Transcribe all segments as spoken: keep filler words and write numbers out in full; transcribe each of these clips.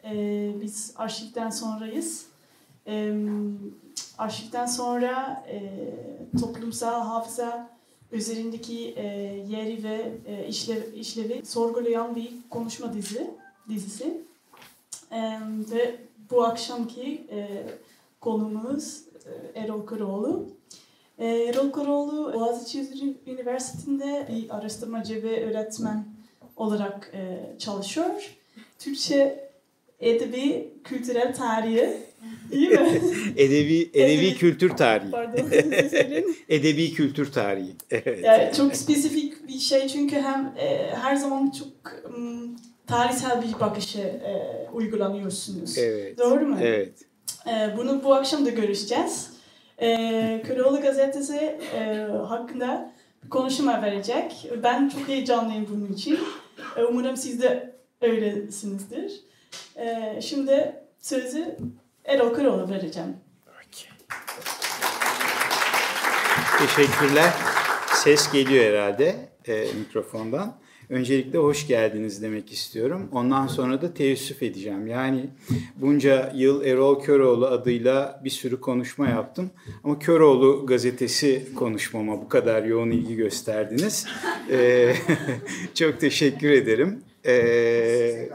Ee, biz arşivden sonrayız. Ee, arşivden sonra e, toplumsal hafıza üzerindeki e, yeri ve e, işlev, işlevi sorgulayan bir konuşma dizi, dizisi. Ee, ve bu akşamki e, konuğumuz e, Erol Köroğlu. E, Erol Köroğlu Boğaziçi Üniversitesi'nde bir araştırmacı ve öğretmen olarak e, çalışıyor. Türkçe edebi kültürel tarihi, iyi mi? edebi edebi kültür tarihi. Pardon, siz söyleyin. Edebi kültür tarihi. Evet. Yani çok spesifik bir şey çünkü hem e, her zaman çok um, tarihsel bir bakışı e, uygulanıyorsunuz. Evet. Doğru mu? Evet. E, bunu bu akşam da görüşeceğiz. E, Köroğlu Gazetesi e, hakkında bir konuşma verecek. Ben çok heyecanlıyım bunun için. E, umarım siz de öylesinizdir. E, şimdi sözü Erol Köroğlu vereceğim. Okay. Teşekkürler. Ses geliyor herhalde e, mikrofondan. Öncelikle hoş geldiniz demek istiyorum. Ondan sonra da teessüf edeceğim. Yani bunca yıl Erol Köroğlu adıyla bir sürü konuşma yaptım. Ama Köroğlu Gazetesi konuşmama bu kadar yoğun ilgi gösterdiniz. Ee, çok teşekkür ederim. Ee,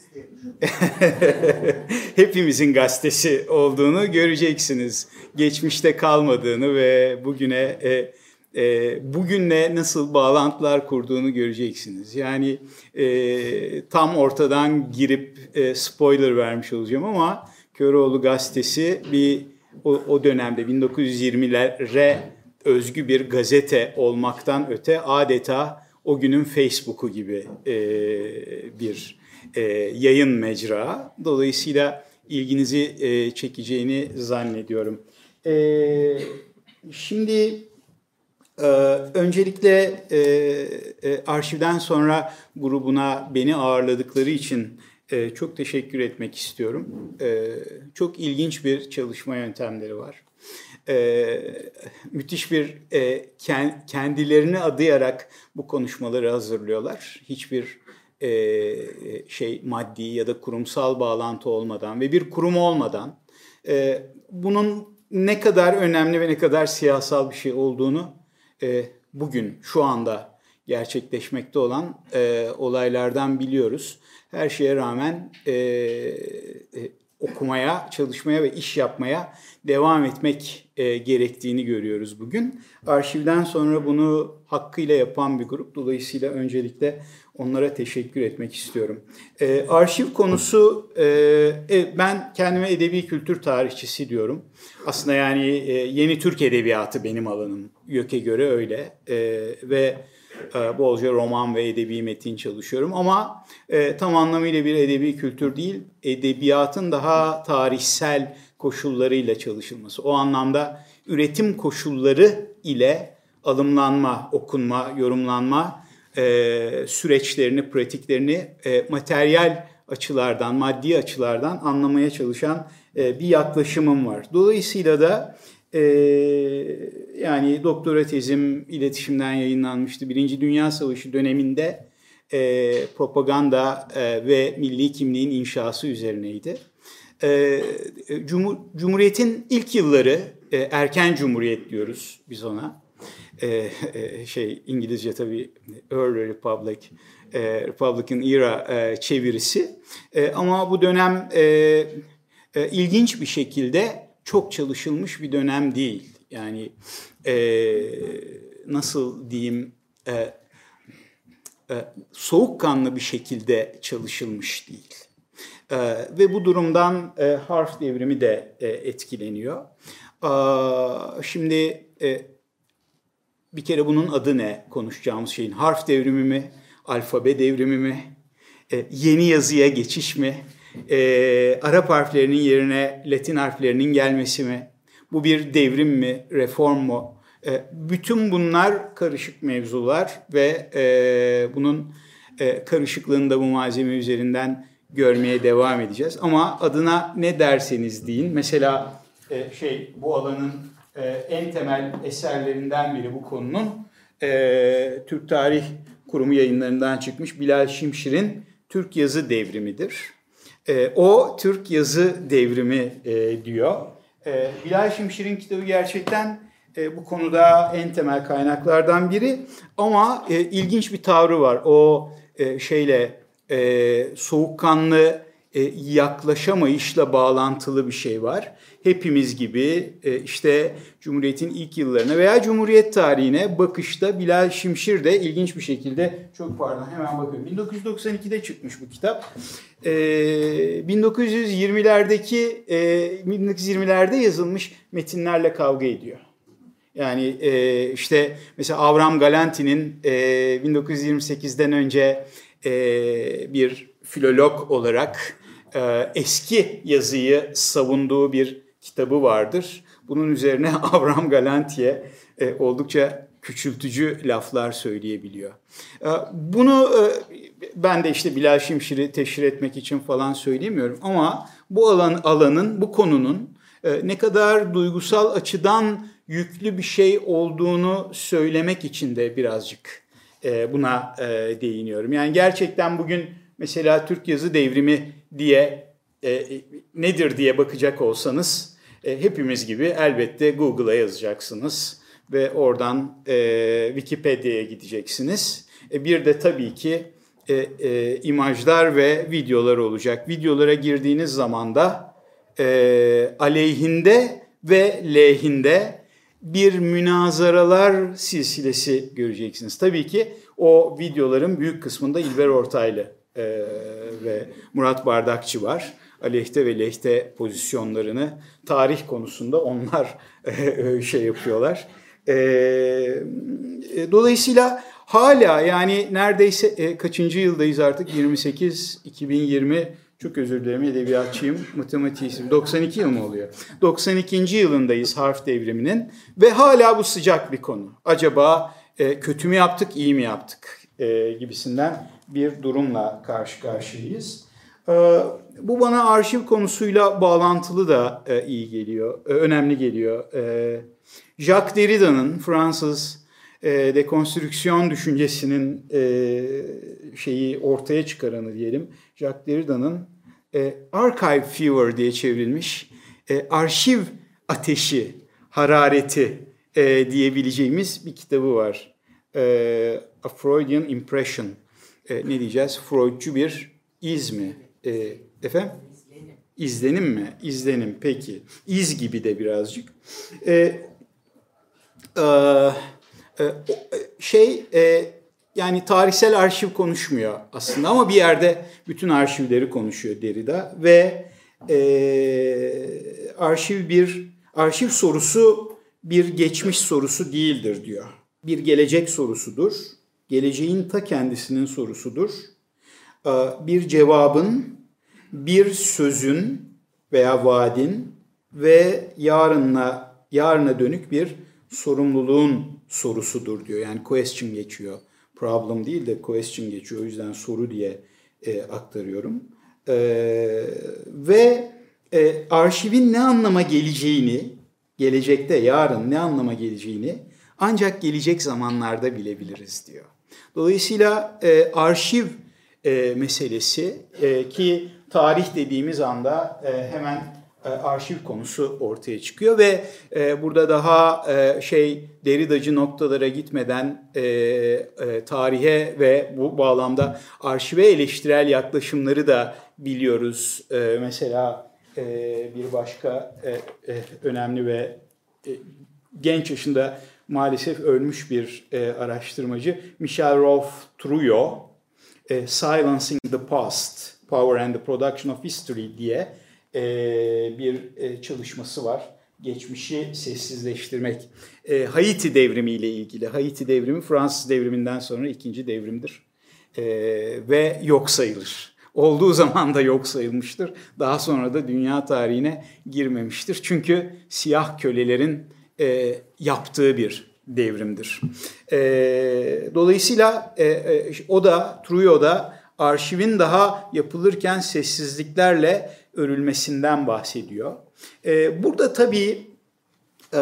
hepimizin gazetesi olduğunu göreceksiniz. Geçmişte kalmadığını ve bugüne... E, E, bugünle nasıl bağlantılar kurduğunu göreceksiniz. Yani e, tam ortadan girip e, spoiler vermiş olacağım ama Köroğlu Gazetesi bir o, o dönemde bin dokuz yüz yirmilere özgü bir gazete olmaktan öte adeta o günün Facebook'u gibi e, bir e, yayın mecra. Dolayısıyla ilginizi e, çekeceğini zannediyorum. E, şimdi... Ee, öncelikle e, e, arşivden sonra grubuna beni ağırladıkları için e, çok teşekkür etmek istiyorum. E, çok ilginç bir çalışma yöntemleri var. E, müthiş bir e, kendilerini adayarak bu konuşmaları hazırlıyorlar. Hiçbir e, şey maddi ya da kurumsal bağlantı olmadan ve bir kurum olmadan e, bunun ne kadar önemli ve ne kadar siyasal bir şey olduğunu E, bugün şu anda gerçekleşmekte olan e, olaylardan biliyoruz. Her şeye rağmen e, e, okumaya, çalışmaya ve iş yapmaya devam etmek e, gerektiğini görüyoruz bugün. Arşivden sonra bunu hakkıyla yapan bir grup. Dolayısıyla öncelikle onlara teşekkür etmek istiyorum. E, arşiv konusu, e, ben kendime edebi kültür tarihçisi diyorum. Aslında yani e, yeni Türk edebiyatı benim alanım. YÖK'e göre öyle e, ve e, bolca roman ve edebi metin çalışıyorum. Ama e, tam anlamıyla bir edebi kültür değil, edebiyatın daha tarihsel koşullarıyla çalışılması. O anlamda üretim koşulları ile alımlanma, okunma, yorumlanma e, süreçlerini, pratiklerini e, materyal açılardan, maddi açılardan anlamaya çalışan e, bir yaklaşımım var. Dolayısıyla da e, yani doktora tezim iletişimden yayınlanmıştı. Birinci Dünya Savaşı döneminde e, propaganda e, ve milli kimliğin inşası üzerineydi. E, Cumhur, Cumhuriyet'in ilk yılları, e, erken cumhuriyet diyoruz biz ona. E, e, şey İngilizce tabii Early Republic, e, Republican Era e, çevirisi. E, ama bu dönem e, e, ilginç bir şekilde çok çalışılmış bir dönem değil. Yani e, nasıl diyeyim, e, e, soğukkanlı bir şekilde çalışılmış değil. E, ve bu durumdan e, harf devrimi de e, etkileniyor. E, şimdi e, bir kere bunun adı ne konuşacağımız şeyin? Harf devrimi mi? Alfabe devrimi mi? E, yeni yazıya geçiş mi? E, Arap harflerinin yerine Latin harflerinin gelmesi mi? Bu bir devrim mi? Reform mu? E, bütün bunlar karışık mevzular ve e, bunun e, karışıklığını da bu malzeme üzerinden görmeye devam edeceğiz. Ama adına ne derseniz deyin. Mesela e, şey bu alanın e, en temel eserlerinden biri bu konunun e, Türk Tarih Kurumu yayınlarından çıkmış Bilal Şimşir'in Türk Yazı Devrimidir. E, o Türk yazı devrimi e, diyor. E, Bilal Şimşir'in kitabı gerçekten e, bu konuda en temel kaynaklardan biri. Ama e, ilginç bir tavrı var. O e, şeyle e, soğukkanlı e, yaklaşamayışla bağlantılı bir şey var. Hepimiz gibi e, işte Cumhuriyet'in ilk yıllarına veya Cumhuriyet tarihine bakışta Bilal Şimşir de ilginç bir şekilde, çok pardon hemen bakıyorum, bin dokuz yüz doksan ikide çıkmış bu kitap. E, bin dokuz yüz yirmilerdeki e, bin dokuz yüz yirmilerde yazılmış metinlerle kavga ediyor. Yani e, işte mesela Avram Galanti'nin e, bin dokuz yüz yirmi sekizden önce e, bir filolog olarak e, eski yazıyı savunduğu bir kitabı vardır. Bunun üzerine Avram Galanti'ye e, oldukça küçültücü laflar söyleyebiliyor. E, bunu e, ben de işte Bilal Şimşir'i teşhir etmek için falan söylemiyorum ama bu alan alanın, bu konunun e, ne kadar duygusal açıdan yüklü bir şey olduğunu söylemek için de birazcık e, buna e, değiniyorum. Yani gerçekten bugün mesela Türk yazı devrimi diye e, nedir diye bakacak olsanız e, hepimiz gibi elbette Google'a yazacaksınız ve oradan e, Wikipedia'ya gideceksiniz. E, bir de tabii ki e, e, imajlar ve videolar olacak. Videolara girdiğiniz zaman da e, aleyhinde ve lehinde bir münazaralar silsilesi göreceksiniz. Tabii ki o videoların büyük kısmında İlber Ortaylı e, ve Murat Bardakçı var. Aleyhte ve lehte pozisyonlarını tarih konusunda onlar e, şey yapıyorlar. E, dolayısıyla hala yani neredeyse e, kaçıncı yıldayız artık? yirmi sekiz, iki bin yirmi, çok özür dilerim, edebiyatçıyım, matematiğim. doksan iki yıl mı oluyor? doksan ikinci yılındayız harf devriminin ve hala bu sıcak bir konu. Acaba e, kötü mü yaptık, iyi mi yaptık e, gibisinden bir durumla karşı karşıyayız. E, bu bana arşiv konusuyla bağlantılı da e, iyi geliyor, e, önemli geliyor. E, Jacques Derrida'nın, Fransız e, dekonstrüksiyon düşüncesinin e, şeyi ortaya çıkaranı diyelim, Jacques Derrida'nın e, Archive Fever diye çevrilmiş e, arşiv ateşi, harareti e, diyebileceğimiz bir kitabı var. E, A Freudian Impression. E, ne diyeceğiz? Freudcu bir iz mi? E, efendim? İzlenim mi? İzlenim. Peki. İz gibi de birazcık. E, e, e, şey... E, Yani tarihsel arşiv konuşmuyor aslında ama bir yerde bütün arşivleri konuşuyor Derrida ve e, arşiv bir arşiv sorusu bir geçmiş sorusu değildir diyor. Bir gelecek sorusudur. Geleceğin ta kendisinin sorusudur. E, bir cevabın, bir sözün veya vaadin ve yarınla yarına dönük bir sorumluluğun sorusudur diyor. Yani question geçiyor. Problem değil de question geçiyor. O yüzden soru diye e, aktarıyorum. E, ve e, arşivin ne anlama geleceğini, gelecekte, yarın ne anlama geleceğini ancak gelecek zamanlarda bilebiliriz diyor. Dolayısıyla e, arşiv e, meselesi e, ki tarih dediğimiz anda e, hemen e, arşiv konusu ortaya çıkıyor ve e, burada daha e, şey Derridacı noktalara gitmeden e, e, tarihe ve bu bağlamda arşive eleştirel yaklaşımları da biliyoruz. E, mesela e, bir başka e, e, önemli ve e, genç yaşında maalesef ölmüş bir e, araştırmacı Michel Rolf Trouillot, e, Silencing the Past, Power and the Production of History diye e, bir e, çalışması var. Geçmişi sessizleştirmek. E, Haiti devrimi ile ilgili. Haiti devrimi Fransız devriminden sonra ikinci devrimdir. E, ve yok sayılır. Olduğu zaman da yok sayılmıştır. Daha sonra da dünya tarihine girmemiştir. Çünkü siyah kölelerin e, yaptığı bir devrimdir. E, dolayısıyla e, e, o da, Trouillot da arşivin daha yapılırken sessizliklerle örülmesinden bahsediyor. E, burada tabii e,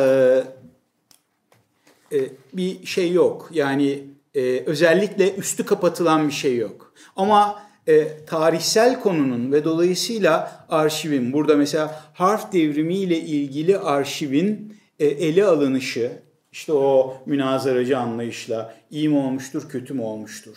e, bir şey yok. Yani e, özellikle üstü kapatılan bir şey yok. Ama e, tarihsel konunun ve dolayısıyla arşivin, burada mesela harf devrimiyle ilgili arşivin e, ele alınışı, işte o münazaracı anlayışla iyi mi olmuştur, kötü mü olmuştur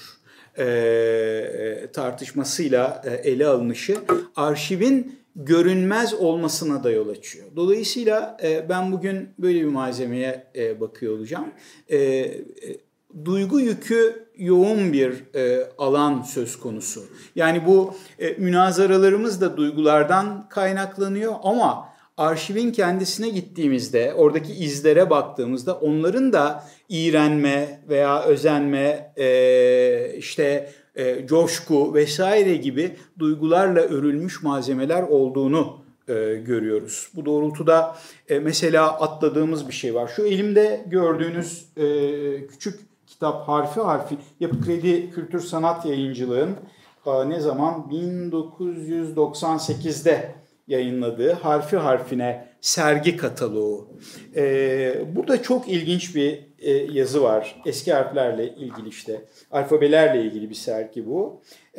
e, tartışmasıyla e, ele alınışı arşivin görünmez olmasına da yol açıyor. Dolayısıyla e, ben bugün böyle bir malzemeye e, bakıyor olacağım. E, e, duygu yükü yoğun bir e, alan söz konusu. Yani bu e, münazaralarımız da duygulardan kaynaklanıyor ama arşivin kendisine gittiğimizde, oradaki izlere baktığımızda onların da iğrenme veya özenme, e, işte e, coşku vesaire gibi duygularla örülmüş malzemeler olduğunu e, görüyoruz. Bu doğrultuda e, mesela atladığımız bir şey var. Şu elimde gördüğünüz e, küçük kitap harfi harfi Yapı Kredi Kültür Sanat Yayıncılığı'nın e, ne zaman bin dokuz yüz doksan sekizde yayınladığı harfi harfine sergi kataloğu. Ee, burada çok ilginç bir e, yazı var. Eski harflerle ilgili işte, alfabelerle ilgili bir sergi bu. Ee,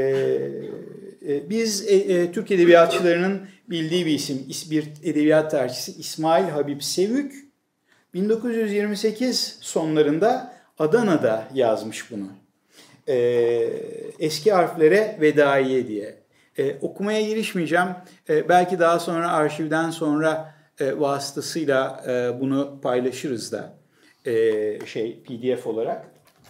e, biz e, e, Türk edebiyatçılarının bildiği bir isim, bir edebiyat tarihçisi İsmail Habib Sevük, bin dokuz yüz yirmi sekiz sonlarında Adana'da yazmış bunu. Ee, eski harflere vedaiye diye. Ee, okumaya girişmeyeceğim. Ee, belki daha sonra arşivden sonra e, vasıtasıyla e, bunu paylaşırız da e, şey P D F olarak.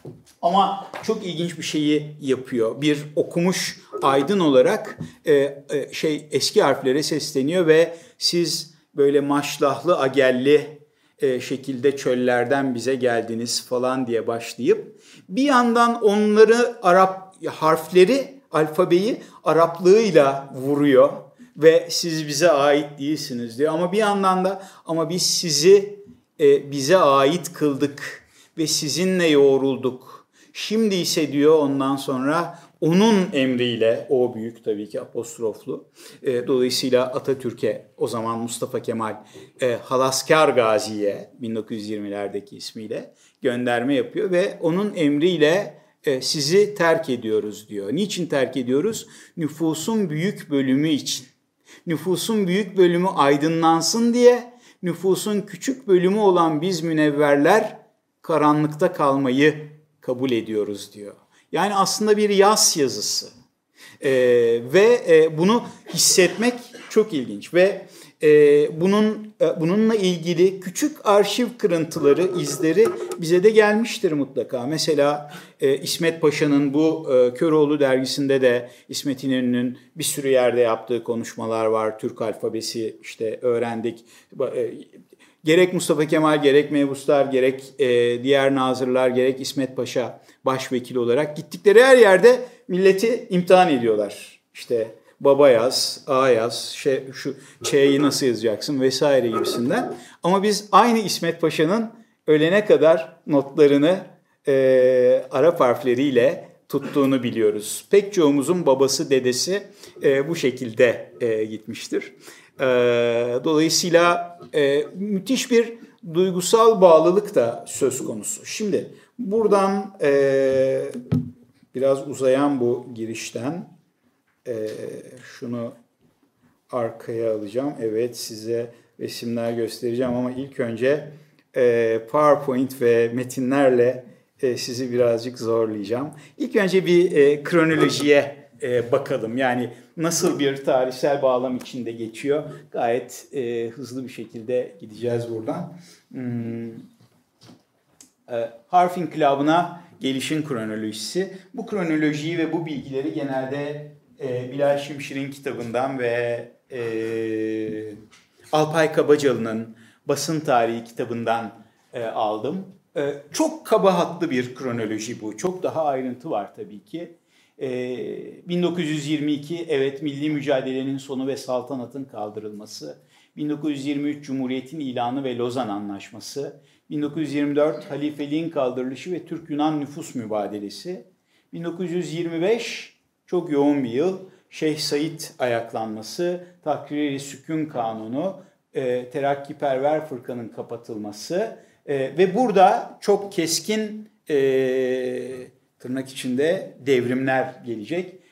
Ama çok ilginç bir şeyi yapıyor. Bir okumuş aydın olarak e, e, şey eski harflere sesleniyor ve siz böyle maşlahlı agelli e, şekilde çöllerden bize geldiniz falan diye başlayıp bir yandan onları Arap harfleri alfabeyi Araplığıyla vuruyor ve siz bize ait değilsiniz diyor. Ama bir yandan da ama biz sizi e, bize ait kıldık ve sizinle yoğrulduk. Şimdi ise diyor ondan sonra onun emriyle, o büyük tabii ki apostroflu. E, dolayısıyla Atatürk'e, o zaman Mustafa Kemal e, Halaskar Gazi'ye bin dokuz yüz yirmilerdeki ismiyle gönderme yapıyor ve onun emriyle sizi terk ediyoruz diyor. Niçin terk ediyoruz? Nüfusun büyük bölümü için. Nüfusun büyük bölümü aydınlansın diye, nüfusun küçük bölümü olan biz münevverler karanlıkta kalmayı kabul ediyoruz diyor. Yani aslında bir yas yazısı. Ee, ve e, bunu hissetmek çok ilginç ve e, bunun e, bununla ilgili küçük arşiv kırıntıları, izleri bize de gelmiştir mutlaka. Mesela e, İsmet Paşa'nın bu e, Köroğlu dergisinde de İsmet İnönü'nün bir sürü yerde yaptığı konuşmalar var. Türk alfabesi işte öğrendik. E, gerek Mustafa Kemal, gerek mebuslar, gerek e, diğer nazırlar, gerek İsmet Paşa başvekili olarak gittikleri her yerde milleti imtihan ediyorlar. İşte baba yaz, A yaz, şey, şu Ç'yi nasıl yazacaksın vesaire gibisinden. Ama biz aynı İsmet Paşa'nın ölene kadar notlarını e, Arap harfleriyle tuttuğunu biliyoruz. Pek çoğumuzun babası, dedesi e, bu şekilde e, gitmiştir. E, dolayısıyla e, müthiş bir duygusal bağlılık da söz konusu. Şimdi buradan e, biraz uzayan bu girişten e, şunu arkaya alacağım. Evet, size resimler göstereceğim ama ilk önce e, PowerPoint ve metinlerle e, sizi birazcık zorlayacağım. İlk önce bir e, kronolojiye e, bakalım. Yani nasıl bir tarihsel bağlam içinde geçiyor. Gayet e, hızlı bir şekilde gideceğiz buradan. Hmm. E, harf inkılabına gelişin kronolojisi. Bu kronolojiyi ve bu bilgileri genelde e, Bilal Şimşir'in kitabından ve e, Alpay Kabacalı'nın Basın Tarihi kitabından e, aldım. E, çok kabahatlı bir kronoloji bu. Çok daha ayrıntı var tabii ki. E, bin dokuz yüz yirmi iki evet milli mücadelenin sonu ve saltanatın kaldırılması. bin dokuz yüz yirmi üç Cumhuriyet'in ilanı ve Lozan Anlaşması. bin dokuz yüz yirmi dört halifeliğin kaldırılışı ve Türk-Yunan nüfus mübadelesi. bin dokuz yüz yirmi beş çok yoğun bir yıl. Şeyh Said ayaklanması, Takriri Sükun Kanunu, e, Terakkiperver Fırkanın kapatılması e, ve burada çok keskin e, tırnak içinde devrimler gelecek.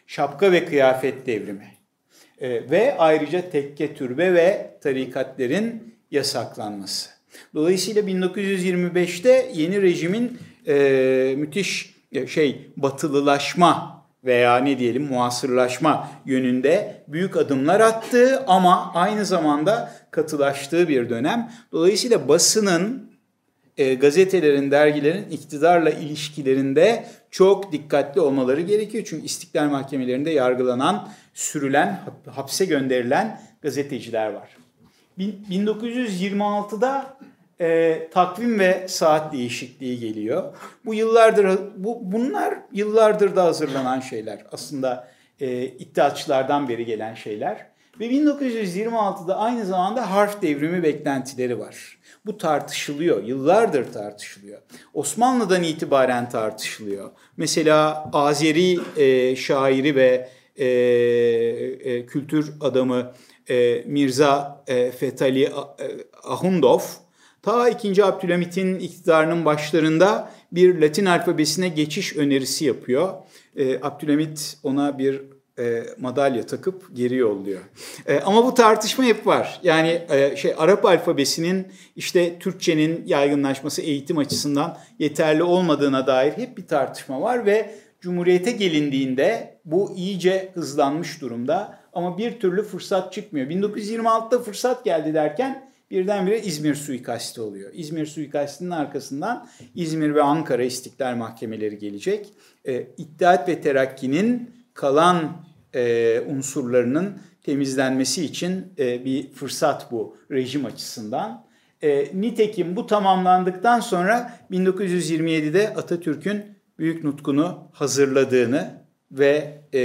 şapka ve kıyafet devrimi e, ve ayrıca tekke, türbe ve tarikatlerin yasaklanması. Dolayısıyla bin dokuz yüz yirmi beşte yeni rejimin e, müthiş e, şey batılılaşma veya ne diyelim muasırlaşma yönünde büyük adımlar attığı ama aynı zamanda katılaştığı bir dönem. Dolayısıyla basının, e, gazetelerin, dergilerin iktidarla ilişkilerinde çok dikkatli olmaları gerekiyor. Çünkü istiklal mahkemelerinde yargılanan, sürülen, hapse gönderilen gazeteciler var. bin dokuz yüz yirmi altıda e, takvim ve saat değişikliği geliyor. Bu yıllardır, bu bunlar yıllardır da hazırlanan şeyler. Aslında e, iddiatçılardan beri gelen şeyler. Ve bin dokuz yüz yirmi altıda aynı zamanda harf devrimi beklentileri var. Bu tartışılıyor, yıllardır tartışılıyor. Osmanlı'dan itibaren tartışılıyor. Mesela Azeri e, şairi ve e, e, kültür adamı e, Mirza e, Fethali Ahundov, ta ikinci. Abdülhamit'in iktidarının başlarında bir Latin alfabesine geçiş önerisi yapıyor. E, Abdülhamit ona bir e, madalya takıp geri yolluyor. E, ama bu tartışma hep var. Yani e, şey Arap alfabesinin işte Türkçenin yaygınlaşması eğitim açısından yeterli olmadığına dair hep bir tartışma var ve Cumhuriyete gelindiğinde bu iyice hızlanmış durumda ama bir türlü fırsat çıkmıyor. bin dokuz yüz yirmi altıda fırsat geldi derken birdenbire İzmir suikasti oluyor. İzmir suikastinin arkasından İzmir ve Ankara İstiklal Mahkemeleri gelecek. E, İttihat ve Terakki'nin kalan e, unsurlarının temizlenmesi için e, bir fırsat bu rejim açısından. E, nitekim bu tamamlandıktan sonra bin dokuz yüz yirmi yedide Atatürk'ün büyük nutkunu hazırladığını ve e,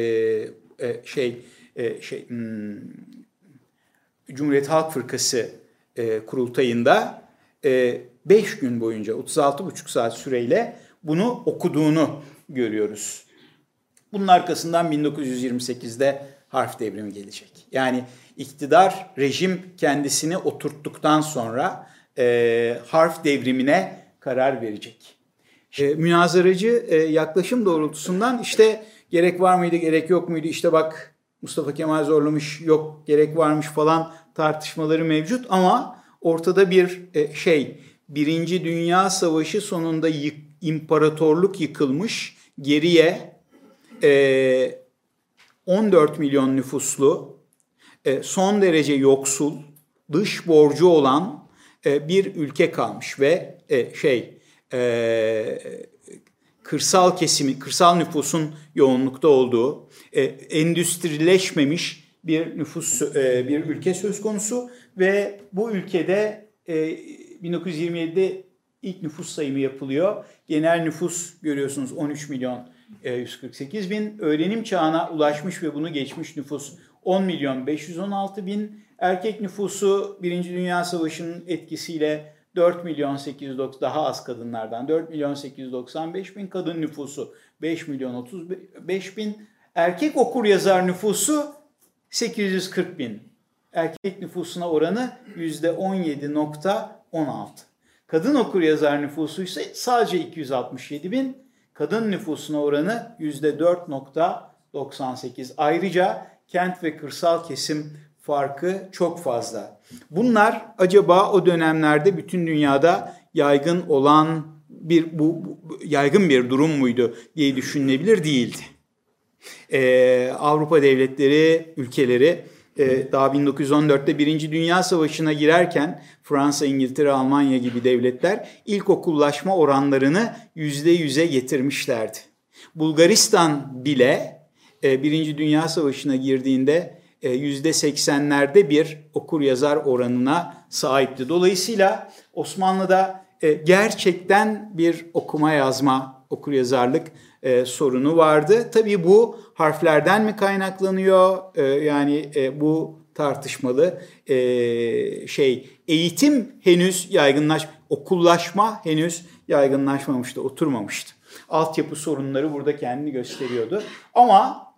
e, şey e, şey hmm, Cumhuriyet Halk Fırkası e, kurultayında e, beş gün boyunca otuz altı buçuk saat süreyle bunu okuduğunu görüyoruz. Bunun arkasından bin dokuz yüz yirmi sekizde harf devrimi gelecek. Yani iktidar, rejim kendisini oturttuktan sonra e, harf devrimine karar verecek. E, münazaracı e, yaklaşım doğrultusundan işte gerek var mıydı, gerek yok muydu, işte bak Mustafa Kemal zorlamış, yok gerek varmış falan tartışmaları mevcut ama ortada bir e, şey, Birinci Dünya Savaşı sonunda yık, imparatorluk yıkılmış, geriye e, on dört milyon nüfuslu, e, son derece yoksul, dış borcu olan e, bir ülke kalmış ve e, şey e, kırsal kesimi, kırsal nüfusun yoğunlukta olduğu, e, endüstrileşmemiş bir nüfus, e, bir ülke söz konusu ve bu ülkede e, bin dokuz yüz yirmi yedide ilk nüfus sayımı yapılıyor. Genel nüfus görüyorsunuz on üç milyon yüz kırk sekiz bin. Öğrenim çağına ulaşmış ve bunu geçmiş nüfus on milyon beş yüz on altı bin. Erkek nüfusu Birinci Dünya Savaşı'nın etkisiyle dört milyon sekiz yüz doksan, daha az kadınlardan dört milyon sekiz yüz doksan beş bin, kadın nüfusu beş milyon otuz beş bin, erkek okur yazar nüfusu sekiz yüz kırk bin. Erkek nüfusuna oranı yüzde on yedi nokta on altı. Kadın okur yazar nüfusu ise sadece iki yüz altmış yedi bin, kadın nüfusuna oranı yüzde dört nokta doksan sekiz. Ayrıca kent ve kırsal kesim farkı çok fazla. Bunlar acaba o dönemlerde bütün dünyada yaygın olan bir bu, bu yaygın bir durum muydu diye düşünülebilir, değildi. Ee, Avrupa devletleri, ülkeleri e, daha bin dokuz yüz on dörtte Birinci Dünya Savaşı'na girerken Fransa, İngiltere, Almanya gibi devletler ilkokullaşma oranlarını yüzde yüze getirmişlerdi. Bulgaristan bile e, Birinci Dünya Savaşı'na girdiğinde yüzde seksenlerde bir okur yazar oranına sahipti. Dolayısıyla Osmanlı'da gerçekten bir okuma yazma, okur yazarlık sorunu vardı. Tabii bu harflerden mi kaynaklanıyor? Yani bu tartışmalı. Şey, eğitim henüz yaygınlaş, okullaşma henüz yaygınlaşmamıştı, oturmamıştı. Altyapı sorunları burada kendini gösteriyordu. Ama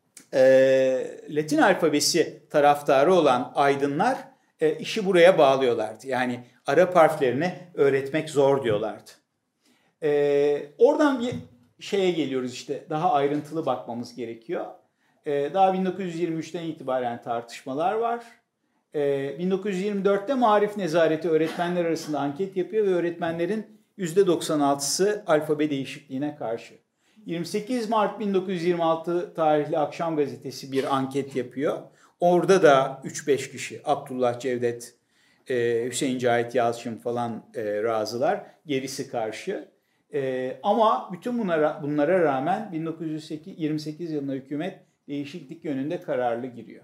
E, Latin alfabesi taraftarı olan aydınlar e, işi buraya bağlıyorlardı. Yani Arap harflerini öğretmek zor diyorlardı. E, oradan şeye geliyoruz işte daha ayrıntılı bakmamız gerekiyor. E, daha bin dokuz yüz yirmi üçten itibaren tartışmalar var. E, bin dokuz yüz yirmi dörtte Maarif Nezareti öğretmenler arasında anket yapıyor ve öğretmenlerin yüzde doksan altısı alfabe değişikliğine karşı. yirmi sekiz Mart bin dokuz yüz yirmi altı tarihli Akşam Gazetesi bir anket yapıyor. Orada da üç beş kişi, Abdullah Cevdet, e, Hüseyin Cahit Yalçın falan e, razılar, gerisi karşı. E, ama bütün bunlara, bunlara rağmen bin dokuz yüz yirmi sekiz yılında hükümet değişiklik yönünde kararlı giriyor.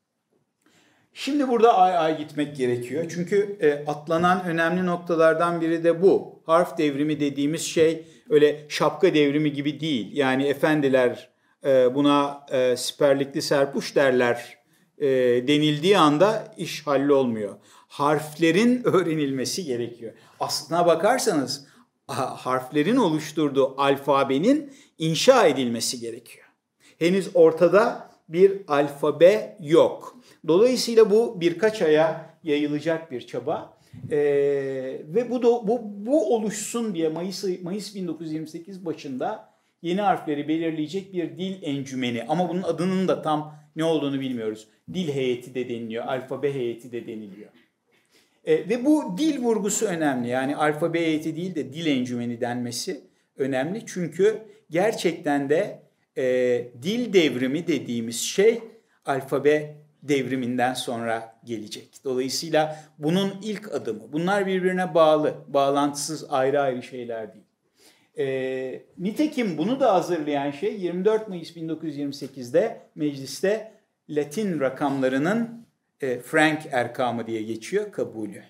Şimdi burada ay ay gitmek gerekiyor. Çünkü e, atlanan önemli noktalardan biri de bu. Harf devrimi dediğimiz şey öyle şapka devrimi gibi değil. Yani efendiler e, buna e, siperlikli serpuş derler e, denildiği anda iş hallolmuyor. Harflerin öğrenilmesi gerekiyor. Aslına bakarsanız harflerin oluşturduğu alfabenin inşa edilmesi gerekiyor. Henüz ortada bir alfabe yok. Dolayısıyla bu birkaç aya yayılacak bir çaba. Ee, ve bu, da, bu bu oluşsun diye Mayıs Mayıs bin dokuz yüz yirmi sekiz başında yeni harfleri belirleyecek bir dil encümeni, ama bunun adının da tam ne olduğunu bilmiyoruz. Dil heyeti de deniliyor, alfabe heyeti de deniliyor. Ee, ve bu dil vurgusu önemli. Yani alfabe heyeti değil de dil encümeni denmesi önemli. Çünkü gerçekten de e, dil devrimi dediğimiz şey alfabe devriminden sonra gelecek. Dolayısıyla bunun ilk adımı. Bunlar birbirine bağlı, bağlantısız ayrı ayrı şeyler değil. E, nitekim bunu da hazırlayan şey yirmi dört Mayıs bin dokuz yüz yirmi sekizde mecliste Latin rakamlarının e, Frank erkamı diye geçiyor, kabulü.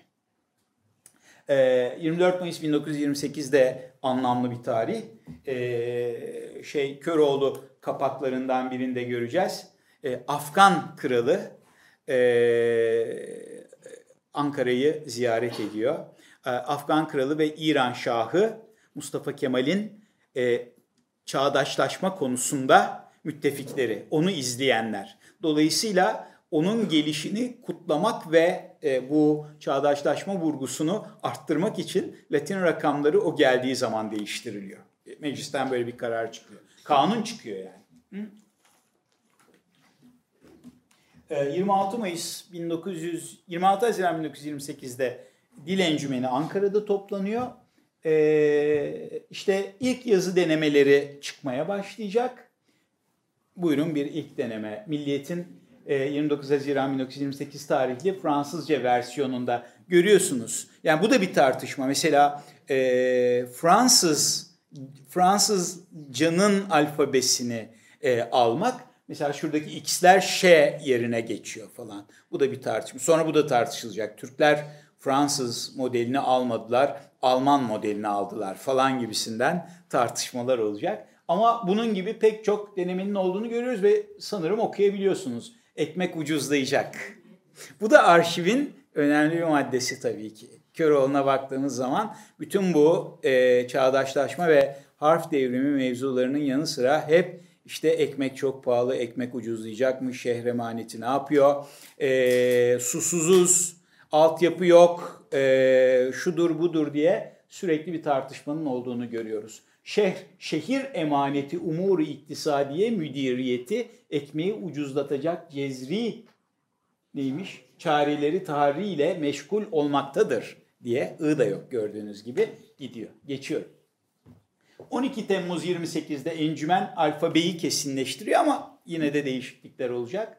E, yirmi dört Mayıs bin dokuz yüz yirmi sekizde anlamlı bir tarih. E, şey Köroğlu kapaklarından birinde göreceğiz. E, Afgan kralı e, Ankara'yı ziyaret ediyor. E, Afgan kralı ve İran Şahı Mustafa Kemal'in e, çağdaşlaşma konusunda müttefikleri, onu izleyenler. Dolayısıyla onun gelişini kutlamak ve e, bu çağdaşlaşma vurgusunu arttırmak için Latin rakamları o geldiği zaman değiştiriliyor. Meclisten böyle bir karar çıkıyor. Kanun çıkıyor yani. Hı? yirmi altı Mayıs bin dokuz yüz yirmi altı Haziran bin dokuz yüz yirmi sekizde Dil Encümeni Ankara'da toplanıyor. Ee, işte ilk yazı denemeleri çıkmaya başlayacak. Buyurun bir ilk deneme. Milliyet'in e, yirmi dokuz Haziran bin dokuz yüz yirmi sekiz tarihli Fransızca versiyonunda görüyorsunuz. Yani bu da bir tartışma. Mesela e, Fransız Fransızcanın alfabesini e, almak, mesela şuradaki X'ler Ş yerine geçiyor falan. Bu da bir tartışma. Sonra bu da tartışılacak. Türkler Fransız modelini almadılar, Alman modelini aldılar falan gibisinden tartışmalar olacak. Ama bunun gibi pek çok denemenin olduğunu görüyoruz ve sanırım okuyabiliyorsunuz. Ekmek ucuzlayacak. Bu da arşivin önemli bir maddesi tabii ki. Köroğlu'na baktığımız zaman bütün bu e, çağdaşlaşma ve harf devrimi mevzularının yanı sıra hep İşte ekmek çok pahalı, ekmek ucuzlayacakmış, şehre emaneti ne yapıyor? E, susuzuz, altyapı yok, e, şudur budur diye sürekli bir tartışmanın olduğunu görüyoruz. Şeh, şehir emaneti umuru iktisadiye müdiriyeti ekmeği ucuzlatacak cezri neymiş? Çareleri tahriyle meşgul olmaktadır diye, ı da yok gördüğünüz gibi, gidiyor, geçiyor. on iki Temmuz yirmi sekizde encümen alfabeyi kesinleştiriyor ama yine de değişiklikler olacak.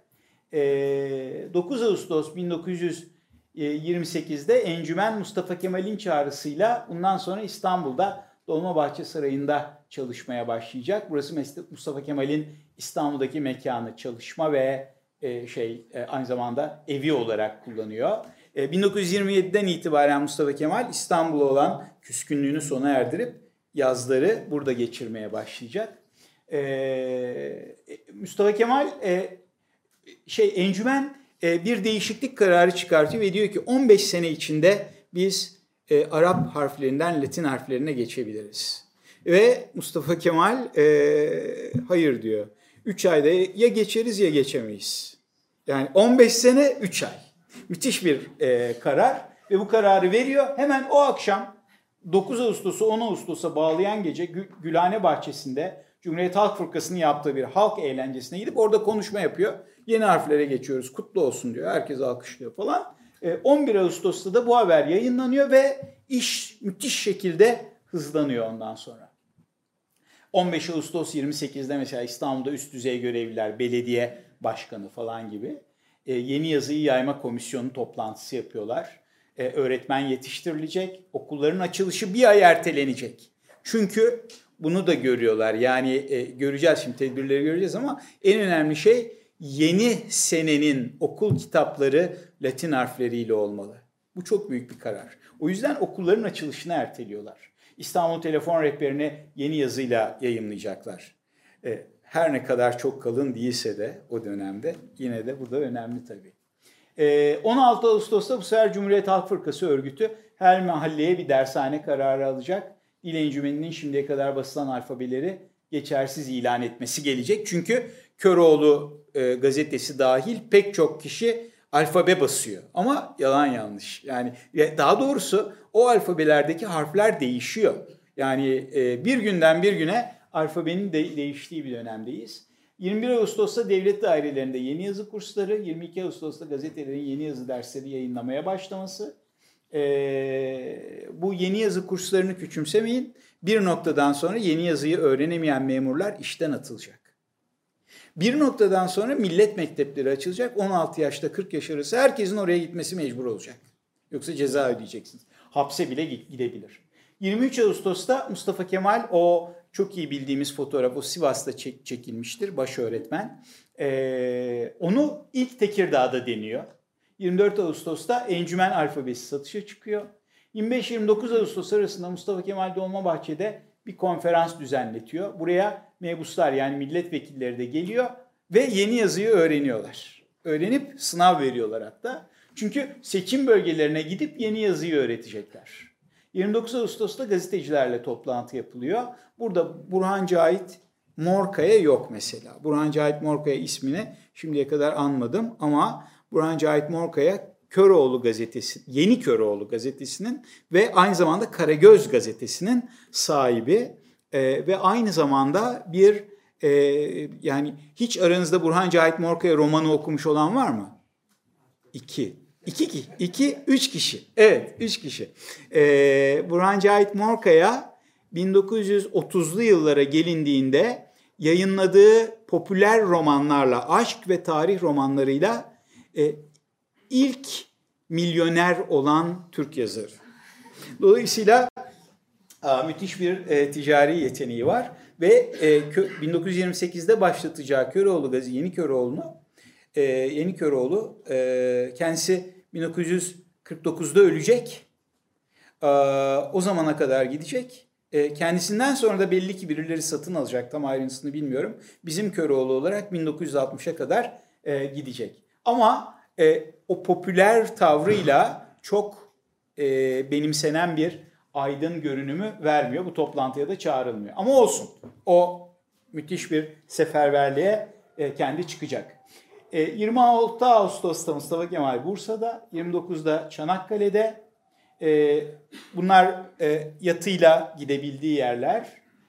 dokuz Ağustos bin dokuz yüz yirmi sekizde encümen Mustafa Kemal'in çağrısıyla bundan sonra İstanbul'da Dolmabahçe Sarayı'nda çalışmaya başlayacak. Burası Mustafa Kemal'in İstanbul'daki mekanı, çalışma ve şey aynı zamanda evi olarak kullanıyor. bin dokuz yüz yirmi yediden itibaren Mustafa Kemal İstanbul'a olan küskünlüğünü sona erdirip yazları burada geçirmeye başlayacak. Ee, Mustafa Kemal e, şey encümen e, bir değişiklik kararı çıkartıyor ve diyor ki on beş sene içinde biz e, Arap harflerinden Latin harflerine geçebiliriz. Ve Mustafa Kemal e, hayır diyor. üç ayda ya geçeriz ya geçemeyiz. Yani on beş sene üç ay. Müthiş bir e, karar ve bu kararı veriyor. Hemen o akşam dokuz Ağustos'u on Ağustos'a bağlayan gece Gülhane Bahçesi'nde Cumhuriyet Halk Fırkası'nın yaptığı bir halk eğlencesine gidip orada konuşma yapıyor. Yeni harflere geçiyoruz, kutlu olsun diyor. Herkes alkışlıyor falan. on bir Ağustos'ta da bu haber yayınlanıyor ve iş müthiş şekilde hızlanıyor ondan sonra. on beş Ağustos yirmi sekizde mesela İstanbul'da üst düzey görevliler, belediye başkanı falan gibi yeni yazıyı yayma komisyonu toplantısı yapıyorlar. Öğretmen yetiştirilecek, okulların açılışı bir ay ertelenecek. Çünkü bunu da görüyorlar. Yani e, göreceğiz şimdi, tedbirleri göreceğiz ama en önemli şey yeni senenin okul kitapları Latin harfleriyle olmalı. Bu çok büyük bir karar. O yüzden okulların açılışını erteliyorlar. İstanbul Telefon Rehberi'ni yeni yazıyla yayımlayacaklar. E, her ne kadar çok kalın değilse de o dönemde yine de bu da önemli tabii. E, on altı Ağustos'ta bu sefer Cumhuriyet Halk Fırkası örgütü her mahalleye bir dershane kararı alacak. Dil Encümeni'nin şimdiye kadar basılan alfabeleri geçersiz ilan etmesi gelecek. Çünkü Köroğlu e, gazetesi dahil pek çok kişi alfabe basıyor. Ama yalan yanlış. Yani daha doğrusu o alfabelerdeki harfler değişiyor. Yani e, bir günden bir güne alfabenin de değiştiği bir dönemdeyiz. yirmi bir Ağustos'ta devlet dairelerinde yeni yazı kursları, yirmi iki Ağustos'ta gazetelerin yeni yazı dersleri yayınlamaya başlaması. Ee, bu yeni yazı kurslarını küçümsemeyin. Bir noktadan sonra yeni yazıyı öğrenemeyen memurlar işten atılacak. Bir noktadan sonra millet mektepleri açılacak. on altı yaşta kırk yaş arası herkesin oraya gitmesi mecbur olacak. Yoksa ceza ödeyeceksiniz. Hapse bile gidebilir. yirmi üç Ağustos'ta Mustafa Kemal, o çok iyi bildiğimiz fotoğraf, o Sivas'ta çek, çekilmiştir, baş öğretmen. Ee, onu ilk Tekirdağ'da deniyor. yirmi dört Ağustos'ta Encümen alfabesi satışa çıkıyor. yirmi beş yirmi dokuz Ağustos arasında Mustafa Kemal Dolmabahçe'de bir konferans düzenletiyor. Buraya mebuslar, yani milletvekilleri de geliyor ve yeni yazıyı öğreniyorlar. Öğrenip sınav veriyorlar hatta. Çünkü seçim bölgelerine gidip yeni yazıyı öğretecekler. yirmi dokuz Ağustos'ta gazetecilerle toplantı yapılıyor. Burada Burhan Cahit Morkaya yok mesela. Burhan Cahit Morkaya ismini şimdiye kadar anmadım ama Burhan Cahit Morkaya Köroğlu gazetesi, Yeni Köroğlu gazetesinin ve aynı zamanda Karagöz gazetesinin sahibi e, ve aynı zamanda bir e, yani hiç aranızda Burhan Cahit Morkaya romanı okumuş olan var mı? İki. İki, iki, iki üç kişi. Evet, üç kişi. E, Burhan Cahit Morkaya bin dokuz yüz otuzlu yıllara gelindiğinde yayınladığı popüler romanlarla, aşk ve tarih romanlarıyla e, ilk milyoner olan Türk yazarı. Dolayısıyla a, müthiş bir e, ticari yeteneği var ve e, kö, bin dokuz yüz yirmi sekizde başlatacağı Köroğlu gazetesi, Yeni Köroğlu'nu, e, Yeni Köroğlu e, kendisi bin dokuz yüz kırk dokuzda ölecek. E, o zamana kadar gidecek. E, kendisinden sonra da belli ki birileri satın alacak, tam ayrıntısını bilmiyorum. Bizim Köroğlu olarak bin dokuz yüz altmışa kadar e, gidecek. Ama e, o popüler tavrıyla çok e, benimsenen bir aydın görünümü vermiyor. Bu toplantıya da çağrılmıyor. Ama olsun. O müthiş bir seferberliğe e, kendi çıkacak. E, yirmi altı Ağustos'ta Mustafa Kemal Bursa'da, yirmi dokuzda Çanakkale'de. E, bunlar e, yatıyla gidebildiği yerler.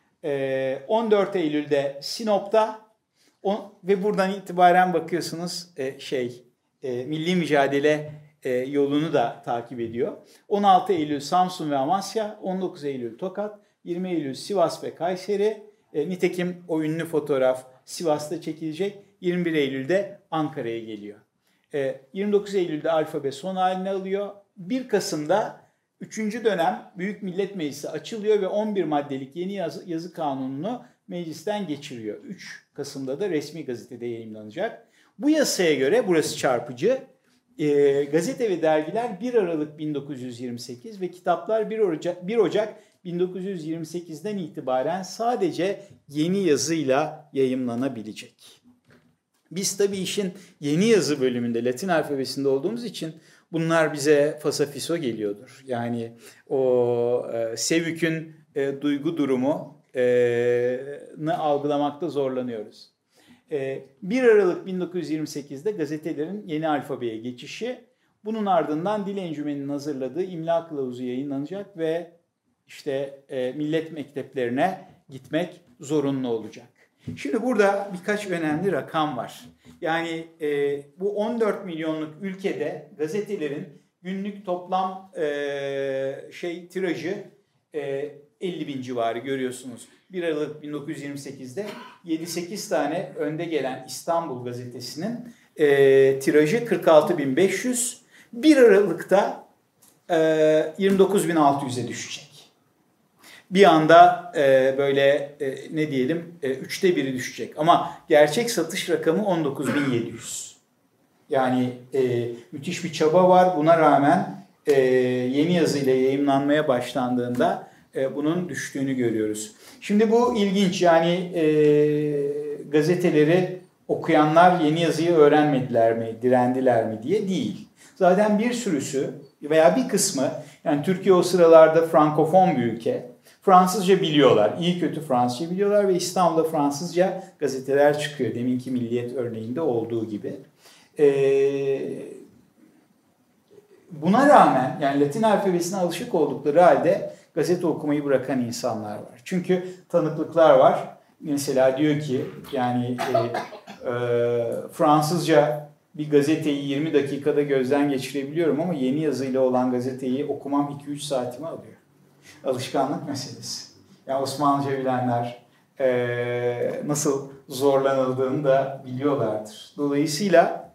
E, on dört Eylül'de Sinop'ta on, ve buradan itibaren bakıyorsunuz e, şey e, milli mücadele e, yolunu da takip ediyor. on altı Eylül Samsun ve Amasya, on dokuz Eylül Tokat, yirmi Eylül Sivas ve Kayseri. E, nitekim o ünlü fotoğraf Sivas'ta çekilecek. yirmi bir Eylül'de Ankara'ya geliyor. E, yirmi dokuz Eylül'de alfabe son halini alıyor. bir Kasım'da üçüncü dönem Büyük Millet Meclisi açılıyor ve on bir maddelik yeni yazı, yazı kanununu meclisten geçiriyor. üç Kasım'da da resmi gazetede yayımlanacak. Bu yasaya göre, burası çarpıcı, e, gazete ve dergiler bir Aralık bin dokuz yüz yirmi sekiz ve kitaplar bir Ocak bin dokuz yüz yirmi sekizden itibaren sadece yeni yazıyla yayımlanabilecek. Biz tabii işin yeni yazı bölümünde, Latin alfabesinde olduğumuz için bunlar bize fasafiso geliyordur. Yani o e, Sevük'ün e, duygu durumu e, algılamakta zorlanıyoruz. E, bir Aralık bin dokuz yüz yirmi sekizde gazetelerin yeni alfabeye geçişi, bunun ardından Dil Encümeni'nin hazırladığı imla kılavuzu yayınlanacak ve işte e, millet mekteplerine gitmek zorunlu olacak. Şimdi burada birkaç önemli rakam var. Yani e, bu on dört milyonluk ülkede gazetelerin günlük toplam e, şey tirajı e, elli bin civarı görüyorsunuz. bir Aralık bin dokuz yüz yirmi sekizde yedi sekiz tane önde gelen İstanbul gazetesinin e, tirajı kırk altı bin beş yüz. bir Aralık'ta e, yirmi dokuz bin altı yüze düşecek. Bir anda e, böyle e, ne diyelim e, üçte biri düşecek. Ama gerçek satış rakamı on dokuz bin yedi yüz. Yani e, müthiş bir çaba var. Buna rağmen e, yeni yazıyla yayımlanmaya başlandığında e, bunun düştüğünü görüyoruz. Şimdi bu ilginç. Yani e, gazeteleri okuyanlar yeni yazıyı öğrenmediler mi, direndiler mi diye değil. Zaten bir sürüsü veya bir kısmı, yani Türkiye o sıralarda Frankofon bir ülke. Fransızca biliyorlar, iyi kötü Fransızca biliyorlar ve İstanbul'da Fransızca gazeteler çıkıyor. Deminki Milliyet örneğinde olduğu gibi. Ee, buna rağmen yani Latin alfabesine alışık oldukları halde gazete okumayı bırakan insanlar var. Çünkü tanıklıklar var. Mesela diyor ki yani e, e, Fransızca bir gazeteyi yirmi dakikada gözden geçirebiliyorum ama yeni yazıyla olan gazeteyi okumam iki üç saatimi alıyor. Alışkanlık meselesi. Yani Osmanlıca bilenler e, nasıl zorlanıldığını da biliyorlardır. Dolayısıyla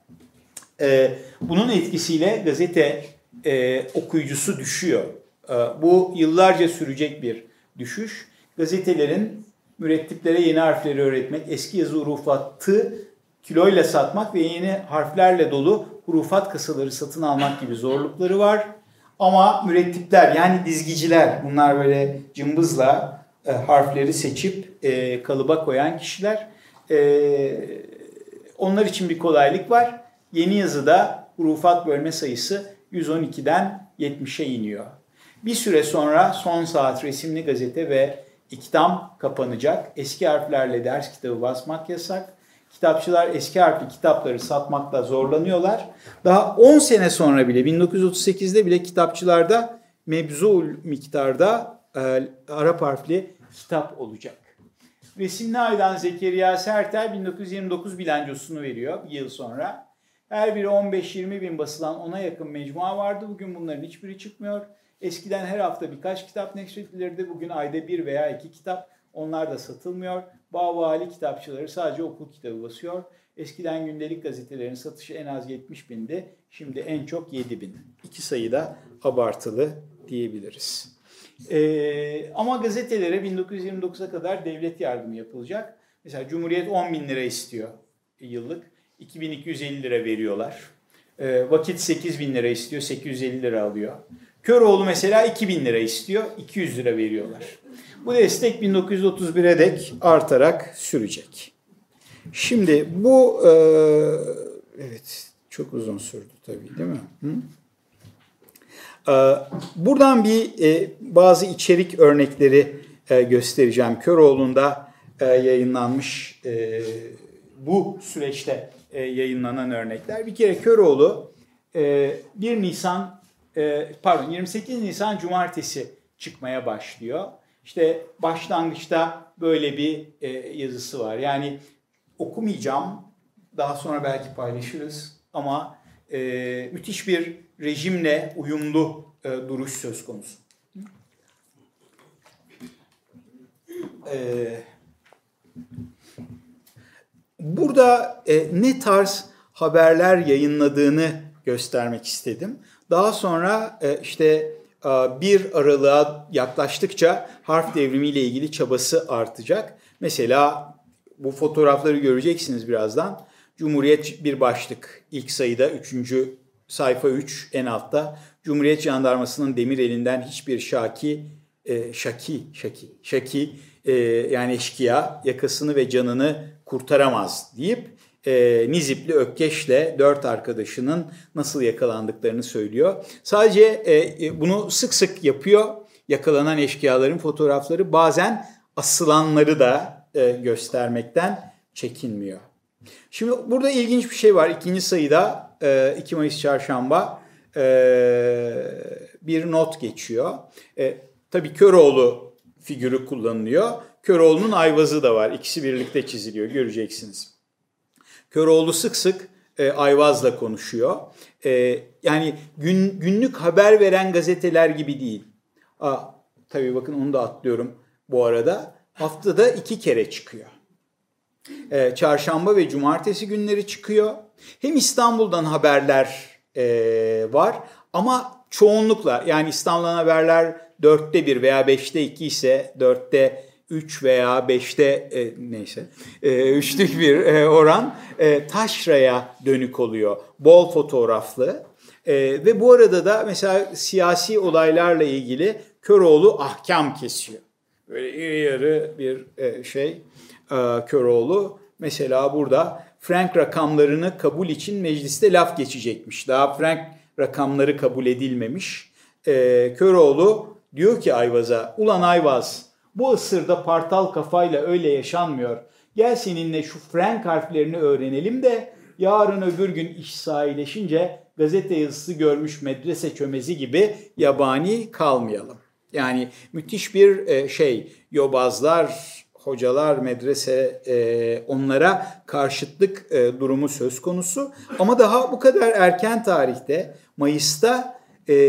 e, bunun etkisiyle gazete e, okuyucusu düşüyor. E, bu yıllarca sürecek bir düşüş. Gazetelerin mürettiplere yeni harfleri öğretmek, eski yazı hurufatı kiloyla satmak ve yeni harflerle dolu hurufat kasaları satın almak gibi zorlukları var. Ama mürettipler yani dizgiciler, bunlar böyle cımbızla e, harfleri seçip e, kalıba koyan kişiler. E, onlar için bir kolaylık var. Yeni yazıda hurufat bölme sayısı yüz on ikiden yetmişe iniyor. Bir süre sonra Son Saat resimli gazete ve İktam kapanacak. Eski harflerle ders kitabı basmak yasak. Kitapçılar eski harfli kitapları satmakta zorlanıyorlar. Daha on sene sonra bile bin dokuz yüz otuz sekizde bile kitapçılarda mebzul miktarda e, Arap harfli kitap olacak. Resimli Ay'dan Zekeriya Sertel bin dokuz yüz yirmi dokuz bilancosunu veriyor bir yıl sonra. Her biri on beş yirmi bin basılan ona yakın mecmua vardı. Bugün bunların hiçbiri çıkmıyor. Eskiden her hafta birkaç kitap neşredilirdi. Bugün ayda bir veya iki kitap. Onlar da satılmıyor. Bağvali kitapçıları sadece okul kitabı basıyor. Eskiden gündelik gazetelerin satışı en az yetmiş bindi. Şimdi en çok yedi bin. İki sayı da abartılı diyebiliriz. Ee, ama gazetelere bin dokuz yüz yirmi dokuza kadar devlet yardımı yapılacak. Mesela Cumhuriyet on bin lira istiyor yıllık. iki bin iki yüz elli lira veriyorlar. Ee, Vakit sekiz bin lira istiyor. sekiz yüz elli lira alıyor. Köroğlu mesela iki bin lira istiyor. iki yüz lira veriyorlar. Bu destek bin dokuz yüz otuz bire dek artarak sürecek. Şimdi bu e, evet çok uzun sürdü tabii değil mi? Hı? E, buradan bir e, bazı içerik örnekleri e, göstereceğim. Köroğlu'nda e, yayınlanmış e, bu süreçte e, yayınlanan örnekler. Bir kere Köroğlu e, bir Nisan e, pardon yirmi sekiz Nisan Cumartesi çıkmaya başlıyor. İşte başlangıçta böyle bir e, yazısı var. Yani okumayacağım, daha sonra belki paylaşırız ama e, müthiş bir rejimle uyumlu e, duruş söz konusu. E, burada e, ne tarz haberler yayınladığını göstermek istedim. Daha sonra e, işte bir Aralık'a yaklaştıkça harf devrimiyle ilgili çabası artacak. Mesela bu fotoğrafları göreceksiniz birazdan. Cumhuriyet bir başlık. İlk sayıda üçüncü sayfa üç en altta. Cumhuriyet Jandarması'nın demir elinden hiçbir şaki, e, şaki, şaki, şaki e, yani eşkıya yakasını ve canını kurtaramaz deyip E, Nizipli Ökkeş'le dört arkadaşının nasıl yakalandıklarını söylüyor. Sadece e, bunu sık sık yapıyor. Yakalanan eşkıyaların fotoğrafları, bazen asılanları da e, göstermekten çekinmiyor. Şimdi burada ilginç bir şey var. İkinci sayıda e, iki Mayıs Çarşamba e, bir not geçiyor. E, tabii Köroğlu figürü kullanılıyor. Köroğlu'nun Ayvaz'ı da var. İkisi birlikte çiziliyor, göreceksiniz. Köroğlu sık sık e, Ayvaz'la konuşuyor. E, yani gün, günlük haber veren gazeteler gibi değil. Aa, tabii bakın onu da atlıyorum bu arada. Haftada iki kere çıkıyor. E, çarşamba ve cumartesi günleri çıkıyor. Hem İstanbul'dan haberler e, var ama çoğunlukla, yani İstanbul'dan haberler dörtte bir veya beşte iki ise dörtte üç veya beşte e, neyse e, üçlük bir e, oran e, taşraya dönük oluyor. Bol fotoğraflı e, ve bu arada da mesela siyasi olaylarla ilgili Köroğlu ahkam kesiyor. Böyle iri yarı bir e, şey e, Köroğlu. Mesela burada frank rakamlarını kabul için mecliste laf geçecekmiş. Daha frank rakamları kabul edilmemiş. E, Köroğlu diyor ki Ayvaz'a, ulan Ayvaz, bu ısırda partal kafayla öyle yaşanmıyor. Gel seninle şu frank harflerini öğrenelim de yarın öbür gün iş sahileşince gazete yazısı görmüş medrese çömezi gibi yabani kalmayalım. Yani müthiş bir şey, yobazlar, hocalar, medrese onlara karşıtlık durumu söz konusu. Ama daha bu kadar erken tarihte, Mayıs'ta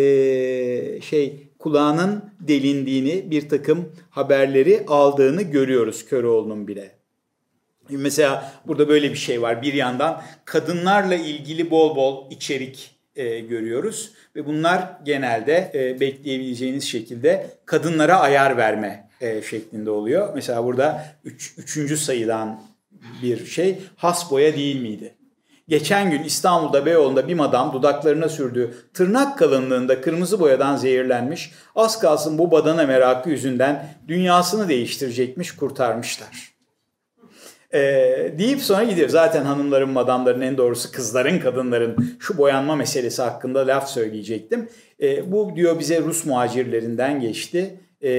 şey kulağının delindiğini, bir takım haberleri aldığını görüyoruz Köroğlu'nun bile. Mesela burada böyle bir şey var. Bir yandan kadınlarla ilgili bol bol içerik e, görüyoruz. Ve bunlar genelde e, bekleyebileceğiniz şekilde kadınlara ayar verme e, şeklinde oluyor. Mesela burada üç, üçüncü sayıdan bir şey, has boya değil miydi? Geçen gün İstanbul'da Beyoğlu'nda bir madam dudaklarına sürdüğü tırnak kalınlığında kırmızı boyadan zehirlenmiş. Az kalsın bu badana merakı yüzünden dünyasını değiştirecekmiş, kurtarmışlar. Ee, deyip sonra gidiyor. Zaten hanımların, madamların, en doğrusu kızların, kadınların şu boyanma meselesi hakkında laf söyleyecektim. Ee, bu diyor bize Rus muhacirlerinden geçti. Ee,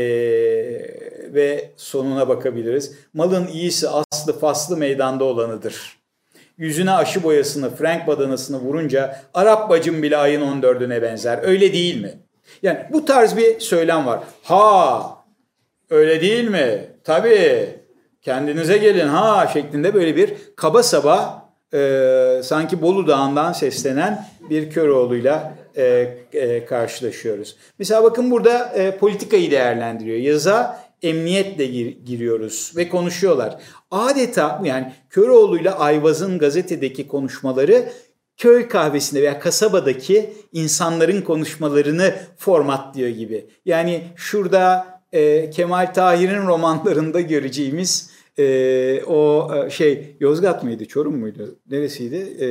ve sonuna bakabiliriz. Malın iyisi aslı faslı meydanda olanıdır. Yüzüne aşı boyasını, frank badanasını vurunca Arap bacım bile ayın on dördüne benzer. Öyle değil mi? Yani bu tarz bir söylem var. Ha, öyle değil mi? Tabii, kendinize gelin ha şeklinde böyle bir kaba saba e, sanki Bolu Dağı'ndan seslenen bir Köroğlu'yla e, e, karşılaşıyoruz. Mesela bakın burada e, politikayı değerlendiriyor. Yaza emniyetle gir, giriyoruz ve konuşuyorlar. Adeta yani Köroğlu'yla Ayvaz'ın gazetedeki konuşmaları köy kahvesinde veya kasabadaki insanların konuşmalarını formatlıyor gibi. Yani şurada e, Kemal Tahir'in romanlarında göreceğimiz e, o şey, Yozgat mıydı, Çorum muydu, neresiydi? E,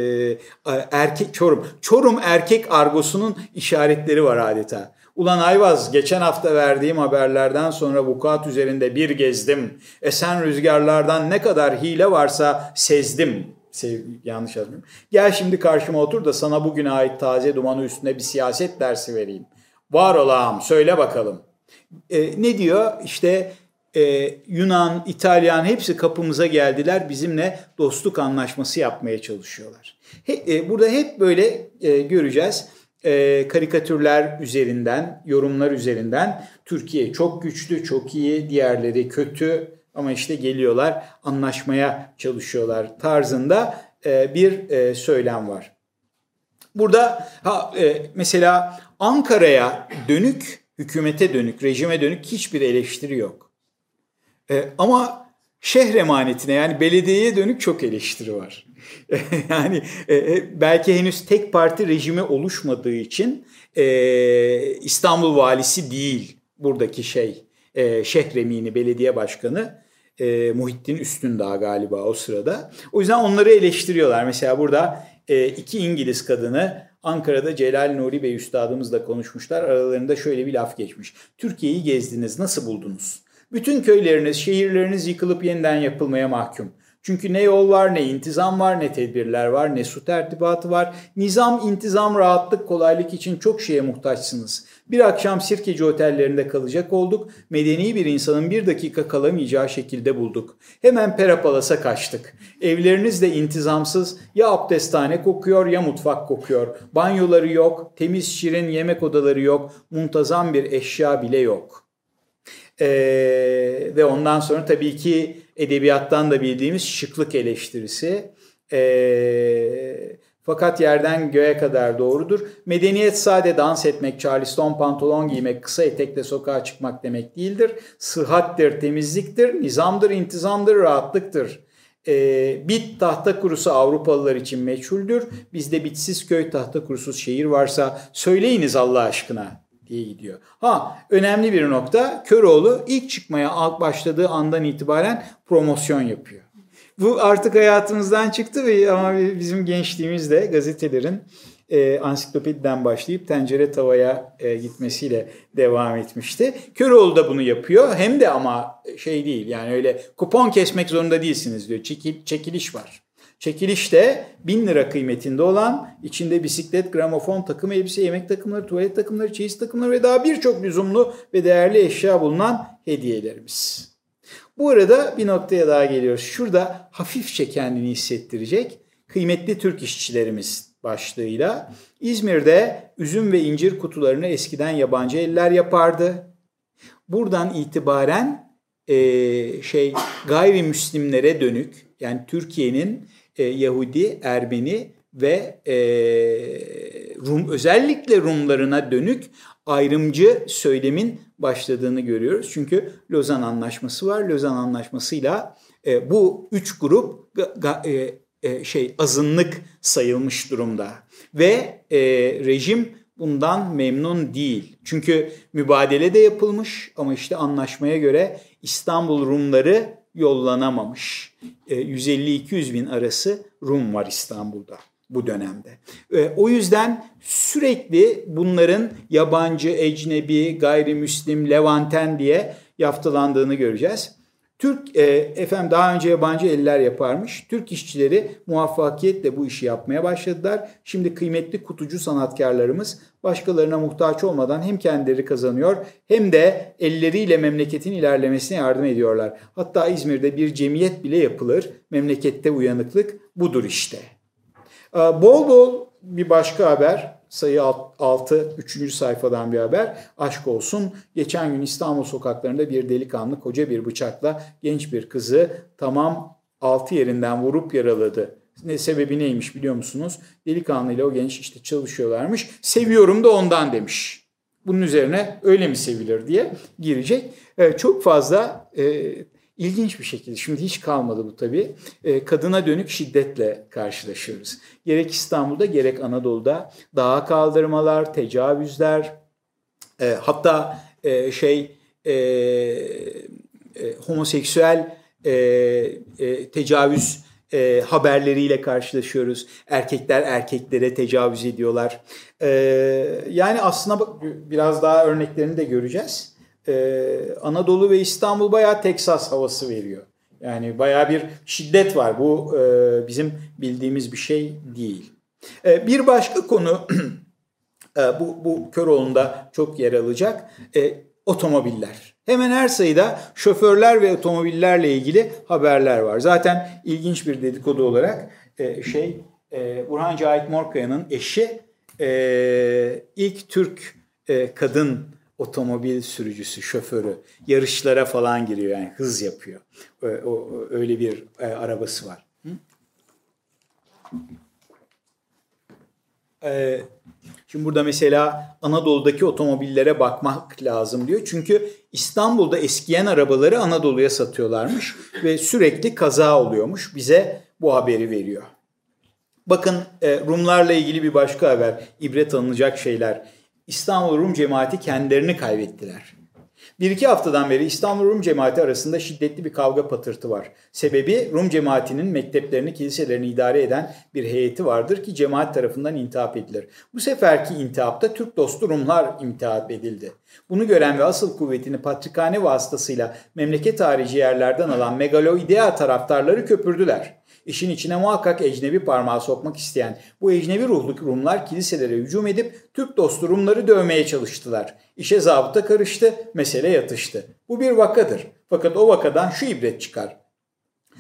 erkek Çorum. Çorum erkek argosunun işaretleri var adeta. Ulan Ayvaz, geçen hafta verdiğim haberlerden sonra vukuat üzerinde bir gezdim. Esen rüzgarlardan ne kadar hile varsa sezdim. Sev, yanlış yazmıyorum. Gel şimdi karşıma otur da sana bugüne ait taze dumanı üstüne bir siyaset dersi vereyim. Var olam, söyle bakalım. E, ne diyor? İşte e, Yunan, İtalyan hepsi kapımıza geldiler. Bizimle dostluk anlaşması yapmaya çalışıyorlar. He, e, burada hep böyle e, göreceğiz. E, karikatürler üzerinden, yorumlar üzerinden Türkiye çok güçlü, çok iyi, diğerleri kötü ama işte geliyorlar, anlaşmaya çalışıyorlar tarzında e, bir e, söylem var. Burada ha, e, mesela Ankara'ya dönük, hükümete dönük, rejime dönük hiçbir eleştiri yok. E, ama şehir emanetine, yani belediyeye dönük çok eleştiri var. Yani e, belki henüz tek parti rejimi oluşmadığı için e, İstanbul valisi değil buradaki şey, e, Şehremini belediye başkanı e, Muhittin Üstündağ galiba o sırada. O yüzden onları eleştiriyorlar. Mesela burada e, iki İngiliz kadını Ankara'da Celal Nuri Bey üstadımızla konuşmuşlar. Aralarında şöyle bir laf geçmiş. Türkiye'yi gezdiniz, nasıl buldunuz? Bütün köyleriniz, şehirleriniz yıkılıp yeniden yapılmaya mahkum. Çünkü ne yol var, ne intizam var, ne tedbirler var, ne su tertibatı var. Nizam, intizam, rahatlık, kolaylık için çok şeye muhtaçsınız. Bir akşam Sirkeci otellerinde kalacak olduk. Medeni bir insanın bir dakika kalamayacağı şekilde bulduk. Hemen Perapalaz'a kaçtık. Evleriniz de intizamsız, ya abdesthane kokuyor ya mutfak kokuyor. Banyoları yok, temiz şirin yemek odaları yok, muntazam bir eşya bile yok. Ee, ve ondan sonra tabii ki edebiyattan da bildiğimiz şıklık eleştirisi. Ee, fakat yerden göğe kadar doğrudur. Medeniyet sade dans etmek, charleston pantolon giymek, kısa etekle sokağa çıkmak demek değildir. Sıhhattir, temizliktir, nizamdır, intizamdır, rahatlıktır. Ee, bit tahta kurusu Avrupalılar için meçhuldür. Bizde bitsiz köy, tahta kurusuz şehir varsa söyleyiniz Allah aşkına diye gidiyor. Ha, önemli bir nokta, Köroğlu ilk çıkmaya başladığı andan itibaren promosyon yapıyor. Bu artık hayatımızdan çıktı ve ama bizim gençliğimizde gazetelerin e, ansiklopediden başlayıp tencere tavaya e, gitmesiyle devam etmişti. Köroğlu da bunu yapıyor. Hem de ama şey değil, yani öyle kupon kesmek zorunda değilsiniz diyor. Çekil, çekiliş var. Çekilişte bin lira kıymetinde olan, içinde bisiklet, gramofon, takım elbise, yemek takımları, tuvalet takımları, çeyiz takımları ve daha birçok lüzumlu ve değerli eşya bulunan hediyelerimiz. Bu arada bir noktaya daha geliyoruz. Şurada hafifçe kendini hissettirecek kıymetli Türk işçilerimiz başlığıyla. İzmir'de üzüm ve incir kutularını eskiden yabancı eller yapardı. Buradan itibaren e, şey gayrimüslimlere dönük, yani Türkiye'nin e, Yahudi, Ermeni ve e, Rum, özellikle Rumlarına dönük ayrımcı söylemin başladığını görüyoruz. Çünkü Lozan Anlaşması var. Lozan Anlaşması'yla e, bu üç grup ga, e, e, şey azınlık sayılmış durumda ve e, rejim bundan memnun değil. Çünkü mübadele de yapılmış ama işte anlaşmaya göre İstanbul Rumları yollanamamış. E, yüz elli iki yüz bin arası Rum var İstanbul'da bu dönemde. E, o yüzden sürekli bunların yabancı, ecnebi, gayrimüslim, Levanten diye yaftalandığını göreceğiz. Türk e, efendim daha önce yabancı eller yaparmış. Türk işçileri muvaffakiyetle bu işi yapmaya başladılar. Şimdi kıymetli kutucu sanatkarlarımız başkalarına muhtaç olmadan hem kendileri kazanıyor hem de elleriyle memleketin ilerlemesine yardım ediyorlar. Hatta İzmir'de bir cemiyet bile yapılır. Memlekette uyanıklık budur işte. Bol bol bir başka haber, sayı altı, üçüncü sayfadan bir haber. Aşk olsun, geçen gün İstanbul sokaklarında bir delikanlı koca bir bıçakla genç bir kızı tamam altı yerinden vurup yaraladı. Ne sebebi neymiş biliyor musunuz? Delikanlı ile o genç işte çalışıyorlarmış. Seviyorum da ondan demiş. Bunun üzerine öyle mi sevilir diye girecek. Ee, çok fazla... E, İlginç bir şekilde, şimdi hiç kalmadı bu tabii, kadına dönük şiddetle karşılaşıyoruz. Gerek İstanbul'da gerek Anadolu'da dağa kaldırmalar, tecavüzler, hatta şey homoseksüel tecavüz haberleriyle karşılaşıyoruz. Erkekler erkeklere tecavüz ediyorlar. Yani aslında biraz daha örneklerini de göreceğiz. Ee, Anadolu ve İstanbul bayağı Teksas havası veriyor. Yani bayağı bir şiddet var. Bu e, bizim bildiğimiz bir şey değil. E, bir başka konu e, bu, bu Köroğlu'nda çok yer alacak. E, otomobiller. Hemen her sayıda şoförler ve otomobillerle ilgili haberler var. Zaten ilginç bir dedikodu olarak e, şey e, Burhan Cahit Morkaya'nın eşi e, ilk Türk e, kadın otomobil sürücüsü, şoförü. Yarışlara falan giriyor, yani hız yapıyor. O, o, öyle bir e, arabası var. Hı? E, şimdi burada mesela Anadolu'daki otomobillere bakmak lazım diyor. Çünkü İstanbul'da eskiyen arabaları Anadolu'ya satıyorlarmış ve sürekli kaza oluyormuş. Bize bu haberi veriyor. Bakın e, Rumlarla ilgili bir başka haber. İbret alınacak şeyler. İstanbul Rum cemaati kendilerini kaybettiler. Bir iki haftadan beri İstanbul Rum cemaati arasında şiddetli bir kavga patırtı var. Sebebi Rum cemaatinin mekteplerini, kiliselerini idare eden bir heyeti vardır ki cemaat tarafından intihap edilir. Bu seferki intihapta Türk dostu Rumlar intihap edildi. Bunu gören ve asıl kuvvetini patrikhane vasıtasıyla memleket harici yerlerden alan megaloidea taraftarları köpürdüler. İşin içine muhakkak ecnebi parmağı sokmak isteyen bu ecnebi ruhlu Rumlar kiliselere hücum edip Türk dostu Rumları dövmeye çalıştılar. İşe zabıta karıştı, mesele yatıştı. Bu bir vakadır. Fakat o vakadan şu ibret çıkar.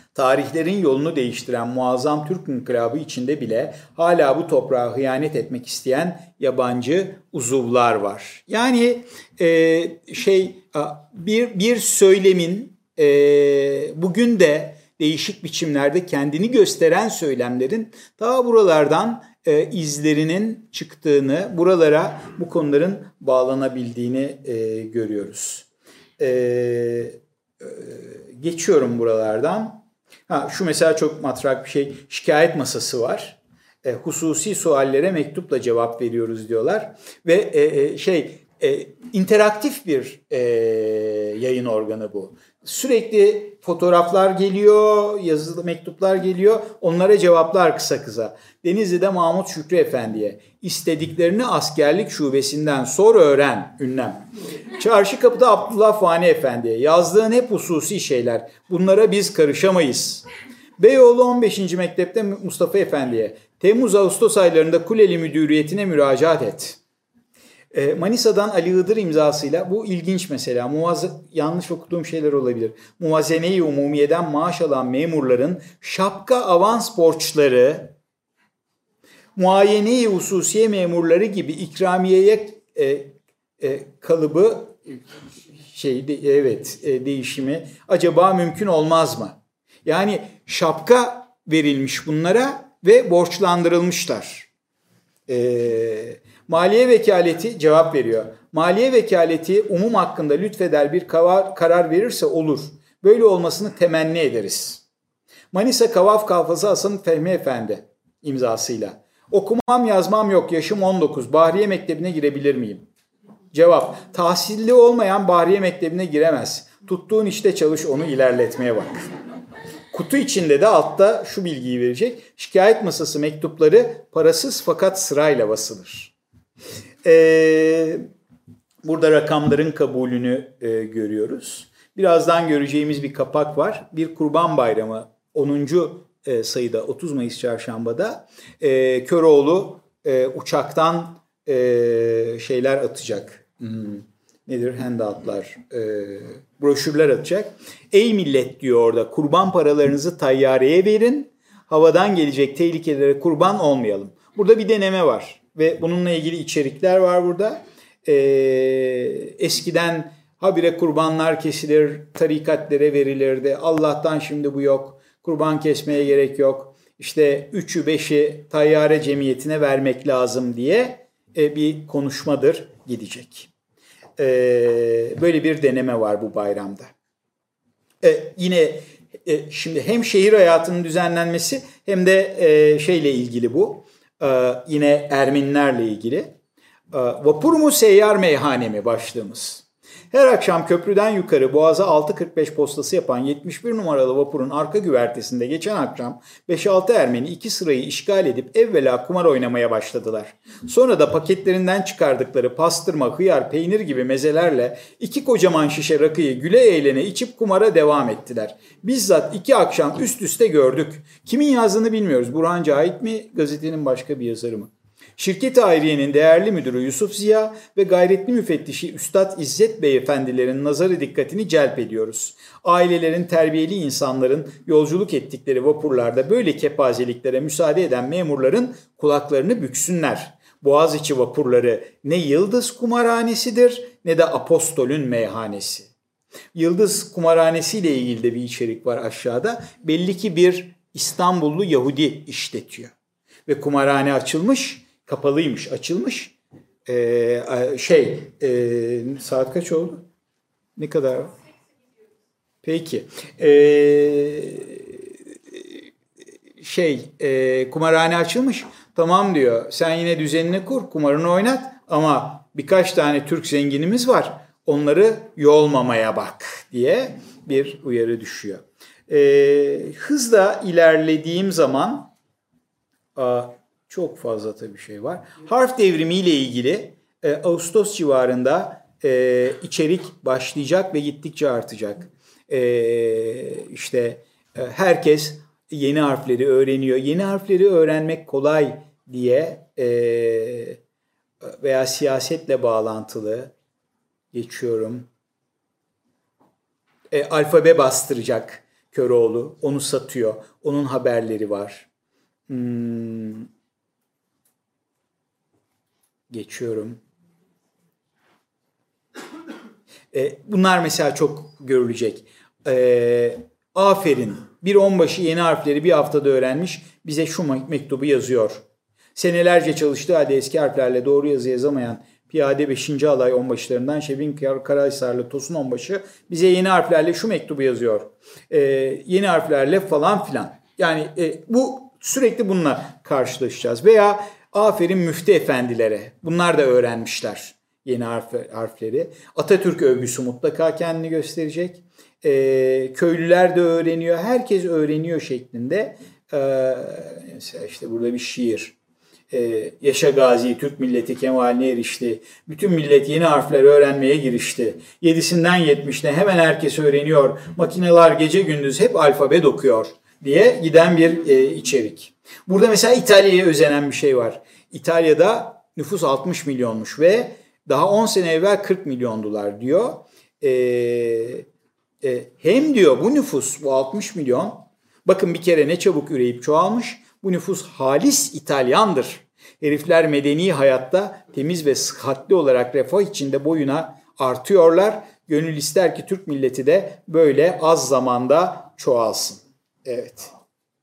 Tarihlerin yolunu değiştiren muazzam Türk İnkılabı içinde bile hala bu toprağa hıyanet etmek isteyen yabancı uzuvlar var. Yani e, şey bir bir söylemin e, bugün de değişik biçimlerde kendini gösteren söylemlerin ta buralardan e, izlerinin çıktığını, buralara bu konuların bağlanabildiğini e, görüyoruz. E, e, geçiyorum buralardan. Ha, şu mesela çok matrak bir şey. Şikayet masası var. E, hususi suallere mektupla cevap veriyoruz diyorlar. Ve e, e, şey e, interaktif bir e, yayın organı bu. Sürekli fotoğraflar geliyor, yazılı mektuplar geliyor. Onlara cevaplar kısa kısa. Denizli'de Mahmut Şükrü Efendi'ye istediklerini askerlik şubesinden sor öğren ünlem. Çarşıkapı'da Abdullah Fani Efendi'ye yazdığın hep hususi şeyler. Bunlara biz karışamayız. Beyoğlu on beşinci Mektep'te Mustafa Efendi'ye Temmuz-Ağustos aylarında Kuleli Müdüriyeti'ne müracaat et. E, Manisa'dan Ali Iğdır imzasıyla bu ilginç mesela. Muvaz- yanlış okuduğum şeyler olabilir. Muvazene-i Umumiye'den maaş alan memurların şapka avans borçları muayene-i hususiye memurları gibi ikramiyeye e, e, kalıbı şey de, evet e, değişimi acaba mümkün olmaz mı? Yani şapka verilmiş bunlara ve borçlandırılmışlar. Eee Maliye Vekaleti cevap veriyor. Maliye Vekaleti umum hakkında lütfeder bir karar verirse olur. Böyle olmasını temenni ederiz. Manisa Kavaf Kalfası Hasan Fehmi Efendi imzasıyla. Okumam yazmam yok, yaşım on dokuz. Bahriye Mektebi'ne girebilir miyim? Cevap. Tahsilli olmayan Bahriye Mektebi'ne giremez. Tuttuğun işte çalış, onu ilerletmeye bak. Kutu içinde de altta şu bilgiyi verecek. Şikayet masası mektupları parasız fakat sırayla basılır. Ee, burada rakamların kabulünü e, görüyoruz. Birazdan göreceğimiz bir kapak var. Bir Kurban Bayramı onuncu E, sayıda otuz Mayıs çarşambada e, Köroğlu e, uçaktan e, şeyler atacak. Hmm, nedir? Handoutlar, e, broşürler atacak. Ey millet diyor orada, kurban paralarınızı tayyareye verin. Havadan gelecek tehlikelere kurban olmayalım. Burada bir deneme var. Ve bununla ilgili içerikler var burada. Ee, eskiden habire kurbanlar kesilir, tarikatlere verilirdi. Allah'tan şimdi bu yok. Kurban kesmeye gerek yok. İşte üçü beşi tayyare cemiyetine vermek lazım diye e, bir konuşmadır gidecek. Ee, böyle bir deneme var bu bayramda. Ee, yine e, şimdi hem şehir hayatının düzenlenmesi hem de e, şeyle ilgili bu. Ee, yine Ermenilerle ilgili. Ee, vapur mu seyyar meyhane mi başlığımız. Her akşam köprüden yukarı Boğaz'a altı kırk beş postası yapan yetmiş bir numaralı vapurun arka güvertesinde geçen akşam beş altı Ermeni iki sırayı işgal edip evvela kumar oynamaya başladılar. Sonra da paketlerinden çıkardıkları pastırma, hıyar, peynir gibi mezelerle iki kocaman şişe rakıyı güle eğlene içip kumara devam ettiler. Bizzat iki akşam üst üste gördük. Kimin yazdığını bilmiyoruz. Burhan Cahit mi, gazetenin başka bir yazarı mı? Şirket-i Hayriye'nin değerli müdürü Yusuf Ziya ve gayretli müfettişi Üstad İzzet Bey efendilerin nazarı dikkatini celp ediyoruz. Ailelerin, terbiyeli insanların yolculuk ettikleri vapurlarda böyle kepazeliklere müsaade eden memurların kulaklarını büksünler. Boğaziçi vapurları ne Yıldız kumarhanesidir ne de Apostol'ün meyhanesi. Yıldız kumarhanesi ile ilgili de bir içerik var aşağıda. Belli ki bir İstanbullu Yahudi işletiyor. Ve kumarhane açılmış, kapalıymış, açılmış. Ee, şey, e, saat kaç oldu? Ne kadar? Peki. Ee, şey, e, kumarhane açılmış. Tamam diyor, sen yine düzenini kur, kumarını oynat. Ama birkaç tane Türk zenginimiz var. Onları yolmamaya bak diye bir uyarı düşüyor. Ee, hızla ilerlediğim zaman... Aa, çok fazla tabii şey var. Harf devrimiyle ilgili e, Ağustos civarında e, içerik başlayacak ve gittikçe artacak. E, işte e, herkes yeni harfleri öğreniyor. Yeni harfleri öğrenmek kolay diye e, veya siyasetle bağlantılı geçiyorum. E, alfabe bastıracak. Köroğlu. Onu satıyor. Onun haberleri var. Hmm. Geçiyorum. E, bunlar mesela çok görülecek. E, aferin. Bir onbaşı yeni harfleri bir haftada öğrenmiş. Bize şu mektubu yazıyor. Senelerce çalıştığı halde eski harflerle doğru yazı yazamayan Piyade beşinci Alay onbaşılarından Şebin Karahisarlı Tosun onbaşı bize yeni harflerle şu mektubu yazıyor. E, yeni harflerle falan filan. Yani e, bu sürekli bununla karşılaşacağız. Veya aferin müftü efendilere. Bunlar da öğrenmişler yeni harf, harfleri. Atatürk övgüsü mutlaka kendini gösterecek. E, köylüler de öğreniyor. Herkes öğreniyor şeklinde. E, mesela işte burada bir şiir. Ee, yaşa Gazi, Türk milleti kemaline erişti. Bütün millet yeni harfler öğrenmeye girişti. Yedisinden yetmişine hemen herkes öğreniyor. Makineler gece gündüz hep alfabe dokuyor diye giden bir e, içerik. Burada mesela İtalya'ya özenen bir şey var. İtalya'da nüfus altmış milyonmuş ve daha on sene evvel kırk milyondular diyor. Ee, e, hem diyor bu nüfus, bu altmış milyon, bakın bir kere ne çabuk üreyip çoğalmış. Bu nüfus halis İtalyandır. Herifler medeni hayatta temiz ve sıhhatli olarak refah içinde boyuna artıyorlar. Gönül ister ki Türk milleti de böyle az zamanda çoğalsın. Evet.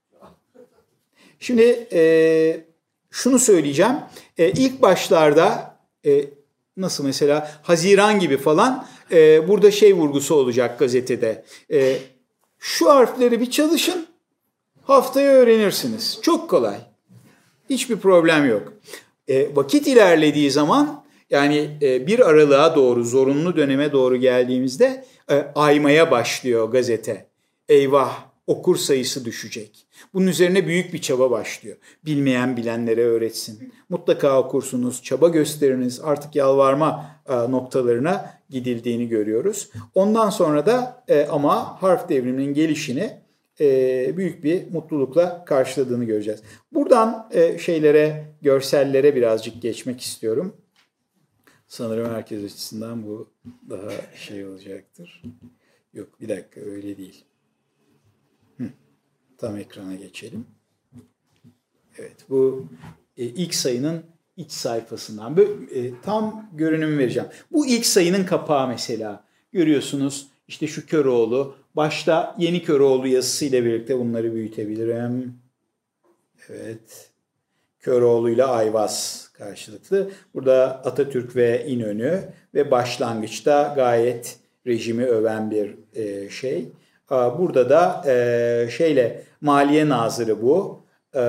Şimdi e, şunu söyleyeceğim. E, ilk başlarda e, nasıl mesela Haziran gibi falan e, burada şey vurgusu olacak gazetede. E, şu harfleri bir çalışın. Haftaya öğrenirsiniz. Çok kolay. Hiçbir problem yok. E, vakit ilerlediği zaman yani e, bir aralığa doğru, zorunlu döneme doğru geldiğimizde e, aymaya başlıyor gazete. Eyvah, okur sayısı düşecek. Bunun üzerine büyük bir çaba başlıyor. Bilmeyen bilenlere öğretsin. Mutlaka okursunuz, çaba gösteriniz. Artık yalvarma e, noktalarına gidildiğini görüyoruz. Ondan sonra da e, ama harf devriminin gelişini büyük bir mutlulukla karşıladığını göreceğiz. Buradan şeylere, görsellere birazcık geçmek istiyorum. Sanırım herkes açısından bu daha şey olacaktır. Yok, bir dakika, öyle değil. Hı, tam ekrana geçelim. Evet, bu ilk sayının iç sayfasından. Böyle, tam görünümü vereceğim. Bu ilk sayının kapağı mesela. Görüyorsunuz işte şu Köroğlu. Başta Yeni Köroğlu yazısıyla birlikte bunları büyütebilirim. Evet. Köroğlu ile Ayvaz karşılıklı. Burada Atatürk ve İnönü ve başlangıçta gayet rejimi öven bir e, şey. Burada da e, şeyle Maliye Nazırı bu. E,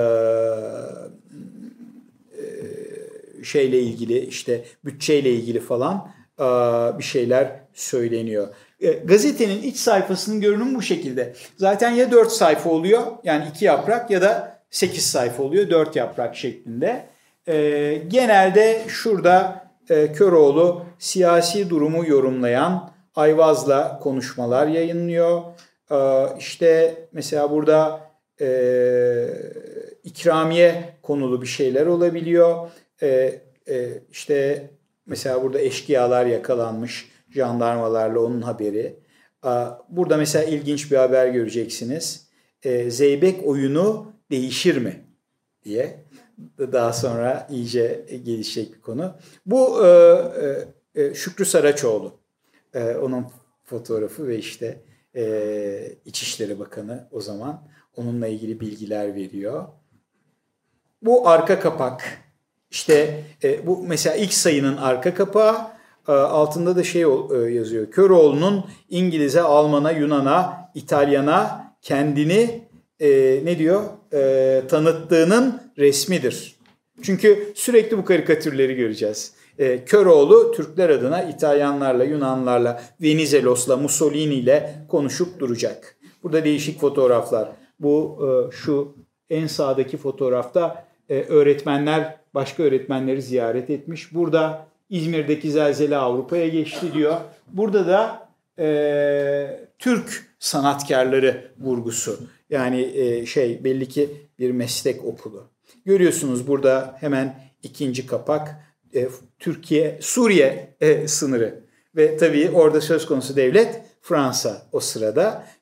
şeyle ilgili işte bütçeyle ilgili falan e, bir şeyler söyleniyor. Gazetenin iç sayfasının görünümü bu şekilde. Zaten ya dört sayfa oluyor, yani iki yaprak, ya da sekiz sayfa oluyor, dört yaprak şeklinde. E, genelde şurada e, Köroğlu siyasi durumu yorumlayan Ayvaz'la konuşmalar yayınlıyor. E, işte mesela burada e, ikramiye konulu bir şeyler olabiliyor. E, e, işte mesela burada eşkıyalar yakalanmış. Jandarmalarla onun haberi. Burada mesela ilginç bir haber göreceksiniz. Zeybek oyunu değişir mi diye. Daha sonra iyice gelişecek bir konu. Bu Şükrü Saraçoğlu. Onun fotoğrafı ve işte İçişleri Bakanı o zaman. Onunla ilgili bilgiler veriyor. Bu arka kapak. İşte bu mesela ilk sayının arka kapağı. Altında da şey yazıyor. Köroğlu'nun İngiliz'e, Alman'a, Yunan'a, İtalyan'a kendini e, ne diyor? E, tanıttığının resmidir. Çünkü sürekli bu karikatürleri göreceğiz. E, Köroğlu Türkler adına İtalyanlarla, Yunanlarla, Venizelos'la, Mussolini'yle konuşup duracak. Burada değişik fotoğraflar. Bu e, şu en sağdaki fotoğrafta e, öğretmenler başka öğretmenleri ziyaret etmiş. Burada İzmir'deki zelzele Avrupa'ya geçti diyor. Burada da e, Türk sanatkarları vurgusu. Yani e, şey belli ki bir meslek okulu. Görüyorsunuz burada hemen ikinci kapak e, Türkiye, Suriye e, sınırı. Ve tabii orada söz konusu devlet Fransa o sırada.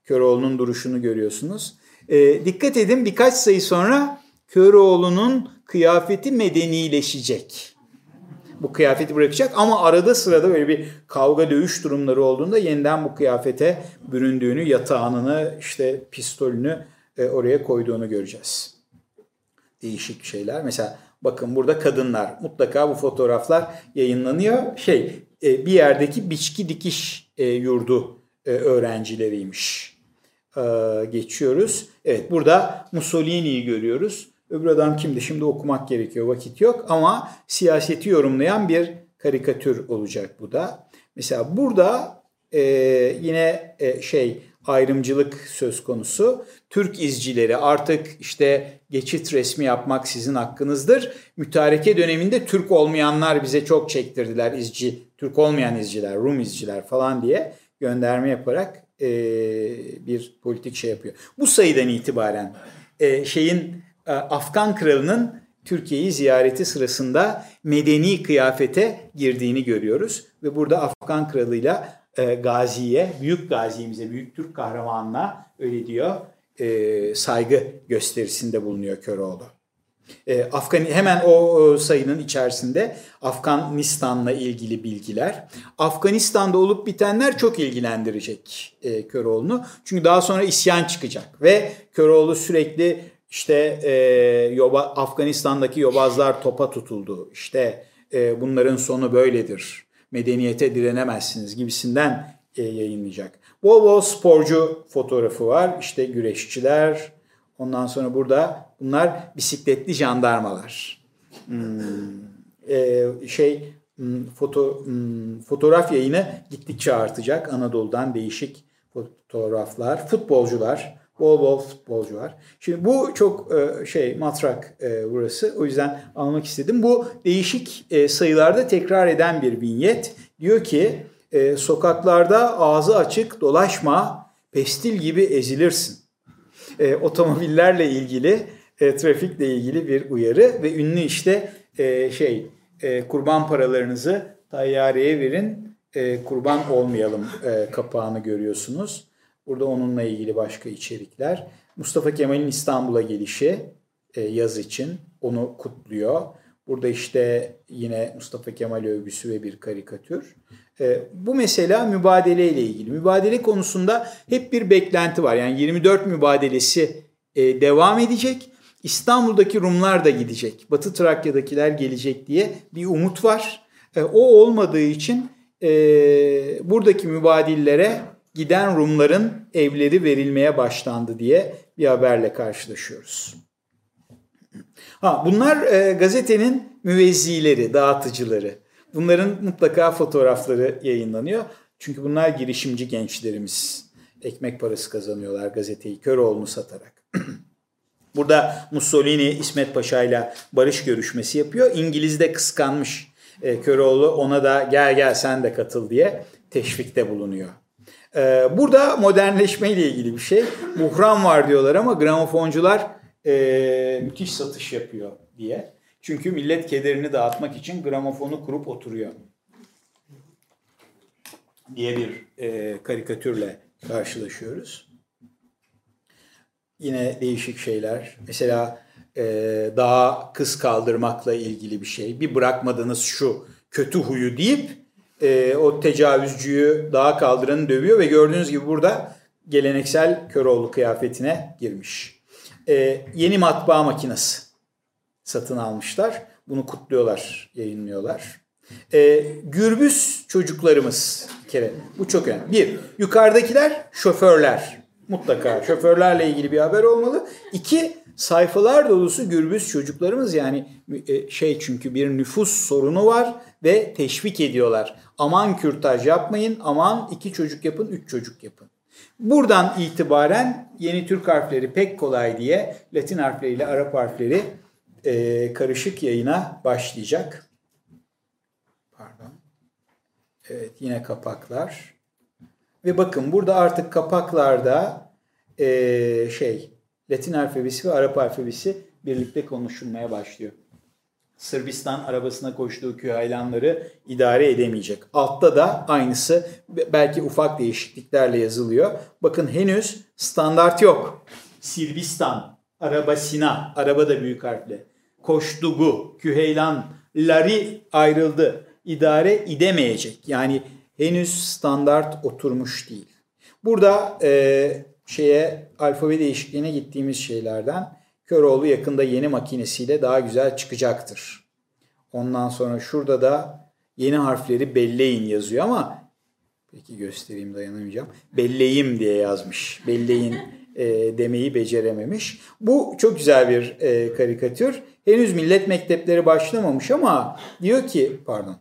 Köroğlu'nun duruşunu görüyorsunuz. E, dikkat edin, birkaç sayı sonra Köroğlu'nun kıyafeti medenileşecek. Bu kıyafeti bırakacak ama arada sırada böyle bir kavga dövüş durumları olduğunda yeniden bu kıyafete büründüğünü, yatağını, işte pistolünü e, oraya koyduğunu göreceğiz. Değişik şeyler. Mesela bakın burada kadınlar. Mutlaka bu fotoğraflar yayınlanıyor. Şey, e, bir yerdeki biçki dikiş e, yurdu e, öğrencileriymiş. E, geçiyoruz. Evet, burada Mussolini'yi görüyoruz. Öbür adam kimdi? Şimdi okumak gerekiyor. Vakit yok ama siyaseti yorumlayan bir karikatür olacak bu da. Mesela burada e, yine e, şey ayrımcılık söz konusu. Türk izcileri artık işte geçit resmi yapmak sizin hakkınızdır. Mütareke döneminde Türk olmayanlar bize çok çektirdiler, izci, Türk olmayan izciler, Rum izciler falan diye gönderme yaparak e, bir politik şey yapıyor. Bu sayıdan itibaren e, şeyin Afgan kralının Türkiye'yi ziyareti sırasında medeni kıyafete girdiğini görüyoruz. Ve burada Afgan kralıyla e, Gazi'ye, büyük Gazi'mize, büyük Türk kahramanına öyle diyor e, saygı gösterisinde bulunuyor Köroğlu. E, Afgan, hemen o, o sayının içerisinde Afganistan'la ilgili bilgiler. Afganistan'da olup bitenler çok ilgilendirecek e, Köroğlu'nu. Çünkü daha sonra isyan çıkacak ve Köroğlu sürekli İşte e, yoba, Afganistan'daki yobazlar topa tutuldu. İşte e, bunların sonu böyledir. Medeniyete direnemezsiniz gibisinden e, yayınlayacak. Bol bol sporcu fotoğrafı var. İşte güreşçiler. Ondan sonra burada bunlar bisikletli jandarmalar. Hmm, e, şey foto hmm, fotoğraf yayını gittikçe artacak. Anadolu'dan değişik fotoğraflar, futbolcular. Bol bol futbolcu var. Şimdi bu çok e, şey matrak e, burası. O yüzden almak istedim. Bu değişik e, sayılarda tekrar eden bir vinyet. Diyor ki e, sokaklarda ağzı açık dolaşma, pestil gibi ezilirsin. E, otomobillerle ilgili, e, trafikle ilgili bir uyarı ve ünlü işte e, şey e, kurban paralarınızı tayyareye verin, e, kurban olmayalım e, kapağını görüyorsunuz. Burada onunla ilgili başka içerikler. Mustafa Kemal'in İstanbul'a gelişi e, yaz için onu kutluyor. Burada işte yine Mustafa Kemal övgüsü ve bir karikatür. E, bu mesela mübadele ile ilgili. Mübadele konusunda hep bir beklenti var. Yani yirmi dört mübadelesi e, devam edecek. İstanbul'daki Rumlar da gidecek. Batı Trakya'dakiler gelecek diye bir umut var. E, o olmadığı için e, buradaki mübadillere giden Rumların evleri verilmeye başlandı diye bir haberle karşılaşıyoruz. Ha, bunlar e, gazetenin müvezzileri, dağıtıcıları. Bunların mutlaka fotoğrafları yayınlanıyor. Çünkü bunlar girişimci gençlerimiz. Ekmek parası kazanıyorlar gazeteyi Köroğlu'nu satarak. Burada Mussolini İsmet Paşa ile barış görüşmesi yapıyor. İngiliz de kıskanmış e, Köroğlu, ona da gel gel sen de katıl diye teşvikte bulunuyor. Burada modernleşme ile ilgili bir şey. Buhran var diyorlar ama gramofoncular e, müthiş satış yapıyor diye. Çünkü millet kederini dağıtmak için gramofonu kurup oturuyor diye bir e, karikatürle karşılaşıyoruz. Yine değişik şeyler. Mesela e, daha kız kaldırmakla ilgili bir şey. Bir bırakmadığınız şu kötü huyu deyip E, o tecavüzcüyü dağa kaldıranı dövüyor ve gördüğünüz gibi burada geleneksel Köroğlu kıyafetine girmiş. E, yeni matbaa makinesi satın almışlar. Bunu kutluyorlar, yayınlıyorlar. E, gürbüz çocuklarımız bir kere. Bu çok önemli. Bir, yukarıdakiler şoförler. Mutlaka şoförlerle ilgili bir haber olmalı. İki, sayfalar dolusu gürbüz çocuklarımız, yani şey, çünkü bir nüfus sorunu var ve teşvik ediyorlar. Aman kürtaj yapmayın, aman iki çocuk yapın, üç çocuk yapın. Buradan itibaren yeni Türk harfleri pek kolay diye Latin harfleriyle Arap harfleri e, karışık yayına başlayacak. Pardon. Evet, yine kapaklar. Ve bakın burada artık kapaklarda e, şey Latin alfabesi ve Arap alfabesi birlikte konuşulmaya başlıyor. Sırbistan arabasına koştuğu Küheylanları idare edemeyecek. Altta da aynısı belki ufak değişikliklerle yazılıyor. Bakın henüz standart yok. Sırbistan arabasına, araba da büyük harfle. Koştuğu Küheylanları ayrıldı. İdare edemeyecek. Yani henüz standart oturmuş değil. Burada e, şeye alfabe değişikliğine gittiğimiz şeylerden Köroğlu yakında yeni makinesiyle daha güzel çıkacaktır. Ondan sonra şurada da yeni harfleri belleyin yazıyor ama peki göstereyim dayanamayacağım. Belleyim diye yazmış. Belleyin e, demeyi becerememiş. Bu çok güzel bir e, karikatür. Henüz millet mektepleri başlamamış ama diyor ki pardon.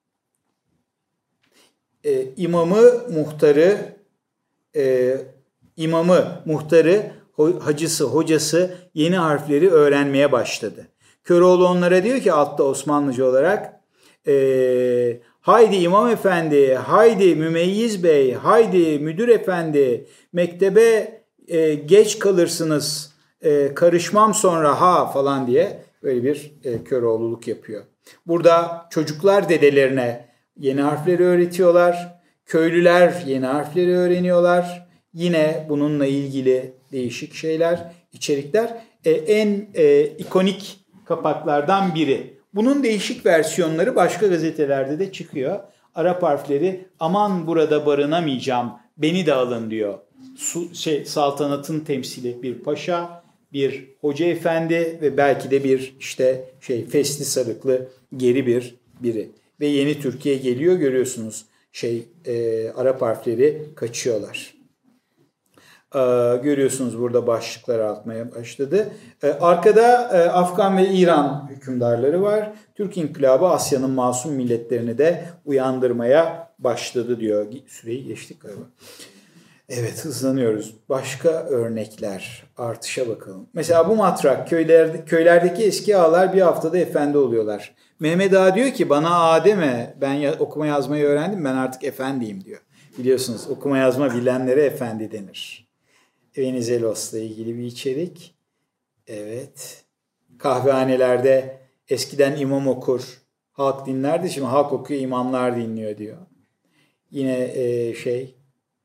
E, imamı, muhtarı, e, imamı, muhtarı, hacısı, hocası yeni harfleri öğrenmeye başladı. Köroğlu onlara diyor ki altta Osmanlıca olarak e, haydi imam efendi, haydi mümeyyiz bey, haydi müdür efendi, mektebe e, geç kalırsınız, e, karışmam sonra ha falan diye böyle bir e, Köroğluluk yapıyor. Burada çocuklar dedelerine yeni harfleri öğretiyorlar, köylüler yeni harfleri öğreniyorlar. Yine bununla ilgili değişik şeyler, içerikler. E, en e, ikonik kapaklardan biri. Bunun değişik versiyonları başka gazetelerde de çıkıyor. Arap harfleri aman burada barınamayacağım, beni de alın diyor. Su, şey, saltanatın temsili bir paşa, bir hoca efendi ve belki de bir işte şey fesli sarıklı geri bir biri. Ve yeni Türkiye geliyor görüyorsunuz. Şey e, Arap harfleri kaçıyorlar. Ee, görüyorsunuz burada başlıklar atmaya başladı. Ee, arkada e, Afgan ve İran hükümdarları var. Türk İnkılabı Asya'nın masum milletlerini de uyandırmaya başladı diyor. Süreyi geçtik galiba. Evet hızlanıyoruz. Başka örnekler. Artışa bakalım. Mesela bu matrak köylerde, köylerdeki eski ağalar bir haftada efendi oluyorlar. Mehmet Ağa diyor ki bana ağa deme. Ben ya, okuma yazmayı öğrendim ben artık efendiyim diyor. Biliyorsunuz okuma yazma bilenlere efendi denir. Venizelos'la ilgili bir içerik. Evet. Kahvehanelerde eskiden imam okur, halk dinlerdi. Şimdi halk okuyor, imamlar dinliyor diyor. Yine e, şey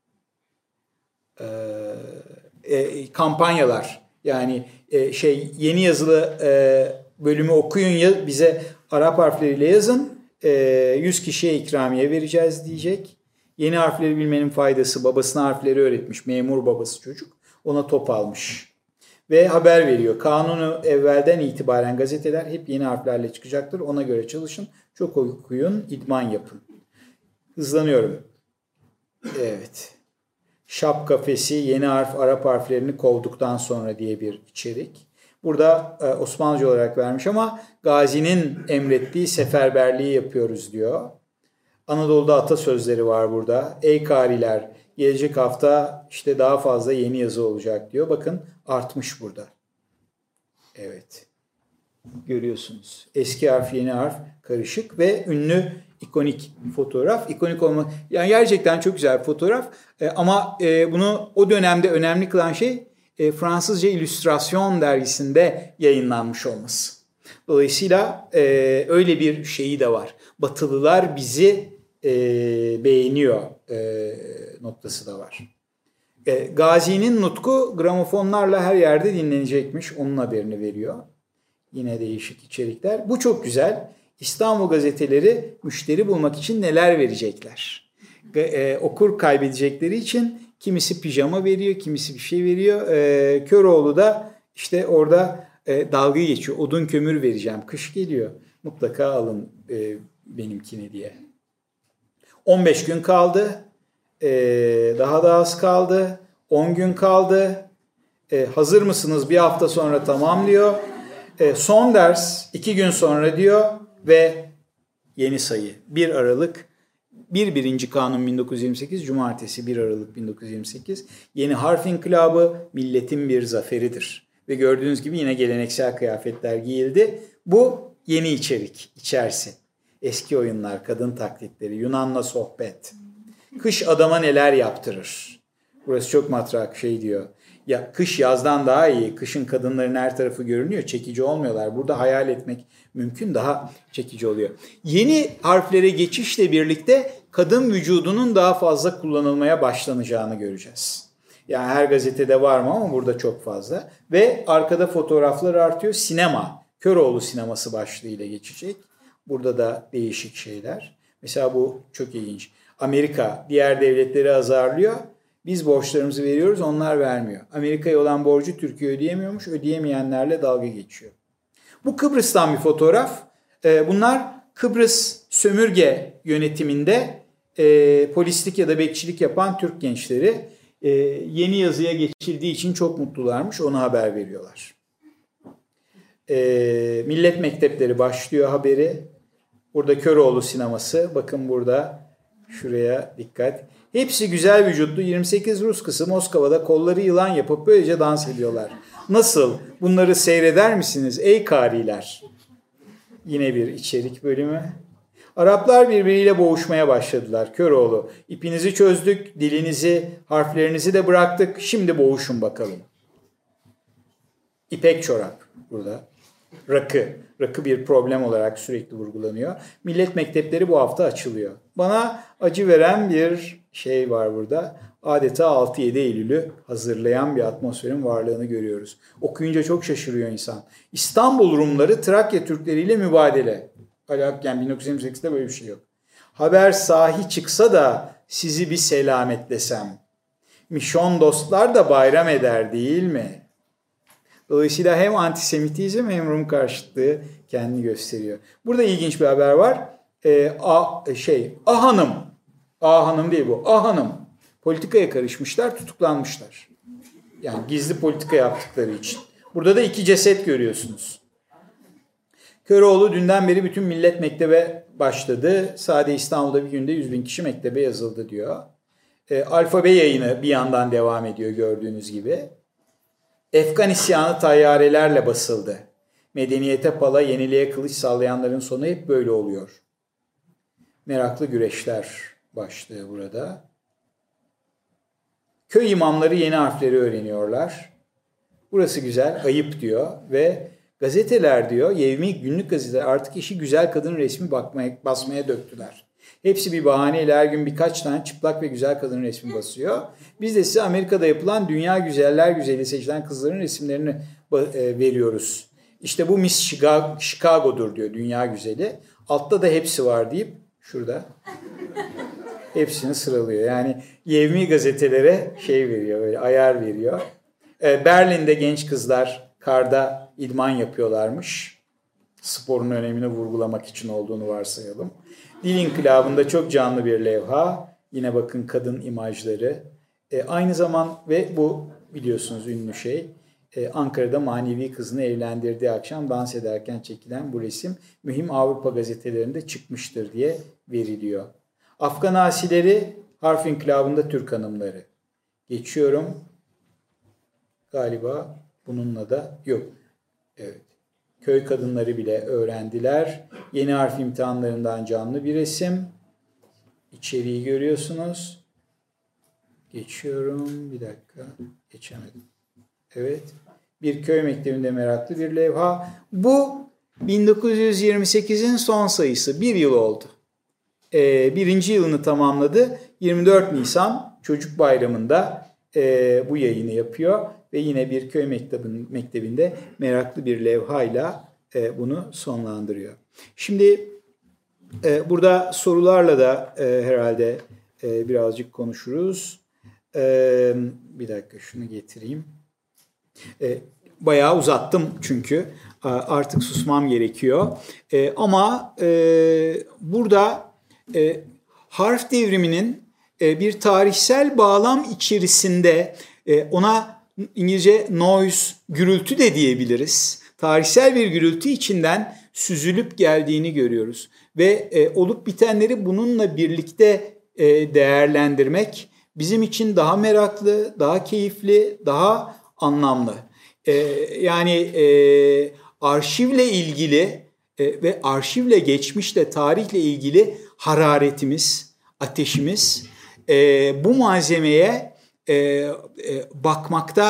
e, e, kampanyalar. Yani e, şey yeni yazılı e, bölümü okuyun ya bize Arap harfleriyle yazın. E, yüz kişiye ikramiye vereceğiz diyecek. Yeni harfleri bilmenin faydası. Babasına harfleri öğretmiş. Memur babası çocuk. Ona top almış. Ve haber veriyor. Kanunu evvelden itibaren gazeteler hep yeni harflerle çıkacaktır. Ona göre çalışın. Çok okuyun, idman yapın. Hızlanıyorum. Evet. Şap kafesi yeni harf Arap harflerini kovduktan sonra diye bir içerik. Burada e, Osmanlıca olarak vermiş ama Gazi'nin emrettiği seferberliği yapıyoruz diyor. Anadolu'da atasözleri var burada. Ey kariler, gelecek hafta işte daha fazla yeni yazı olacak diyor. Bakın artmış burada. Evet. Görüyorsunuz. Eski harf, yeni harf karışık ve ünlü ikonik fotoğraf. İkonik olma, yani gerçekten çok güzel bir fotoğraf. E, ama e, bunu o dönemde önemli kılan şey e, Fransızca İllüstrasyon dergisinde yayınlanmış olması. Dolayısıyla e, öyle bir şeyi de var. Batılılar bizi e, beğeniyor e, noktası da var. E, Gazi'nin nutku gramofonlarla her yerde dinlenecekmiş. Onun haberini veriyor. Yine değişik içerikler. Bu çok güzel. İstanbul gazeteleri müşteri bulmak için neler verecekler? E, okur kaybedecekleri için kimisi pijama veriyor, kimisi bir şey veriyor. E, Köroğlu da işte orada e, dalga geçiyor. Odun kömür vereceğim. Kış geliyor. Mutlaka alın e, benimkini diye. on beş gün kaldı. E, daha da az kaldı. on gün kaldı. E, hazır mısınız? Bir hafta sonra tamam diyor. E, son ders iki gün sonra diyor ve yeni sayı bir Aralık bir birinci Kanun bin dokuz yüz yirmi sekiz Cumartesi bir Aralık bin dokuz yüz yirmi sekiz yeni harf inkılabı milletin bir zaferidir. Ve gördüğünüz gibi yine geleneksel kıyafetler giyildi. Bu yeni içerik, içerisi. Eski oyunlar, kadın taklitleri, Yunan'la sohbet. Kış adama neler yaptırır? Burası çok matrak şey diyor. Ya kış yazdan daha iyi. Kışın kadınların her tarafı görünüyor. Çekici olmuyorlar. Burada hayal etmek mümkün. Daha çekici oluyor. Yeni harflere geçişle birlikte kadın vücudunun daha fazla kullanılmaya başlanacağını göreceğiz. Yani her gazetede var mı ama burada çok fazla. Ve arkada fotoğraflar artıyor. Sinema. Köroğlu sineması başlığıyla geçecek. Burada da değişik şeyler. Mesela bu çok ilginç. Amerika diğer devletleri azarlıyor. Biz borçlarımızı veriyoruz, onlar vermiyor. Amerika'ya olan borcu Türkiye ödeyemiyormuş, ödeyemeyenlerle dalga geçiyor. Bu Kıbrıs'tan bir fotoğraf. Bunlar Kıbrıs sömürge yönetiminde polislik ya da bekçilik yapan Türk gençleri. Yeni yazıya geçildiği için çok mutlularmış, onu haber veriyorlar. Millet mektepleri başlıyor haberi. Burada Köroğlu sineması, bakın burada, şuraya dikkat. Hepsi güzel vücutlu yirmi sekiz Rus kızı Moskova'da kolları yılan yapıp böylece dans ediyorlar. Nasıl? Bunları seyreder misiniz ey kariler? Yine bir içerik bölümü. Araplar birbiriyle boğuşmaya başladılar. Köroğlu, ipinizi çözdük, dilinizi, harflerinizi de bıraktık. Şimdi boğuşun bakalım. İpek çorap burada. Rakı. Rakı bir problem olarak sürekli vurgulanıyor. Millet mektepleri bu hafta açılıyor. Bana acı veren bir şey var burada. Adeta altı yedi Eylül'ü hazırlayan bir atmosferin varlığını görüyoruz. Okuyunca çok şaşırıyor insan. İstanbul Rumları Trakya Türkleri ile mübadele. Yani bin dokuz yüz yirmi sekizde böyle bir şey yok. Haber sahi çıksa da sizi bir selametlesem. Mişon dostlar da bayram eder değil mi? Dolayısıyla hem antisemitizm hem Rum karşıtlığı kendini gösteriyor. Burada ilginç bir haber var. Ee, A, şey, A Hanım, A Hanım değil bu, A Hanım politikaya karışmışlar, tutuklanmışlar. Yani gizli politika yaptıkları için. Burada da iki ceset görüyorsunuz. Köroğlu dünden beri bütün millet mektebe başladı. Sade İstanbul'da bir günde yüz bin kişi mektebe yazıldı diyor. E, alfabe yayını bir yandan devam ediyor gördüğünüz gibi. Efgan isyanı tayyarelerle basıldı. Medeniyete pala, yeniliğe kılıç sallayanların sonu hep böyle oluyor. Meraklı güreşler başlığı burada. Köy imamları yeni harfleri öğreniyorlar. Burası güzel, ayıp diyor ve gazeteler diyor, yevmi günlük gazeteler artık işi güzel kadın resmi bakmaya, basmaya döktüler. Hepsi bir bahaneyle her gün birkaç tane çıplak ve güzel kadın resmi basıyor. Biz de size Amerika'da yapılan dünya güzeller güzeli seçilen kızların resimlerini veriyoruz. İşte bu Miss Chicago'dur diyor dünya güzeli. Altta da hepsi var deyip şurada hepsini sıralıyor. Yani yevmi gazetelere şey veriyor, böyle ayar veriyor. Berlin'de genç kızlar karda idman yapıyorlarmış. Sporun önemini vurgulamak için olduğunu varsayalım. Dil İnkılabı'nda çok canlı bir levha. Yine bakın kadın imajları. E, aynı zaman ve bu biliyorsunuz ünlü şey. E, Ankara'da manevi kızını evlendirdiği akşam dans ederken çekilen bu resim mühim Avrupa gazetelerinde çıkmıştır diye veriliyor. Afgan asileri, harf inkılabında Türk hanımları. Geçiyorum. Galiba bununla da yok. Evet. Köy kadınları bile öğrendiler. Yeni harf imtihanlarından canlı bir resim. İçeriği görüyorsunuz. Geçiyorum. Bir dakika. Geçemedim. Evet. Bir köy mektebinde meraklı bir levha. Bu bin dokuz yüz yirmi sekizin son sayısı. Bir yıl oldu. Ee, birinci yılını tamamladı. yirmi dört Nisan Çocuk Bayramı'nda e, bu yayını yapıyor. Ve yine bir köy mektebin, mektebinde meraklı bir levhayla e, bunu sonlandırıyor. Şimdi e, burada sorularla da e, herhalde e, birazcık konuşuruz. E, bir dakika şunu getireyim. E, bayağı uzattım çünkü artık susmam gerekiyor. E, ama e, burada e, harf devriminin e, bir tarihsel bağlam içerisinde e, ona İngilizce noise, gürültü de diyebiliriz. Tarihsel bir gürültü içinden süzülüp geldiğini görüyoruz. Ve e, olup bitenleri bununla birlikte e, değerlendirmek bizim için daha meraklı, daha keyifli, daha anlamlı. E, yani e, arşivle ilgili e, ve arşivle, geçmişle, tarihle ilgili hararetimiz, ateşimiz e, bu malzemeye e, e, bakmakta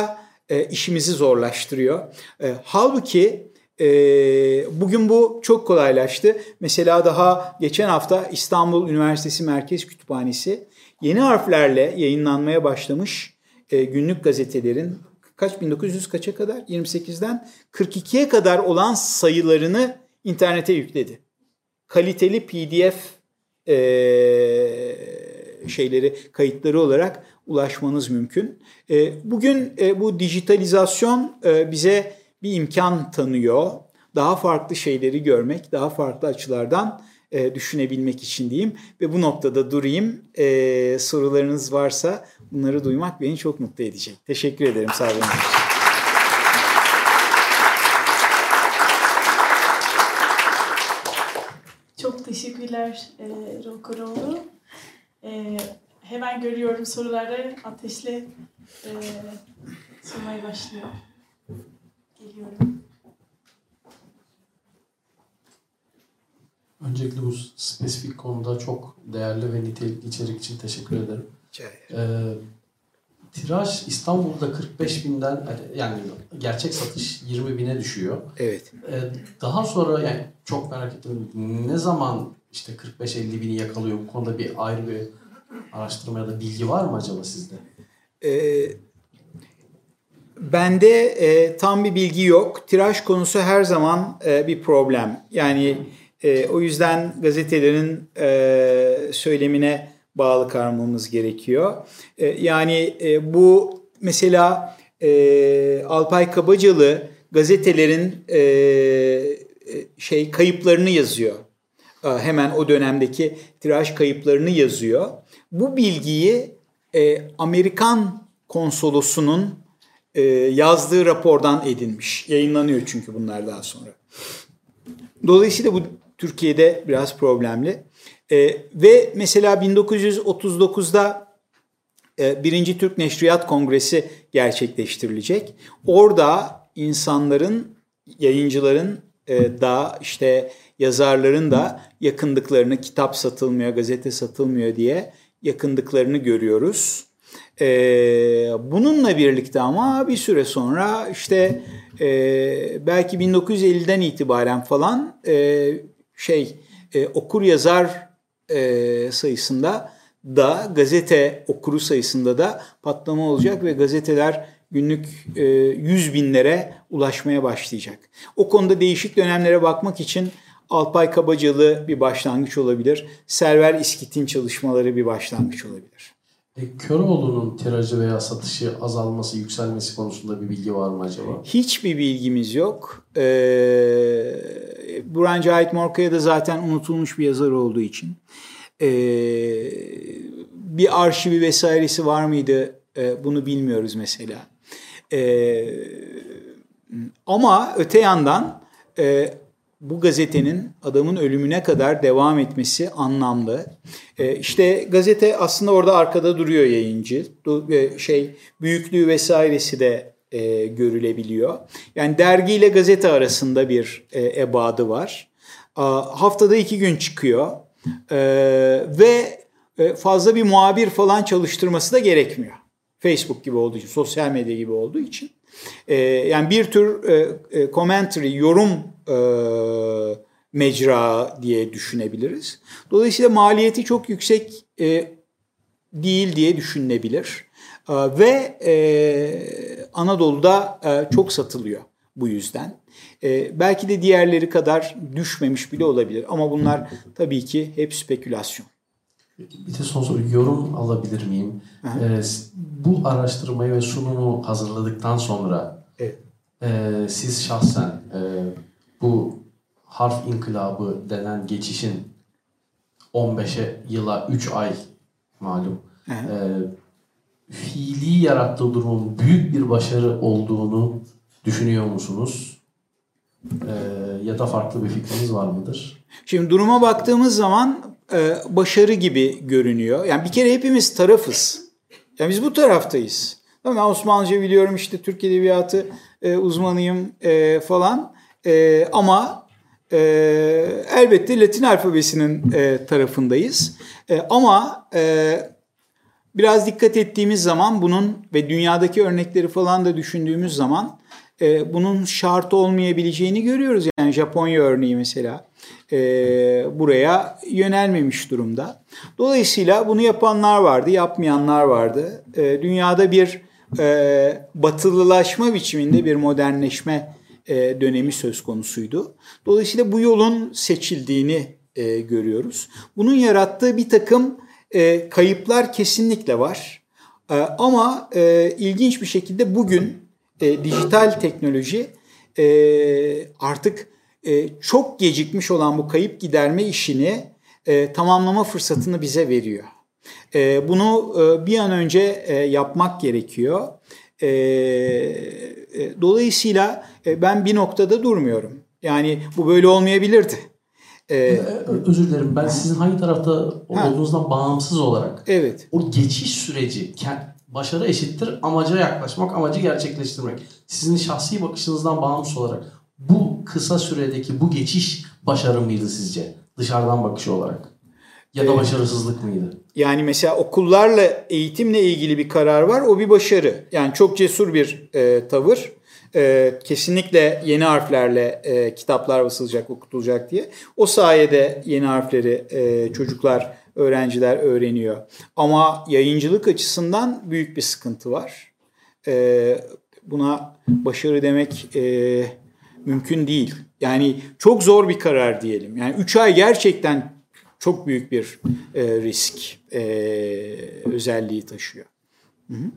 e, işimizi zorlaştırıyor. E, halbuki e, bugün bu çok kolaylaştı. Mesela daha geçen hafta İstanbul Üniversitesi Merkez Kütüphanesi yeni harflerle yayınlanmaya başlamış e, günlük gazetelerin kaç bin dokuz yüz kaça kadar? yirmi sekizden kırk ikiye kadar olan sayılarını internete yükledi. Kaliteli P D F e, şeyleri, kayıtları olarak ulaşmanız mümkün. E, bugün e, bu dijitalizasyon e, bize bir imkan tanıyor. Daha farklı şeyleri görmek, daha farklı açılardan e, düşünebilmek için diyeyim. Ve bu noktada durayım. E, sorularınız varsa bunları duymak beni çok mutlu edecek. Teşekkür ederim. Sağ olun. Çok teşekkürler e, Rokuroğlu. E, hemen görüyorum soruları ateşle e, sormaya başlıyor. Geliyorum. Öncelikle bu spesifik konuda çok değerli ve nitelikli içerik için teşekkür ederim. Ee, tiraj İstanbul'da kırk beş binden, yani gerçek satış yirmi bine düşüyor. Evet. Ee, daha sonra yani çok merak ettim, ne zaman işte kırk beş elli bini yakalıyor? Bu konuda bir ayrı bir araştırma ya da bilgi var mı acaba sizde? Ee, bende e, tam bir bilgi yok. Tiraj konusu her zaman e, bir problem. Yani e, o yüzden gazetelerin e, söylemine bağlı kalmamız gerekiyor. E, yani e, bu mesela e, Alpay Kabacalı gazetelerin e, şey kayıplarını yazıyor. E, hemen o dönemdeki tiraj kayıplarını yazıyor. Bu bilgiyi e, Amerikan konsolosunun e, yazdığı rapordan edinmiş. Yayınlanıyor çünkü bunlar daha sonra. Dolayısıyla bu Türkiye'de biraz problemli. Ee, ve mesela bin dokuz yüz otuz dokuzda e, birinci Türk Neşriyat Kongresi gerçekleştirilecek. Orada insanların, yayıncıların e, da işte yazarların da yakındıklarını, kitap satılmıyor, gazete satılmıyor diye yakındıklarını görüyoruz. Ee, bununla birlikte ama bir süre sonra işte e, belki bin dokuz yüz elliden itibaren falan e, şey e, okur yazar e, sayısında da gazete okuru sayısında da patlama olacak ve gazeteler günlük e, yüz binlere ulaşmaya başlayacak. O konuda değişik dönemlere bakmak için Alpay Kabacalı bir başlangıç olabilir. Server İskit'in çalışmaları bir başlangıç olabilir. E, Köroğlu'nun tirajı veya satışı azalması, yükselmesi konusunda bir bilgi var mı acaba? Hiçbir bilgimiz yok. Ee, Burhan Cahit Morkaya da zaten unutulmuş bir yazar olduğu için. Ee, bir arşivi vesairesi var mıydı? Ee, bunu bilmiyoruz mesela. Ee, ama öte yandan e, bu gazetenin adamın ölümüne kadar devam etmesi anlamlı. Ee, işte gazete aslında orada arkada duruyor, yayıncı. Şey, büyüklüğü vesairesi de e, görülebiliyor. Yani dergi ile gazete arasında bir e, ebadı var. E, haftada iki gün çıkıyor. E, ve fazla bir muhabir falan çalıştırması da gerekmiyor. Facebook gibi olduğu için, sosyal medya gibi olduğu için. E, yani bir tür e, commentary, yorum e, mecra diye düşünebiliriz. Dolayısıyla maliyeti çok yüksek e, değil diye düşünülebilir. E, ve e, Anadolu'da e, çok satılıyor bu yüzden. E, belki de diğerleri kadar düşmemiş bile olabilir. Ama bunlar tabii ki hep spekülasyon. Bir de son soru, yorum alabilir miyim? Ee, bu araştırmayı ve sunumu hazırladıktan sonra evet. e, siz şahsen e, bu harf inkılabı denen geçişin on beşe yıla üç ay malum e, fiili yarattığı durumun büyük bir başarı olduğunu düşünüyor musunuz? E, ya da farklı bir fikriniz var mıdır? Şimdi duruma baktığımız zaman e, başarı gibi görünüyor. Yani bir kere hepimiz tarafız. Yani biz bu taraftayız. Ben Osmanlıca biliyorum, işte Türk Edebiyatı e, uzmanıyım e, falan. E, ama e, elbette Latin alfabesinin e, tarafındayız. E, ama e, biraz dikkat ettiğimiz zaman bunun ve dünyadaki örnekleri falan da düşündüğümüz zaman e, bunun şart olmayabileceğini görüyoruz. Yani Japonya örneği mesela e, buraya yönelmemiş durumda. Dolayısıyla bunu yapanlar vardı, yapmayanlar vardı. E, dünyada bir e, batılılaşma biçiminde bir modernleşme e, dönemi söz konusuydu. Dolayısıyla bu yolun seçildiğini e, görüyoruz. Bunun yarattığı bir takım e, kayıplar kesinlikle var. E, ama e, ilginç bir şekilde bugün e, dijital teknoloji e, artık e, çok gecikmiş olan bu kayıp giderme işini e, tamamlama fırsatını bize veriyor. E, bunu e, bir an önce e, yapmak gerekiyor. E, e, dolayısıyla e, ben bir noktada durmuyorum. Yani bu böyle olmayabilirdi. Ee, Özür dilerim. Ben sizin hangi tarafta olduğunuzdan bağımsız olarak evet. o geçiş süreci, başarı eşittir amaca yaklaşmak, amacı gerçekleştirmek. Sizin şahsi bakışınızdan bağımsız olarak bu kısa süredeki bu geçiş başarı mıydı sizce? Dışarıdan bakışı olarak. Ya da başarısızlık mıydı? Yani mesela okullarla, eğitimle ilgili bir karar var. O bir başarı. Yani çok cesur bir e, tavır. E, kesinlikle yeni harflerle e, kitaplar basılacak, okutulacak diye. O sayede yeni harfleri e, çocuklar, öğrenciler öğreniyor. Ama yayıncılık açısından büyük bir sıkıntı var. E, buna başarı demek e, mümkün değil. Yani çok zor bir karar diyelim. Yani üç ay gerçekten çok büyük bir e, risk e, özelliği taşıyor. Hı hı.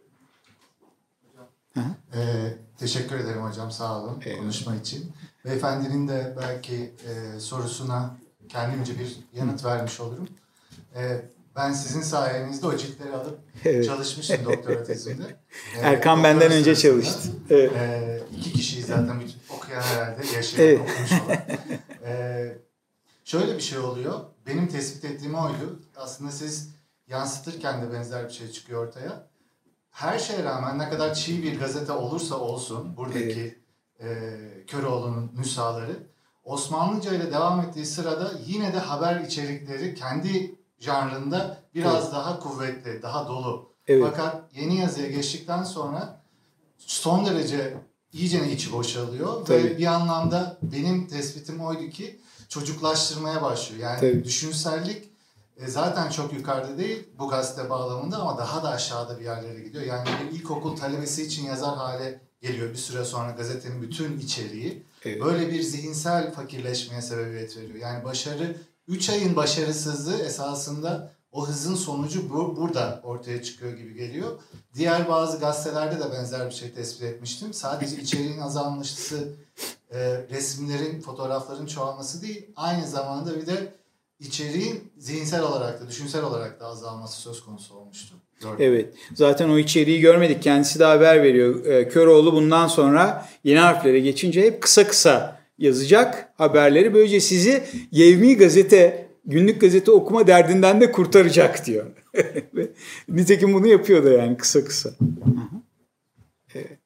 Ee, teşekkür ederim hocam, sağ olun evet. konuşma için. Beyefendinin de belki e, sorusuna kendimce bir yanıt vermiş olurum. E, ben sizin sayenizde o ciltleri alıp evet. çalışmıştım doktora tezimde. E, Erkan benden önce çalıştı. Evet. E, iki kişiyi zaten okuyan herhalde, yaşayan evet. okumuş olan. E, şöyle bir şey oluyor, benim tespit ettiğim oydu. Aslında siz yansıtırken de benzer bir şey çıkıyor ortaya. Her şeye rağmen ne kadar çiğ bir gazete olursa olsun buradaki evet. e, Köroğlu'nun nüshaları Osmanlıca ile devam ettiği sırada yine de haber içerikleri kendi janrında biraz evet. daha kuvvetli, daha dolu. Evet. Fakat yeni yazıya geçtikten sonra son derece iyicene içi boşalıyor. Tabii. Ve bir anlamda benim tespitim oydu ki çocuklaştırmaya başlıyor. Yani Tabii. düşünsellik zaten çok yukarıda değil bu gazete bağlamında ama daha da aşağıda bir yerlere gidiyor. Yani bir ilkokul talebesi için yazar hale geliyor bir süre sonra gazetenin bütün içeriği. Evet. Böyle bir zihinsel fakirleşmeye sebebiyet veriyor. Yani başarı, üç ayın başarısızlığı esasında o hızın sonucu bu, burada ortaya çıkıyor gibi geliyor. Diğer bazı gazetelerde de benzer bir şey tespit etmiştim. Sadece içeriğin azalması, e, resimlerin, fotoğrafların çoğalması değil, aynı zamanda bir de İçeriğin zihinsel olarak da, düşünsel olarak da azalması söz konusu olmuştu. Gördüm. Evet. Zaten o içeriği görmedik. Kendisi de haber veriyor. Köroğlu bundan sonra yeni harflere geçince hep kısa kısa yazacak haberleri. Böylece sizi yevmi gazete, günlük gazete okuma derdinden de kurtaracak diyor. Nitekim bunu yapıyor da yani kısa kısa. Evet.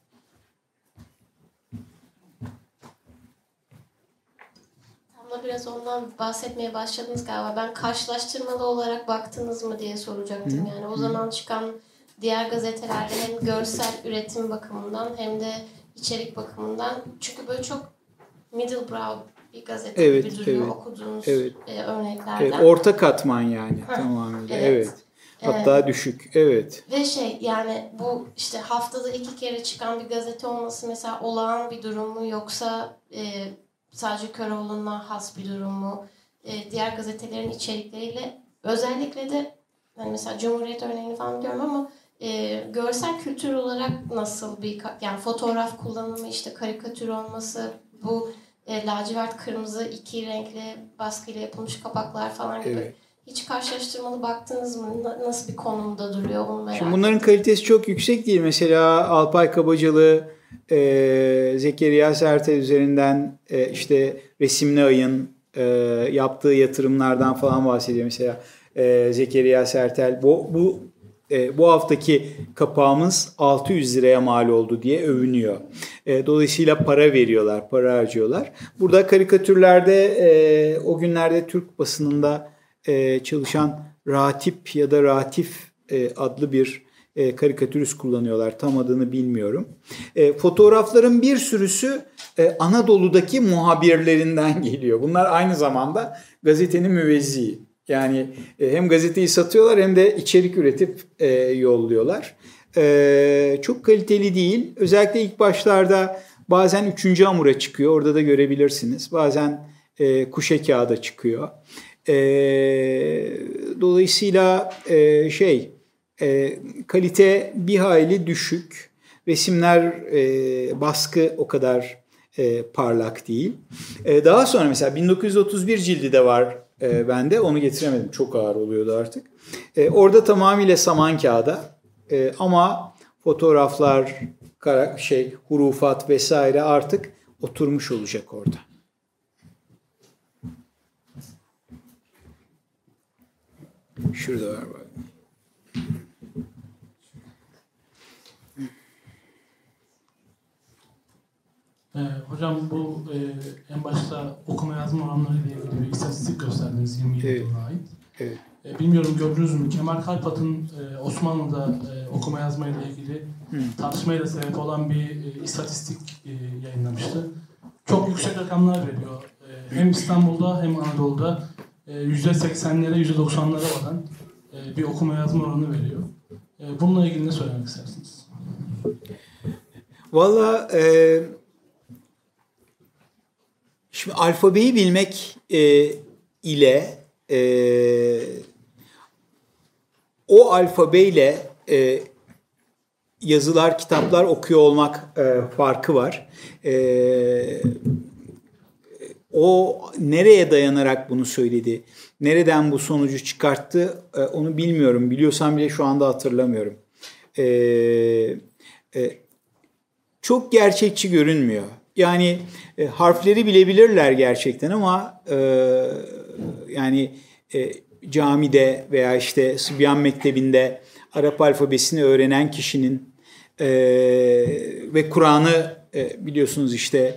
Biraz ondan bahsetmeye başladınız galiba. Ben karşılaştırmalı olarak baktınız mı diye soracaktım. Hı. Yani o zaman çıkan diğer gazetelerde hem görsel üretim bakımından hem de içerik bakımından. Çünkü böyle çok middle brow bir gazete evet, gibi duruyor evet, okuduğunuz evet. E, örneklerden. Evet, orta katman yani tamamen. Evet. evet. Hatta ee, düşük. Evet. Ve şey yani bu işte haftada iki kere çıkan bir gazete olması mesela olağan bir durum mu yoksa e, sadece Köroğlu'na has bir durum mu? Ee, diğer gazetelerin içerikleriyle özellikle de yani mesela Cumhuriyet örneğini falan biliyorum ama e, görsel kültür olarak nasıl bir yani fotoğraf kullanımı işte karikatür olması bu e, lacivert kırmızı iki renkli baskıyla yapılmış kapaklar falan gibi. Evet. Hiç karşılaştırmalı baktınız mı? Nasıl bir konumda duruyor onu merak Şimdi bunların ettim. Kalitesi çok yüksek değil. Mesela Alpay Kabacalı, e, Zekeriya Sertel üzerinden e, işte Resimli Ay'ın e, yaptığı yatırımlardan falan bahsediyor. Mesela e, Zekeriya Sertel bu bu e, bu haftaki kapağımız altı yüz liraya mal oldu diye övünüyor. E, dolayısıyla para veriyorlar, para harcıyorlar. Burada karikatürlerde e, o günlerde Türk basınında Ee, çalışan Ratip ya da Ratif e, adlı bir e, karikatürist kullanıyorlar. Tam adını bilmiyorum. E, fotoğrafların bir sürüsü e, Anadolu'daki muhabirlerinden geliyor. Bunlar aynı zamanda gazetenin müvezziği. Yani e, hem gazeteyi satıyorlar hem de içerik üretip e, yolluyorlar. E, çok kaliteli değil. Özellikle ilk başlarda bazen üçüncü Amur'a çıkıyor. Orada da görebilirsiniz. Bazen e, Kuşe Kağıt'a çıkıyor. E, dolayısıyla e, şey e, kalite bir hayli düşük. Resimler e, baskı o kadar e, parlak değil. E, daha sonra mesela bin dokuz yüz otuz bir cildi de var e, bende. Onu getiremedim. Çok ağır oluyordu artık. E, orada tamamıyla saman kağıda e, ama fotoğraflar, kara, şey, hurufat vesaire artık oturmuş olacak orada. Şurada var bak. Ee, hocam bu e, en başta okuma yazma oranları ile ilgili bir istatistik gösterdiniz yirmi yedi evet. yılına ait. Evet. E, bilmiyorum gördünüz mü? Kemal Karpat'ın e, Osmanlı'da e, okuma yazma ile ilgili Hı. tartışmaya da sebep olan bir e, istatistik e, yayınlamıştı. Çok yüksek rakamlar veriyor. E, hem İstanbul'da hem Anadolu'da e, yüzde seksenlere yüzde doksanlara varan e, bir okuma yazma oranı veriyor. E, bununla ilgili ne söylemek istersiniz? Valla e, şimdi alfabeyi bilmek e, ile e, o alfabeyle e, yazılar, kitaplar okuyor olmak e, farkı var. E, o nereye dayanarak bunu söyledi, nereden bu sonucu çıkarttı e, onu bilmiyorum. Biliyorsam bile şu anda hatırlamıyorum. E, e, çok gerçekçi görünmüyor. Yani e, harfleri bilebilirler gerçekten ama e, yani e, camide veya işte Sıbyan Mektebi'nde Arap alfabesini öğrenen kişinin e, ve Kur'an'ı e, biliyorsunuz işte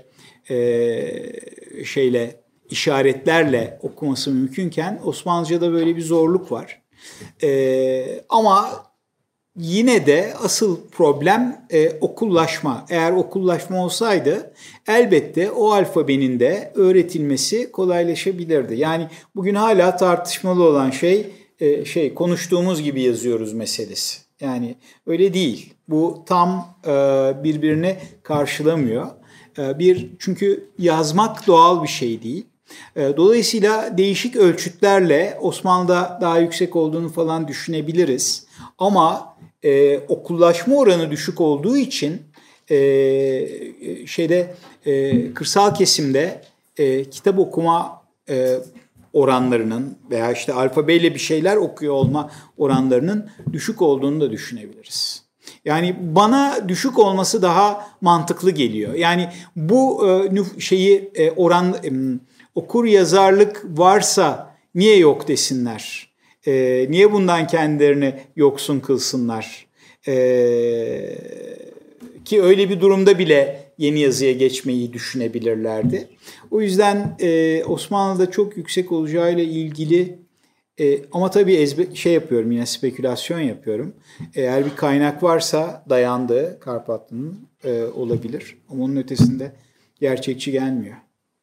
e, şeyle işaretlerle okuması mümkünken Osmanlıca'da böyle bir zorluk var. E, ama yine de asıl problem e, okullaşma. Eğer okullaşma olsaydı elbette o alfabenin de öğretilmesi kolaylaşabilirdi. Yani bugün hala tartışmalı olan şey e, şey konuştuğumuz gibi yazıyoruz meselesi. Yani öyle değil. Bu tam e, birbirini karşılamıyor. E, bir çünkü yazmak doğal bir şey değil. E, dolayısıyla değişik ölçütlerle Osmanlı'da daha yüksek olduğunu falan düşünebiliriz. Ama Ee, okullaşma oranı düşük olduğu için e, şeyde e, kırsal kesimde e, kitap okuma e, oranlarının veya işte alfabeyle bir şeyler okuyor olma oranlarının düşük olduğunu da düşünebiliriz. Yani bana düşük olması daha mantıklı geliyor. Yani bu e, şeyi e, oran e, okur yazarlık varsa niye yok desinler? Ee, niye bundan kendilerini yoksun kılsınlar? Ee, ki öyle bir durumda bile yeni yazıya geçmeyi düşünebilirlerdi. O yüzden e, Osmanlı'da çok yüksek olacağıyla ilgili e, ama tabii ezbe, şey yapıyorum yine spekülasyon yapıyorum. Eğer bir kaynak varsa dayandığı Karpatlı'nın e, olabilir. Ama onun ötesinde gerçekçi gelmiyor.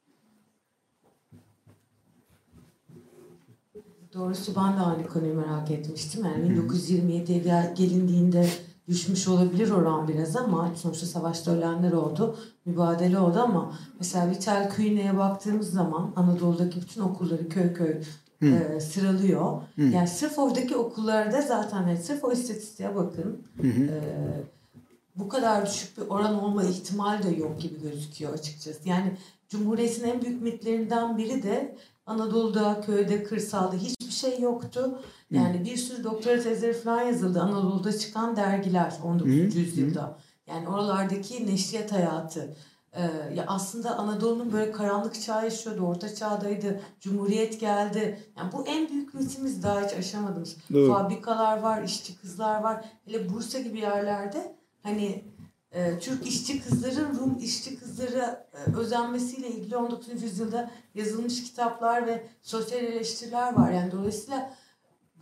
Doğrusu ben de aynı konuyu merak etmiştim. Yani bin dokuz yüz yirmi yediye gel, gelindiğinde düşmüş olabilir oran biraz ama sonuçta savaşta ölenler oldu, mübadele oldu ama mesela Vital Kuyune'ye baktığımız zaman Anadolu'daki bütün okulları köy köy e, sıralıyor. Hı. Yani sırf oradaki okullarda zaten yani sırf o istatistiğe bakın. Hı hı. E, bu kadar düşük bir oran olma ihtimali de yok gibi gözüküyor açıkçası. Yani Cumhuriyet'in en büyük mitlerinden biri de Anadolu'da, köyde, kırsalda hiçbir şey yoktu. Yani bir sürü doktora tezleri falan yazıldı. Anadolu'da çıkan dergiler on dokuzuncu yüzyılda. Yani oralardaki neşriyat hayatı. Ee, ya aslında Anadolu'nun böyle karanlık çağı yaşıyordu. Orta çağdaydı. Cumhuriyet geldi. Yani bu en büyük mitimiz daha hiç aşamadığımız. Evet. Fabrikalar var, işçi kızlar var. Hele Bursa gibi yerlerde hani e, Türk işçi kızların Rum işçi kızları e, özenmesiyle ilgili on dokuzuncu yüzyılda yazılmış kitaplar ve sosyal eleştiriler var. Yani dolayısıyla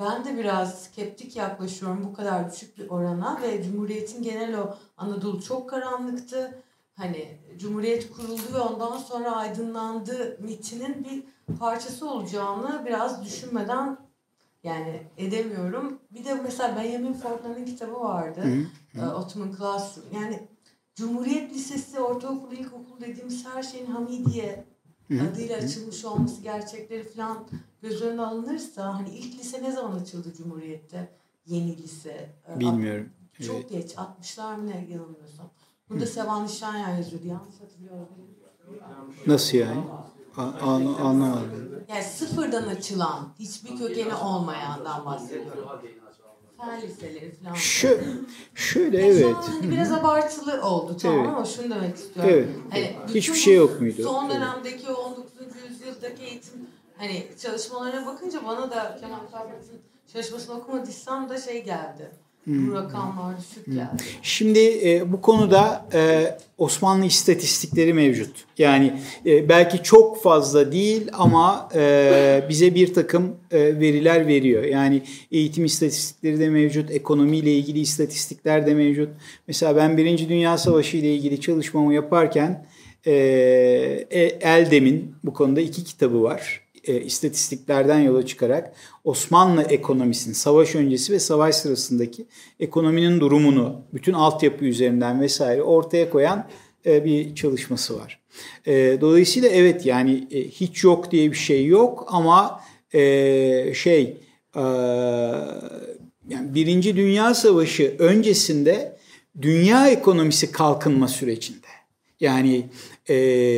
ben de biraz skeptik yaklaşıyorum bu kadar düşük bir orana ve Cumhuriyet'in genel o Anadolu çok karanlıktı. Hani Cumhuriyet kuruldu ve ondan sonra aydınlandı mitinin bir parçası olacağını biraz düşünmeden yani edemiyorum. Bir de mesela Benjamin Fortnan'ın kitabı vardı. Hı hı. Ottoman Classroom. Yani Cumhuriyet Lisesi, ortaokul, ilkokul dediğimiz her şeyin Hamidiye hı hı. adıyla açılmış olması, gerçekleri falan göz önüne alınırsa hani ilk lise ne zaman açıldı Cumhuriyet'te? Yeni lise. Bilmiyorum. Çok evet. Geç. altmışlar mı ne yanılmıyorsam. Burada Sevan Nişanyan yazıyordu. Yanlış hatırlıyorum. Nasıl yani? An- anlamadım. Yani sıfırdan açılan, hiçbir kökeni olmayandan bahsediyorum. Fen liseleri falan. Şu, şöyle yani evet. Şu an hani biraz abartılı oldu tamam evet. Ama şunu demek istiyorum. Evet. Hani hiçbir şey yok muydu? Son dönemdeki evet. on dokuzuncu yüzyıldaki eğitim hani çalışmalarına bakınca bana da Kemal Karpat'ın çalışmasını okumadıysam da şey geldi. Hmm. Bu rakamlar düşük geldi. Şimdi e, bu konuda e, Osmanlı istatistikleri mevcut. Yani e, belki çok fazla değil ama e, bize bir takım e, veriler veriyor. Yani eğitim istatistikleri de mevcut, ekonomiyle ilgili istatistikler de mevcut. Mesela ben Birinci Dünya Savaşı ile ilgili çalışmamı yaparken e, Eldem'in bu konuda iki kitabı var. E, istatistiklerden yola çıkarak Osmanlı ekonomisinin savaş öncesi ve savaş sırasındaki ekonominin durumunu bütün altyapı üzerinden vesaire ortaya koyan e, bir çalışması var. E, dolayısıyla evet yani e, hiç yok diye bir şey yok ama e, şey e, yani Birinci Dünya Savaşı öncesinde dünya ekonomisi kalkınma sürecinde. Yani e,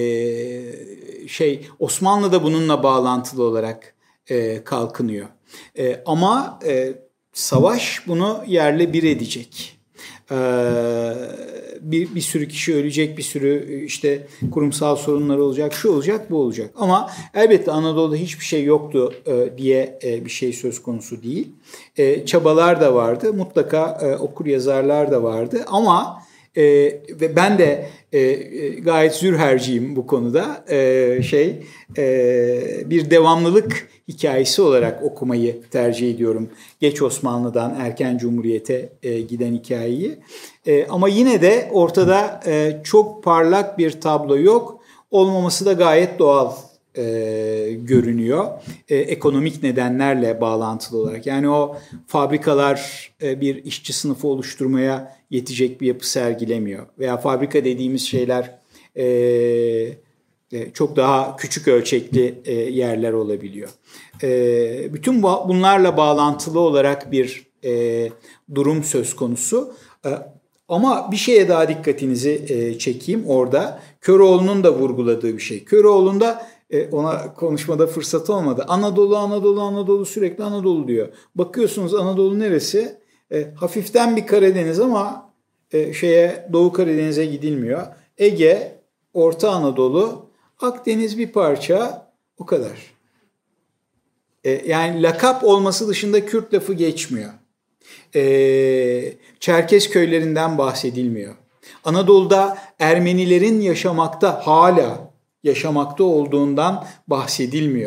şey Osmanlı da bununla bağlantılı olarak e, kalkınıyor. E, ama e, savaş bunu yerle bir edecek. E, bir, bir sürü kişi ölecek, bir sürü işte kurumsal sorunlar olacak, şu olacak, bu olacak. Ama elbette Anadolu'da hiçbir şey yoktu e, diye e, bir şey söz konusu değil. E, çabalar da vardı, mutlaka e, okur yazarlar da vardı ama Ee, ve ben de e, gayet zürherciyim bu konuda ee, şey e, bir devamlılık hikayesi olarak okumayı tercih ediyorum. Geç Osmanlı'dan erken Cumhuriyet'e e, giden hikayeyi. E, ama yine de ortada e, çok parlak bir tablo yok. Olmaması da gayet doğal e, görünüyor. E, ekonomik nedenlerle bağlantılı olarak. Yani o fabrikalar e, bir işçi sınıfı oluşturmaya yetecek bir yapı sergilemiyor. Veya fabrika dediğimiz şeyler e, e, çok daha küçük ölçekli e, yerler olabiliyor. E, bütün bu, bunlarla bağlantılı olarak bir e, durum söz konusu. E, ama bir şeye daha dikkatinizi e, çekeyim orada. Köroğlu'nun da vurguladığı bir şey. Köroğlu'nda e, ona konuşmada fırsat olmadı. Anadolu, Anadolu, Anadolu sürekli Anadolu diyor. Bakıyorsunuz Anadolu neresi? E, hafiften bir Karadeniz ama e, şeye Doğu Karadeniz'e gidilmiyor. Ege, Orta Anadolu, Akdeniz bir parça, o kadar. E, yani lakap olması dışında Kürt lafı geçmiyor. E, Çerkes köylerinden bahsedilmiyor. Anadolu'da Ermenilerin yaşamakta, hala yaşamakta olduğundan bahsedilmiyor.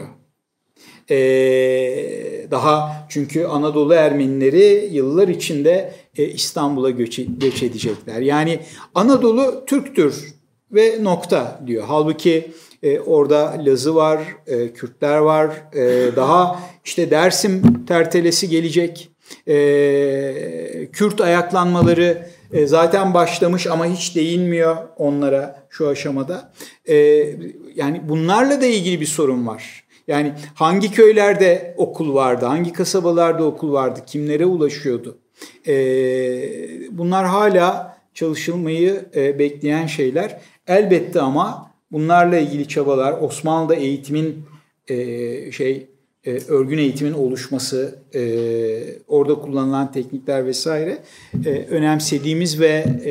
Ee, daha çünkü Anadolu Ermenileri yıllar içinde e, İstanbul'a göç, göç edecekler. Yani Anadolu Türktür ve nokta diyor. Halbuki e, orada Lazı var, e, Kürtler var, e, daha işte Dersim tertelesi gelecek. E, Kürt ayaklanmaları e, zaten başlamış ama hiç değinmiyor onlara şu aşamada. E, yani bunlarla da ilgili bir sorun var. Yani hangi köylerde okul vardı, hangi kasabalarda okul vardı, kimlere ulaşıyordu? Ee, bunlar hala çalışılmayı e, bekleyen şeyler. Elbette ama bunlarla ilgili çabalar, Osmanlı'da eğitimin e, şey e, örgün eğitimin oluşması, e, orada kullanılan teknikler vesaire e, önemsediğimiz ve e,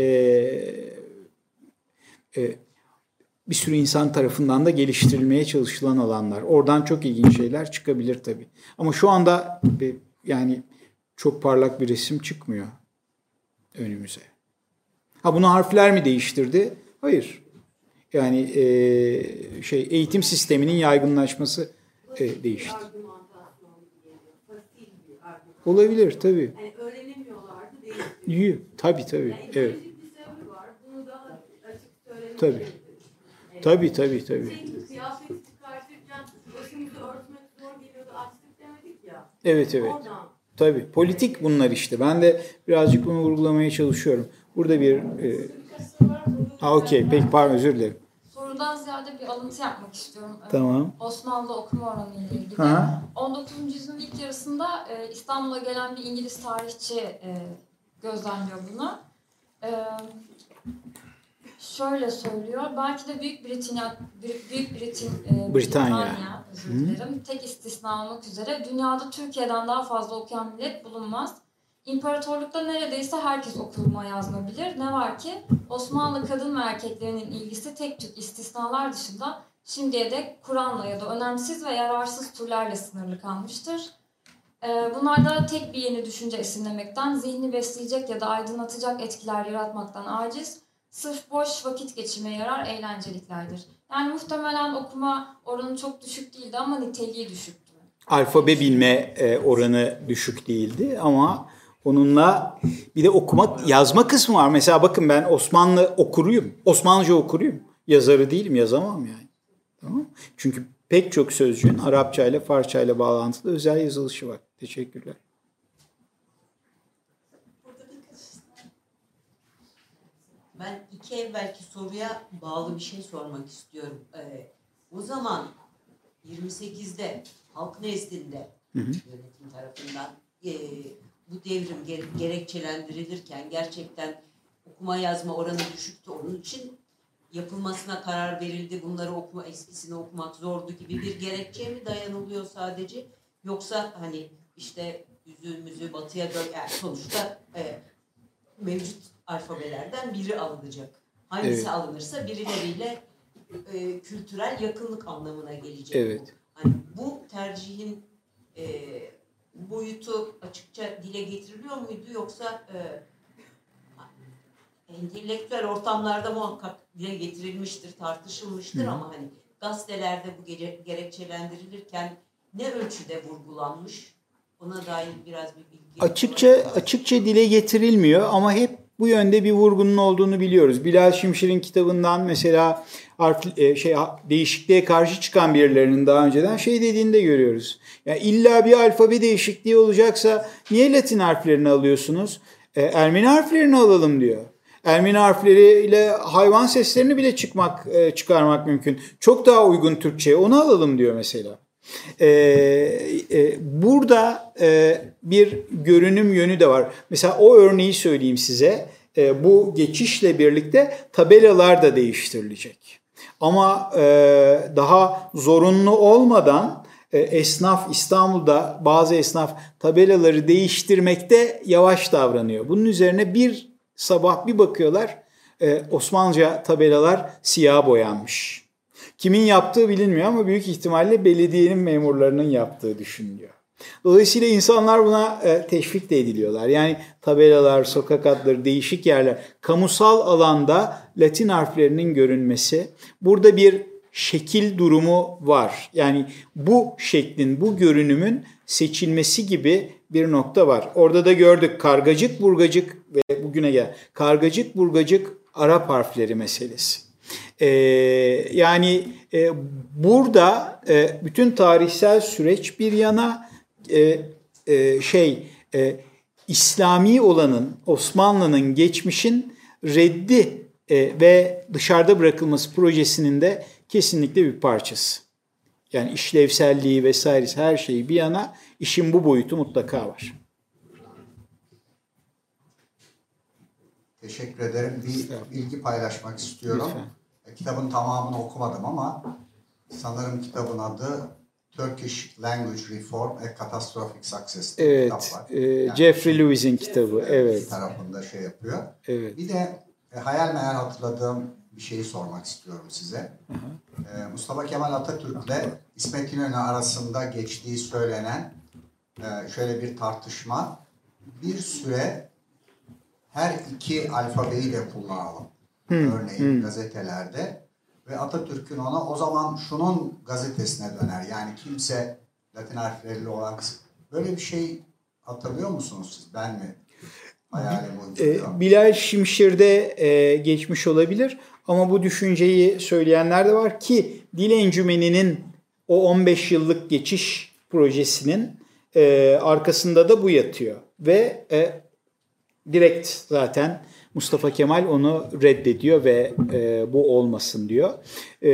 e, bir sürü insan tarafından da geliştirilmeye çalışılan alanlar. Oradan çok ilginç şeyler çıkabilir tabii. Ama şu anda yani çok parlak bir resim çıkmıyor önümüze. Ha bunu harfler mi değiştirdi? Hayır. Yani e, şey eğitim sisteminin yaygınlaşması e, değişti. Olabilir tabii. Yani öğrenemiyorlardı değil. Tabii tabii. Yani evet. bir sebebi var. Bunu daha açık söylemek Tabii. gerekiyor. Evet. Tabii tabii tabii. Şey, kıyafeti çıkartırken başımızı örtmek zor geliyordu. Açlık demedik ya. Evet evet. Oradan. Tabii. Politik bunlar işte. Ben de birazcık bunu vurgulamaya çalışıyorum. Burada bir... E... Ha okey. Peki pardon özür dilerim. Sorudan ziyade bir alıntı yapmak istiyorum. Tamam. Osmanlı okuma oranı ile ilgili. Ha. on dokuzuncu yüzyılın ilk yarısında e, İstanbul'a gelen bir İngiliz tarihçi e, gözlemliyor bunu. E, şöyle söylüyor. Belki de Büyük Britanya, Büyük Britin, e, Britanya, Britanya özür dilerim, tek istisna olmak üzere dünyada Türkiye'den daha fazla okuyan millet bulunmaz. İmparatorlukta neredeyse herkes okuma yazma bilir. Ne var ki Osmanlı kadın ve erkeklerinin ilgisi tek tük istisnalar dışında şimdiye dek Kur'an'la ya da önemsiz ve yararsız türlerle sınırlı kalmıştır. Bunlar da tek bir yeni düşünce esinlemekten, zihni besleyecek ya da aydınlatacak etkiler yaratmaktan aciz, sırf boş vakit geçirmeye yarar eğlenceliklerdir. Yani muhtemelen okuma oranı çok düşük değildi ama niteliği düşüktü. Alfabe bilme oranı düşük değildi ama onunla bir de okuma, yazma kısmı var. Mesela bakın ben Osmanlı okuruyum. Osmanlıca okuruyum. Yazarı değilim, yazamam yani. Tamam? Çünkü pek çok sözcüğün Arapça ile Farsça ile bağlantılı özel yazılışı var. Teşekkürler. Ben iki evvelki soruya bağlı bir şey sormak istiyorum. Ee, o zaman yirmi sekizde halk nezdinde hı hı. yönetim tarafından e, bu devrim ger- gerekçelendirilirken gerçekten okuma yazma oranı düşüktü. Onun için yapılmasına karar verildi. Bunları okuma, eskisini okumak zordu gibi bir gerekçeye mi dayanılıyor sadece? Yoksa hani işte yüzümüzü batıya dön, yani sonuçta e, mevcut alfabelerden biri alınacak. Hangisi evet. alınırsa birileriyle e, kültürel yakınlık anlamına gelecek. Evet. Bu. Hani bu tercihin e, boyutu açıkça dile getiriliyor muydu yoksa e, entelektüel ortamlarda muhakkak dile getirilmiştir, tartışılmıştır Hı. ama hani gazetelerde bu gece, gerekçelendirilirken ne ölçüde vurgulanmış? Ona dair biraz bir bilgi. Açıkça açıkça dile getirilmiyor ama hep bu yönde bir vurgunun olduğunu biliyoruz. Bilal Şimşir'in kitabından mesela harf, şey değişikliğe karşı çıkan birilerinin daha önceden şey dediğini de görüyoruz. Yani illa bir alfabe değişikliği olacaksa niye Latin harflerini alıyorsunuz? E, Ermeni harflerini alalım diyor. Ermeni harfleriyle hayvan seslerini bile çıkmak e, çıkarmak mümkün. Çok daha uygun Türkçe'ye onu alalım diyor mesela. Ee, e, burada e, bir görünüm yönü de var. Mesela o örneği söyleyeyim size. E, bu geçişle birlikte tabelalar da değiştirilecek. Ama e, daha zorunlu olmadan e, esnaf İstanbul'da bazı esnaf tabelaları değiştirmekte yavaş davranıyor. Bunun üzerine bir sabah bir bakıyorlar e, Osmanlıca tabelalar siyah boyanmış. Kimin yaptığı bilinmiyor ama büyük ihtimalle belediyenin memurlarının yaptığı düşünülüyor. Dolayısıyla insanlar buna e, teşvik de ediliyorlar. Yani tabelalar, sokak adları, değişik yerler, kamusal alanda Latin harflerinin görünmesi. Burada bir şekil durumu var. Yani bu şeklin, bu görünümün seçilmesi gibi bir nokta var. Orada da gördük kargacık, burgacık ve bugüne gel. Kargacık, burgacık Arap harfleri meselesi. Ee, yani e, burada e, bütün tarihsel süreç bir yana e, e, şey e, İslami olanın, Osmanlı'nın, geçmişin reddi e, ve dışarıda bırakılması projesinin de kesinlikle bir parçası. Yani işlevselliği vesaire her şeyi bir yana işin bu boyutu mutlaka var. Teşekkür ederim. Bir bilgi paylaşmak istiyorum. Lütfen. Kitabın tamamını okumadım ama sanırım kitabın adı Turkish Language Reform A Catastrophic Success diye evet, kitap var. E, yani, Jeffrey Lewis'in kitabı. Jeffrey evet. tarafında şey yapıyor. Evet. Bir de e, hayal meyal hatırladığım bir şeyi sormak istiyorum size. E, Mustafa Kemal Atatürk'le İsmet İnönü arasında geçtiği söylenen e, şöyle bir tartışma. Bir süre her iki alfabeyi de kullanalım. Hmm, Örneğin hmm. gazetelerde ve Atatürk'ün ona o zaman şunun gazetesine döner. Yani kimse Latin harfleriyle olan kısım. Böyle bir şey hatırlıyor musunuz siz? Ben mi? Hayalim e, Bilal Şimşir'de e, geçmiş olabilir ama bu düşünceyi söyleyenler de var ki Dil Encümeni'nin o on beş yıllık geçiş projesinin e, arkasında da bu yatıyor ve e, direkt zaten Mustafa Kemal onu reddediyor ve e, bu olmasın diyor. E,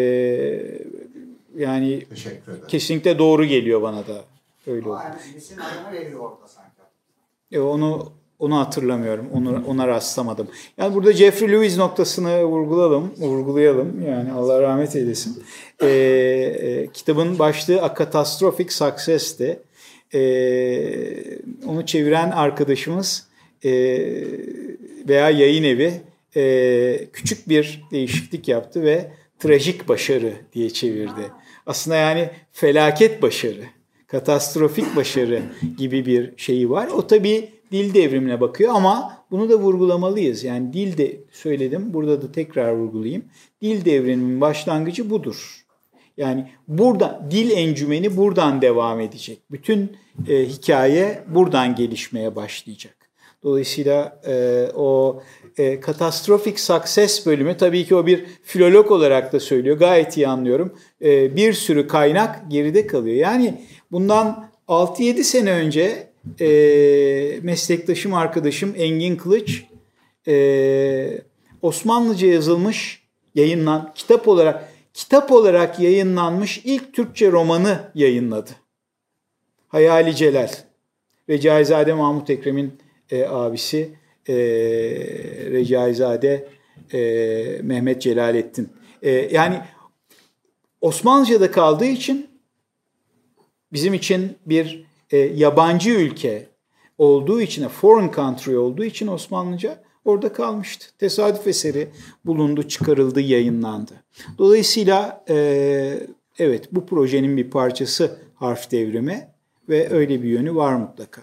yani kesinlikle doğru geliyor bana da. Öyle oldu. Birisinin adını veriyor orada sanki. E, onu onu hatırlamıyorum. Onu ona rastlamadım. Yani burada Jeffrey Lewis noktasını vurgulayalım, vurgulayalım. Yani Allah rahmet eylesin. E, e, kitabın başlığı A Catastrophic Success'ti. E, onu çeviren arkadaşımız e, veya yayın evi e, küçük bir değişiklik yaptı ve trajik başarı diye çevirdi. Aslında yani felaket başarı, katastrofik başarı gibi bir şeyi var. O tabii dil devrimine bakıyor ama bunu da vurgulamalıyız. Yani dil de söyledim, burada da tekrar vurgulayayım. Dil devriminin başlangıcı budur. Yani burada dil encümeni buradan devam edecek. Bütün e, hikaye buradan gelişmeye başlayacak. Dolayısıyla e, o e, Catastrophic Success bölümü tabii ki o bir filolog olarak da söylüyor. Gayet iyi anlıyorum. E, bir sürü kaynak geride kalıyor. Yani bundan altı yedi sene önce e, meslektaşım, arkadaşım Engin Kılıç e, Osmanlıca yazılmış, yayınlan, kitap olarak kitap olarak yayınlanmış ilk Türkçe romanı yayınladı. Hayali Celal. Recaizade Mahmut Ekrem'in e, abisi e, Recaizade e, Mehmet Celalettin. E, yani Osmanlıca'da kaldığı için bizim için bir e, yabancı ülke olduğu için, foreign country olduğu için Osmanlıca orada kalmıştı. Tesadüf eseri bulundu, çıkarıldı, yayınlandı. Dolayısıyla e, evet bu projenin bir parçası harf devrimi ve öyle bir yönü var mutlaka.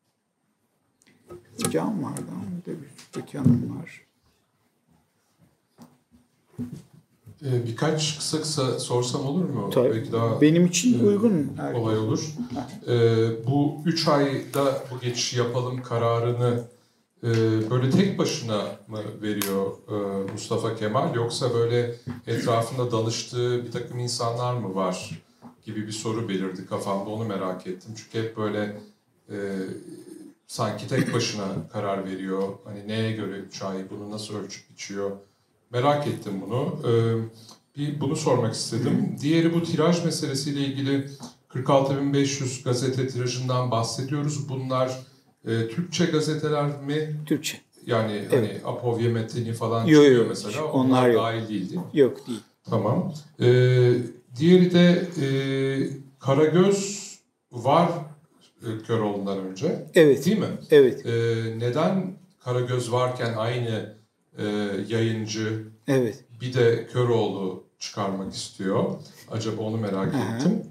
Can vardı ama bir de bir dükkanım var. Ee, birkaç kısa kısa sorsam olur mu? Tabii. Belki daha benim için e, uygun. Olay olur. Ee, bu üç ayda bu geçişi yapalım kararını e, böyle tek başına mı veriyor e, Mustafa Kemal, yoksa böyle etrafında danıştığı bir takım insanlar mı var gibi bir soru belirdi kafamda, onu merak ettim. Çünkü hep böyle e, sanki tek başına karar veriyor. Hani neye göre üç ay, bunu nasıl ölçüp biçiyor? Merak ettim bunu. Ee, bir bunu sormak istedim. Diğeri bu tiraj meselesiyle ilgili kırk altı bin beş yüz gazete tirajından bahsediyoruz. Bunlar e, Türkçe gazeteler mi? Türkçe. Yani evet. Hani Apovye Metni falan yo, çıkıyor yo, mesela. Onlar, Onlar yok. dahil değil değil mi? Yok değil. Tamam. Ee, diğeri de e, Karagöz var e, Köroğlu'ndan önce. Evet. Değil mi? Evet. Ee, neden Karagöz varken aynı e, yayıncı evet. bir de Köroğlu çıkarmak istiyor? Acaba onu merak Aha. ettim.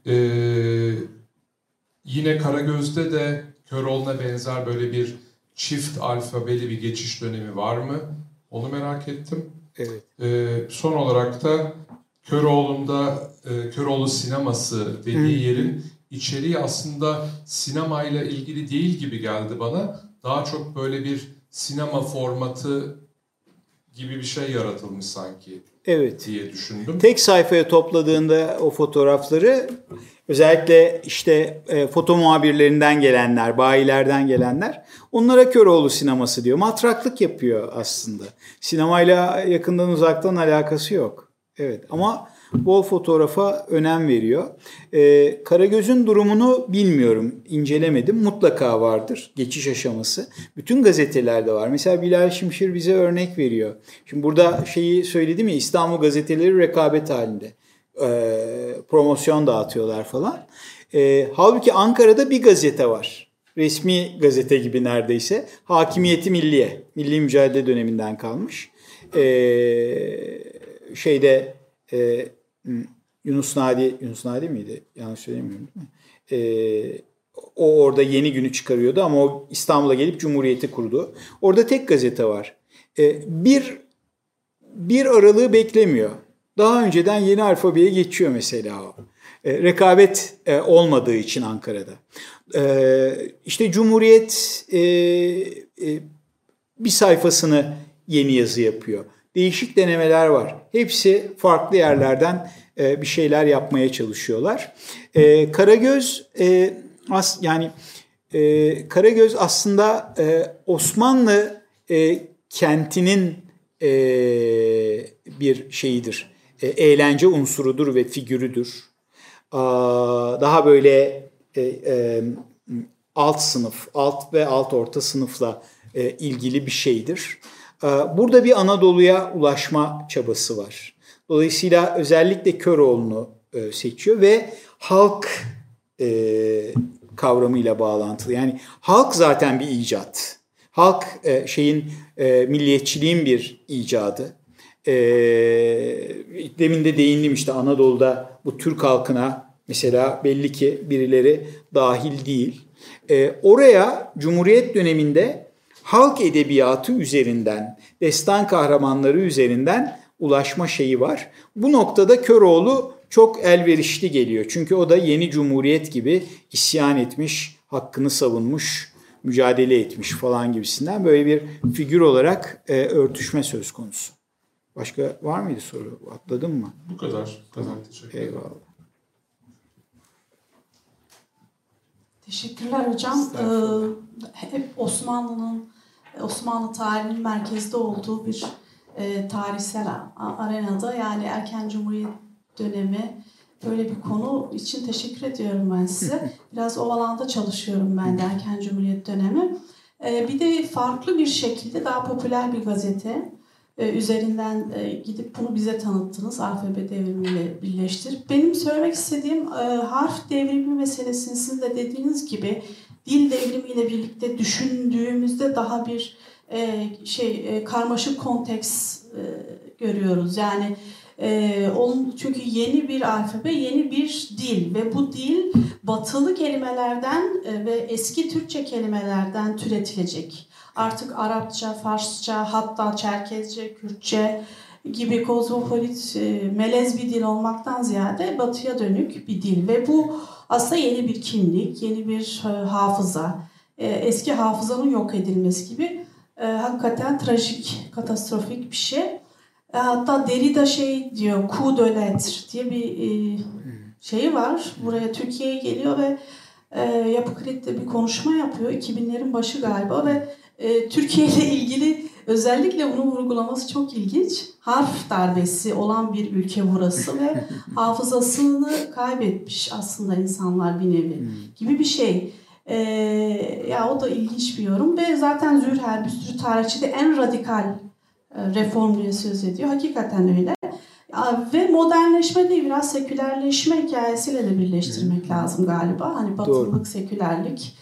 Ee, yine Karagöz'de de Köroğlu'na benzer böyle bir çift alfabeli bir geçiş dönemi var mı? Onu merak ettim. Evet. Ee, son olarak da Köroğlu'nda e, Köroğlu sineması dediği Hı. yerin içeriği aslında sinemayla ilgili değil gibi geldi bana. Daha çok böyle bir sinema formatı gibi bir şey yaratılmış sanki. Evet. Diye düşündüm. Tek sayfaya topladığında o fotoğrafları, özellikle işte e, foto muhabirlerinden gelenler, bayilerden gelenler, onlara Köroğlu sineması diyor. Matraklık yapıyor aslında. Sinemayla yakından uzaktan alakası yok. Evet, ama bol fotoğrafa önem veriyor. Ee, Karagöz'ün durumunu bilmiyorum, incelemedim. Mutlaka vardır geçiş aşaması. Bütün gazetelerde var. Mesela Bilal Şimşir bize örnek veriyor. Şimdi burada şeyi söyledim ya, İstanbul gazeteleri rekabet halinde. Ee, promosyon dağıtıyorlar falan. Ee, halbuki Ankara'da bir gazete var. Resmi gazete gibi neredeyse. Hakimiyeti Milliye. Milli Mücadele döneminden kalmış. Ee, şeyde... E, Yunus Nadi, Yunus Nadi miydi? Yanlış söylemiyorum değil mi? Ee, o orada Yeni Günü çıkarıyordu ama o İstanbul'a gelip Cumhuriyeti kurdu. Orada tek gazete var. Ee, bir bir aralığı beklemiyor. Daha önceden yeni alfabeye geçiyor mesela o. E, rekabet e, olmadığı için Ankara'da. E, işte Cumhuriyet e, e, bir sayfasını yeni yazı yapıyor. Değişik denemeler var. Hepsi farklı yerlerden e, bir şeyler yapmaya çalışıyorlar. E, Karagöz e, as, yani e, Karagöz aslında e, Osmanlı e, kentinin e, bir şeyidir. E, eğlence unsurudur ve figürüdür. Aa, daha böyle e, e, alt sınıf, alt ve alt orta sınıfla e, ilgili bir şeydir. Burada bir Anadolu'ya ulaşma çabası var. Dolayısıyla özellikle Köroğlu'nu seçiyor ve halk kavramıyla bağlantılı. Yani halk zaten bir icat. Halk şeyin milliyetçiliğin bir icadı. Demin de değindim işte Anadolu'da bu Türk halkına mesela belli ki birileri dahil değil. Oraya Cumhuriyet döneminde halk edebiyatı üzerinden, destan kahramanları üzerinden ulaşma şeyi var. Bu noktada Köroğlu çok elverişli geliyor. Çünkü o da yeni Cumhuriyet gibi isyan etmiş, hakkını savunmuş, mücadele etmiş falan gibisinden böyle bir figür olarak e, örtüşme söz konusu. Başka var mıydı soru? Atladın mı? Bu kadar. Bu kadar. Teşekkür ederim. Eyvallah. Teşekkürler hocam. Ee, hep Osmanlı'nın, Osmanlı tarihinin merkezde olduğu bir e, tarihsel arenada, yani erken Cumhuriyet dönemi böyle bir konu için teşekkür ediyorum ben size. Biraz o alanda çalışıyorum ben de, erken Cumhuriyet dönemi. Ee, bir de farklı bir şekilde daha popüler bir gazete e, üzerinden e, gidip bunu bize tanıttınız. Alfabe devrimiyle birleştirip. Benim söylemek istediğim e, harf devrimi meselesini sizin de dediğiniz gibi dil devrimiyle birlikte düşündüğümüzde daha bir e, şey e, karmaşık konteks e, görüyoruz. Yani e, onun, çünkü yeni bir alfabe, yeni bir dil ve bu dil batılı kelimelerden e, ve eski Türkçe kelimelerden türetilecek. Artık Arapça, Farsça, hatta Çerkezce, Kürtçe gibi kozmopolit, e, melez bir dil olmaktan ziyade batıya dönük bir dil ve bu aslında yeni bir kimlik, yeni bir e, hafıza, e, eski hafızanın yok edilmesi gibi e, hakikaten trajik, katastrofik bir şey. E, hatta Derrida şey diyor, coup de l'être diye bir e, şeyi var. Buraya Türkiye'ye geliyor ve e, Yapı Kredi'de bir konuşma yapıyor. iki binlerin başı galiba ve e, Türkiye ile ilgili özellikle bunu vurgulaması çok ilginç. Harf darbesi olan bir ülke burası ve hafızasını kaybetmiş aslında insanlar bir nevi gibi bir şey. Ee, ya o da ilginç bir yorum ve zaten Zürher bir sürü tarihçi de en radikal e, reform diye söz ediyor. Hakikaten öyle. Ya, ve modernleşme değil, biraz sekülerleşme hikayesiyle de birleştirmek lazım galiba. Hani batılılık, doğru, sekülerlik.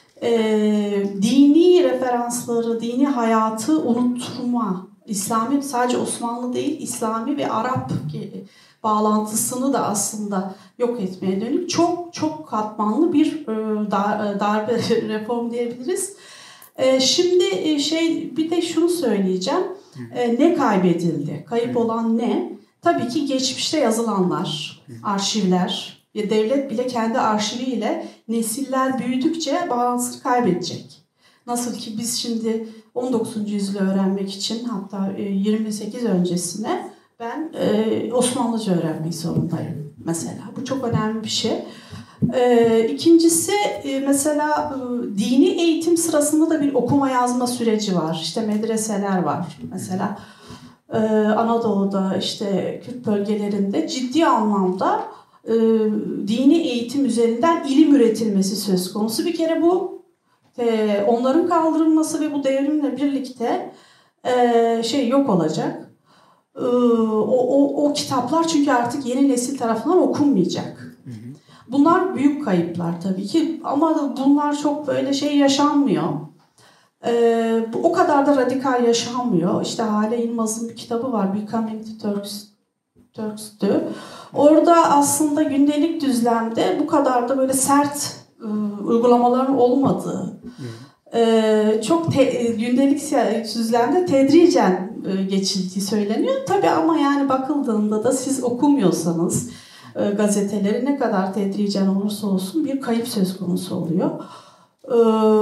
Ee, dini referansları, dini hayatı unutma, İslami sadece Osmanlı değil, İslami ve Arap bağlantısını da aslında yok etmeye dönük çok çok katmanlı bir e, dar, darbe reform diyebiliriz. E, şimdi şey bir de şunu söyleyeceğim, e, ne kaybedildi? Kayıp olan ne? Tabii ki geçmişte yazılanlar, arşivler. Ya devlet bile kendi arşiviyle nesiller büyüdükçe bağlantısını kaybedecek. Nasıl ki biz şimdi on dokuzuncu yüzyılı öğrenmek için, hatta yirmi sekiz öncesine ben Osmanlıca öğrenmek zorundayım mesela. Bu çok önemli bir şey. İkincisi mesela dini eğitim sırasında da bir okuma yazma süreci var. İşte medreseler var mesela. Anadolu'da, işte Kürt bölgelerinde ciddi anlamda e, dini eğitim üzerinden ilim üretilmesi söz konusu. Bir kere bu e, onların kaldırılması ve bu devrimle birlikte e, şey yok olacak. E, o, o, o kitaplar çünkü artık yeni nesil tarafından okunmayacak. Bunlar büyük kayıplar tabii ki ama bunlar çok böyle şey yaşanmıyor. Ee, bu o kadar da radikal yaşanmıyor. İşte Hale Yılmaz'ın bir kitabı var, Becoming the Turks, Turks'tü. Orada aslında gündelik düzlemde bu kadar da böyle sert e, uygulamaların olmadığı, e, çok te, gündelik düzlemde tedricen e, geçildiği söyleniyor. Tabii ama yani bakıldığında da siz okumuyorsanız, e, gazeteleri ne kadar tedricen olursa olsun bir kayıp söz konusu oluyor. E,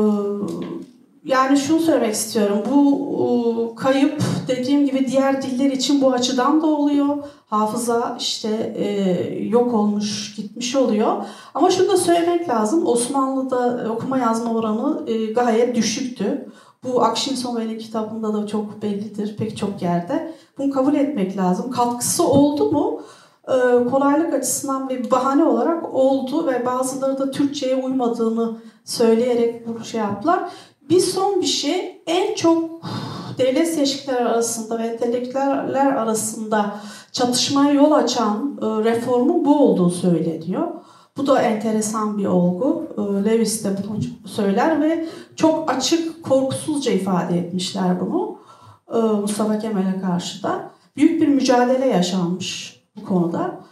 yani şunu söylemek istiyorum. Bu e, kayıp dediğim gibi diğer diller için bu açıdan da oluyor. Hafıza işte e, yok olmuş, gitmiş oluyor. Ama şunu da söylemek lazım. Osmanlı'da okuma yazma oranı e, gayet düşüktü. Bu Akşin Someli kitabında da çok bellidir pek çok yerde. Bunu kabul etmek lazım. Katkısı oldu mu? Ee, kolaylık açısından bir bahane olarak oldu ve bazıları da Türkçe'ye uymadığını söyleyerek bunu şey yaptılar. Bir son bir şey, en çok devlet seçkileri arasında ve entelektüeller arasında çatışmaya yol açan e, reformun bu olduğu söyleniyor. Bu da enteresan bir olgu. Lewis de bunu söyler ve çok açık, korkusuzca ifade etmişler bunu Mustafa Kemal'e karşı da. Büyük bir mücadele yaşanmış bu konuda.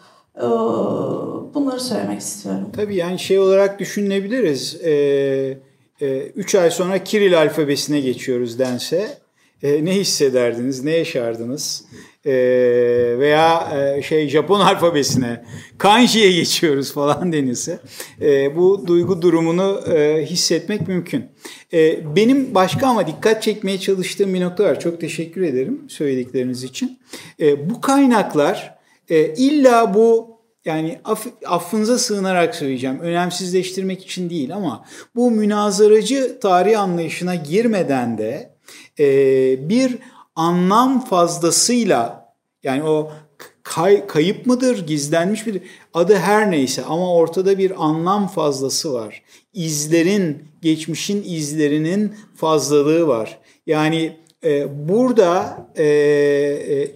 Bunları söylemek istiyorum. Tabii yani şey olarak düşünebiliriz. Ee, e, üç ay sonra Kiril alfabesine geçiyoruz dense e, ne hissederdiniz, ne yaşardınız? Ee, veya e, şey Japon alfabesine, kanji'ye geçiyoruz falan denilse e, bu duygu durumunu e, hissetmek mümkün. E, benim başka ama dikkat çekmeye çalıştığım bir nokta var. Çok teşekkür ederim söyledikleriniz için. E, bu kaynaklar e, illa bu yani aff, affınıza sığınarak söyleyeceğim, önemsizleştirmek için değil ama bu münazaracı tarih anlayışına girmeden de e, bir anlam fazlasıyla yani o kay, kayıp mıdır, gizlenmiş midir? Adı her neyse ama ortada bir anlam fazlası var. İzlerin, geçmişin izlerinin fazlalığı var. Yani e, burada e, e,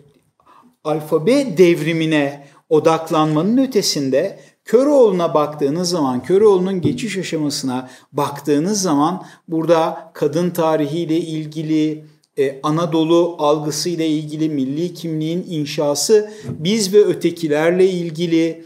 alfabe devrimine odaklanmanın ötesinde Köroğlu'na baktığınız zaman, Köroğlu'nun geçiş aşamasına baktığınız zaman burada kadın tarihiyle ilgili, Ee, Anadolu algısıyla ilgili, milli kimliğin inşası, biz ve ötekilerle ilgili,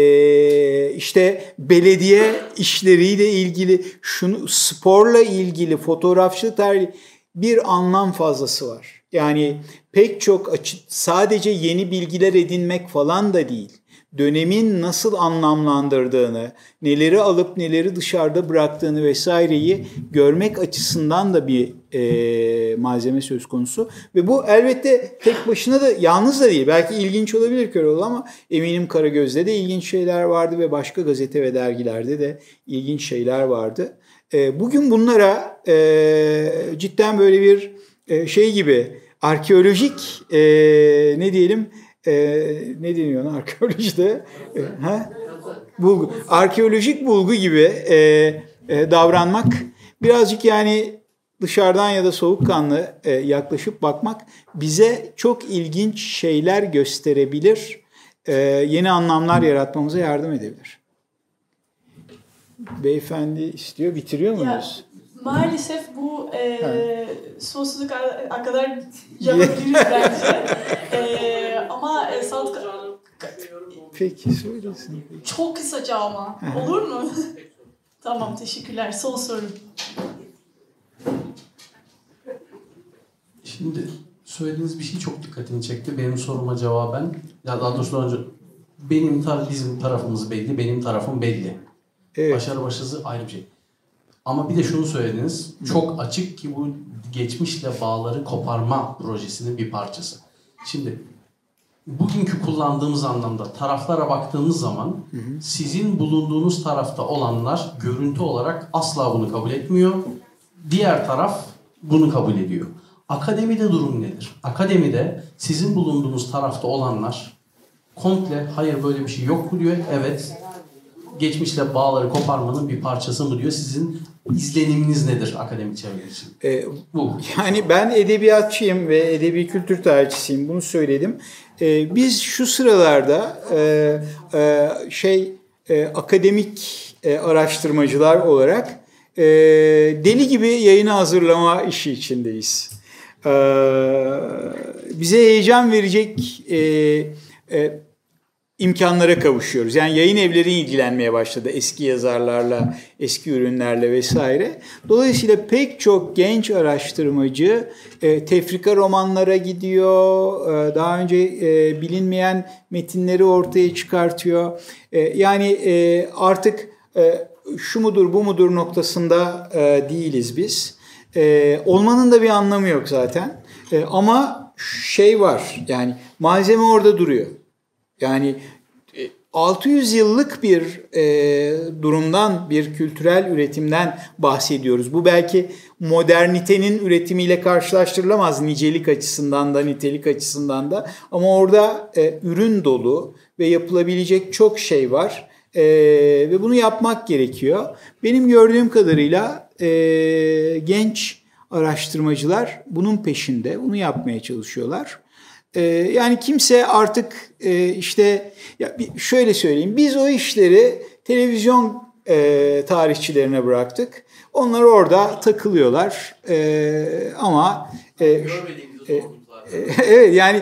e, işte belediye işleriyle ilgili, şunu sporla ilgili, fotoğrafçılık tarihi bir anlam fazlası var. Yani pek çok açık, sadece yeni bilgiler edinmek falan da değil. Dönemin nasıl anlamlandırdığını, neleri alıp neleri dışarıda bıraktığını vesaireyi görmek açısından da bir e, malzeme söz konusu. Ve bu elbette tek başına da yalnız da değil. Belki ilginç olabilir Köroğlu ama eminim Karagöz'de de ilginç şeyler vardı ve başka gazete ve dergilerde de ilginç şeyler vardı. E, bugün bunlara e, cidden böyle bir e, şey gibi arkeolojik e, ne diyelim Ee, ne deniyor ona arkeolojide? Ee, ha? Bulgu. Arkeolojik bulgu gibi e, e, davranmak, birazcık yani dışarıdan ya da soğukkanlı e, yaklaşıp bakmak bize çok ilginç şeyler gösterebilir, e, yeni anlamlar yaratmamıza yardım edebilir. Beyefendi istiyor, bitiriyor muyuz? Maalesef bu e, sonsuzluğa kadar yapabiliriz bence. E, ama e, saat... Peki söylesin. Çok kısaca ama. Olur mu? Tamam, teşekkürler. Son soru. Şimdi söylediğiniz bir şey çok dikkatimi çekti. Benim soruma cevaben, ya daha doğrusu önce benim tar bizim tarafımız belli, benim tarafım belli. Evet. Başarı başarısız ayrı bir şey. Ama bir de şunu söylediniz, çok açık ki bu geçmişle bağları koparma projesinin bir parçası. Şimdi bugünkü kullandığımız anlamda taraflara baktığımız zaman hı hı. sizin bulunduğunuz tarafta olanlar görüntü olarak asla bunu kabul etmiyor. Diğer taraf bunu kabul ediyor. Akademide durum nedir? Akademide sizin bulunduğunuz tarafta olanlar komple hayır böyle bir şey yok mu diyor. Evet. Geçmişle bağları koparmanın bir parçası mı diyor. Sizin izleniminiz nedir akademik çevre için? Ee, Bu. Yani ben edebiyatçıyım ve edebi kültür tarihçisiyim. Bunu söyledim. Ee, biz şu sıralarda e, e, şey e, akademik e, araştırmacılar olarak e, deli gibi yayını hazırlama işi içindeyiz. E, bize heyecan verecek e, e, imkanlara kavuşuyoruz. Yani yayın evleri ilgilenmeye başladı eski yazarlarla, eski ürünlerle vesaire. Dolayısıyla pek çok genç araştırmacı e, tefrika romanlara gidiyor, e, daha önce e, bilinmeyen metinleri ortaya çıkartıyor. E, yani e, artık e, şu mudur bu mudur noktasında e, değiliz biz. E, olmanın da bir anlamı yok zaten. E, ama şey var, yani malzeme orada duruyor. Yani altı yüz yıllık bir e, durumdan, bir kültürel üretimden bahsediyoruz. Bu belki modernitenin üretimiyle karşılaştırılamaz nicelik açısından da, nitelik açısından da. Ama orada e, ürün dolu ve yapılabilecek çok şey var. E, ve bunu yapmak gerekiyor. Benim gördüğüm kadarıyla e, genç araştırmacılar bunun peşinde, bunu yapmaya çalışıyorlar. Yani kimse artık işte ya şöyle söyleyeyim, biz o işleri televizyon tarihçilerine bıraktık. Onlar orada takılıyorlar ama evet yani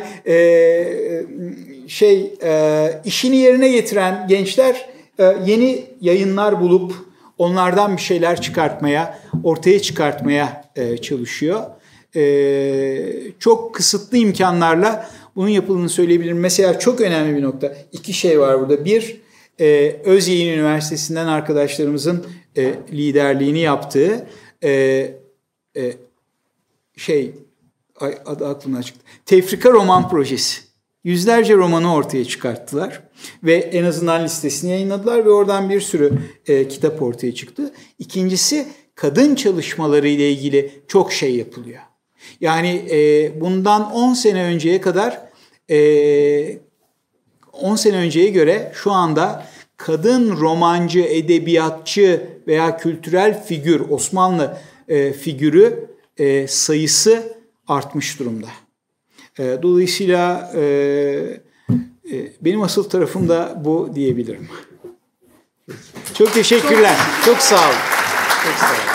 şey işini yerine getiren gençler yeni yayınlar bulup onlardan bir şeyler çıkartmaya, ortaya çıkartmaya çalışıyor. Ee, çok kısıtlı imkanlarla bunun yapıldığını söyleyebilirim. Mesela çok önemli bir nokta. İki şey var burada. Bir, e, Özyeğin Üniversitesi'nden arkadaşlarımızın e, liderliğini yaptığı e, e, şey, ay, adı aklımdan çıktı. Tefrika Roman Projesi. Yüzlerce romanı ortaya çıkarttılar ve en azından listesini yayınladılar ve oradan bir sürü e, kitap ortaya çıktı. İkincisi, kadın çalışmaları ile ilgili çok şey yapılıyor. Yani e, bundan on sene önceye kadar e, on sene önceye göre şu anda kadın romancı, edebiyatçı veya kültürel figür, Osmanlı e, figürü e, sayısı artmış durumda. E, dolayısıyla e, e, benim asıl tarafım da bu diyebilirim. Çok teşekkürler. Çok sağ olun. Çok sağ olun.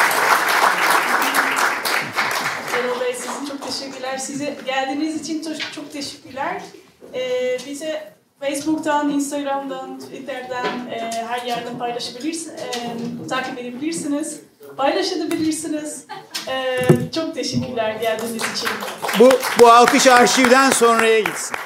Teşekkürler. Size geldiğiniz için çok, çok teşekkürler. Ee, bize Facebook'tan, Instagram'dan, Twitter'dan e, her yerden paylaşabilirsiniz, e, takip edebilirsiniz, paylaşabilirsiniz. E, çok teşekkürler geldiğiniz için. Bu, bu alkış arşivden sonraya gitsin.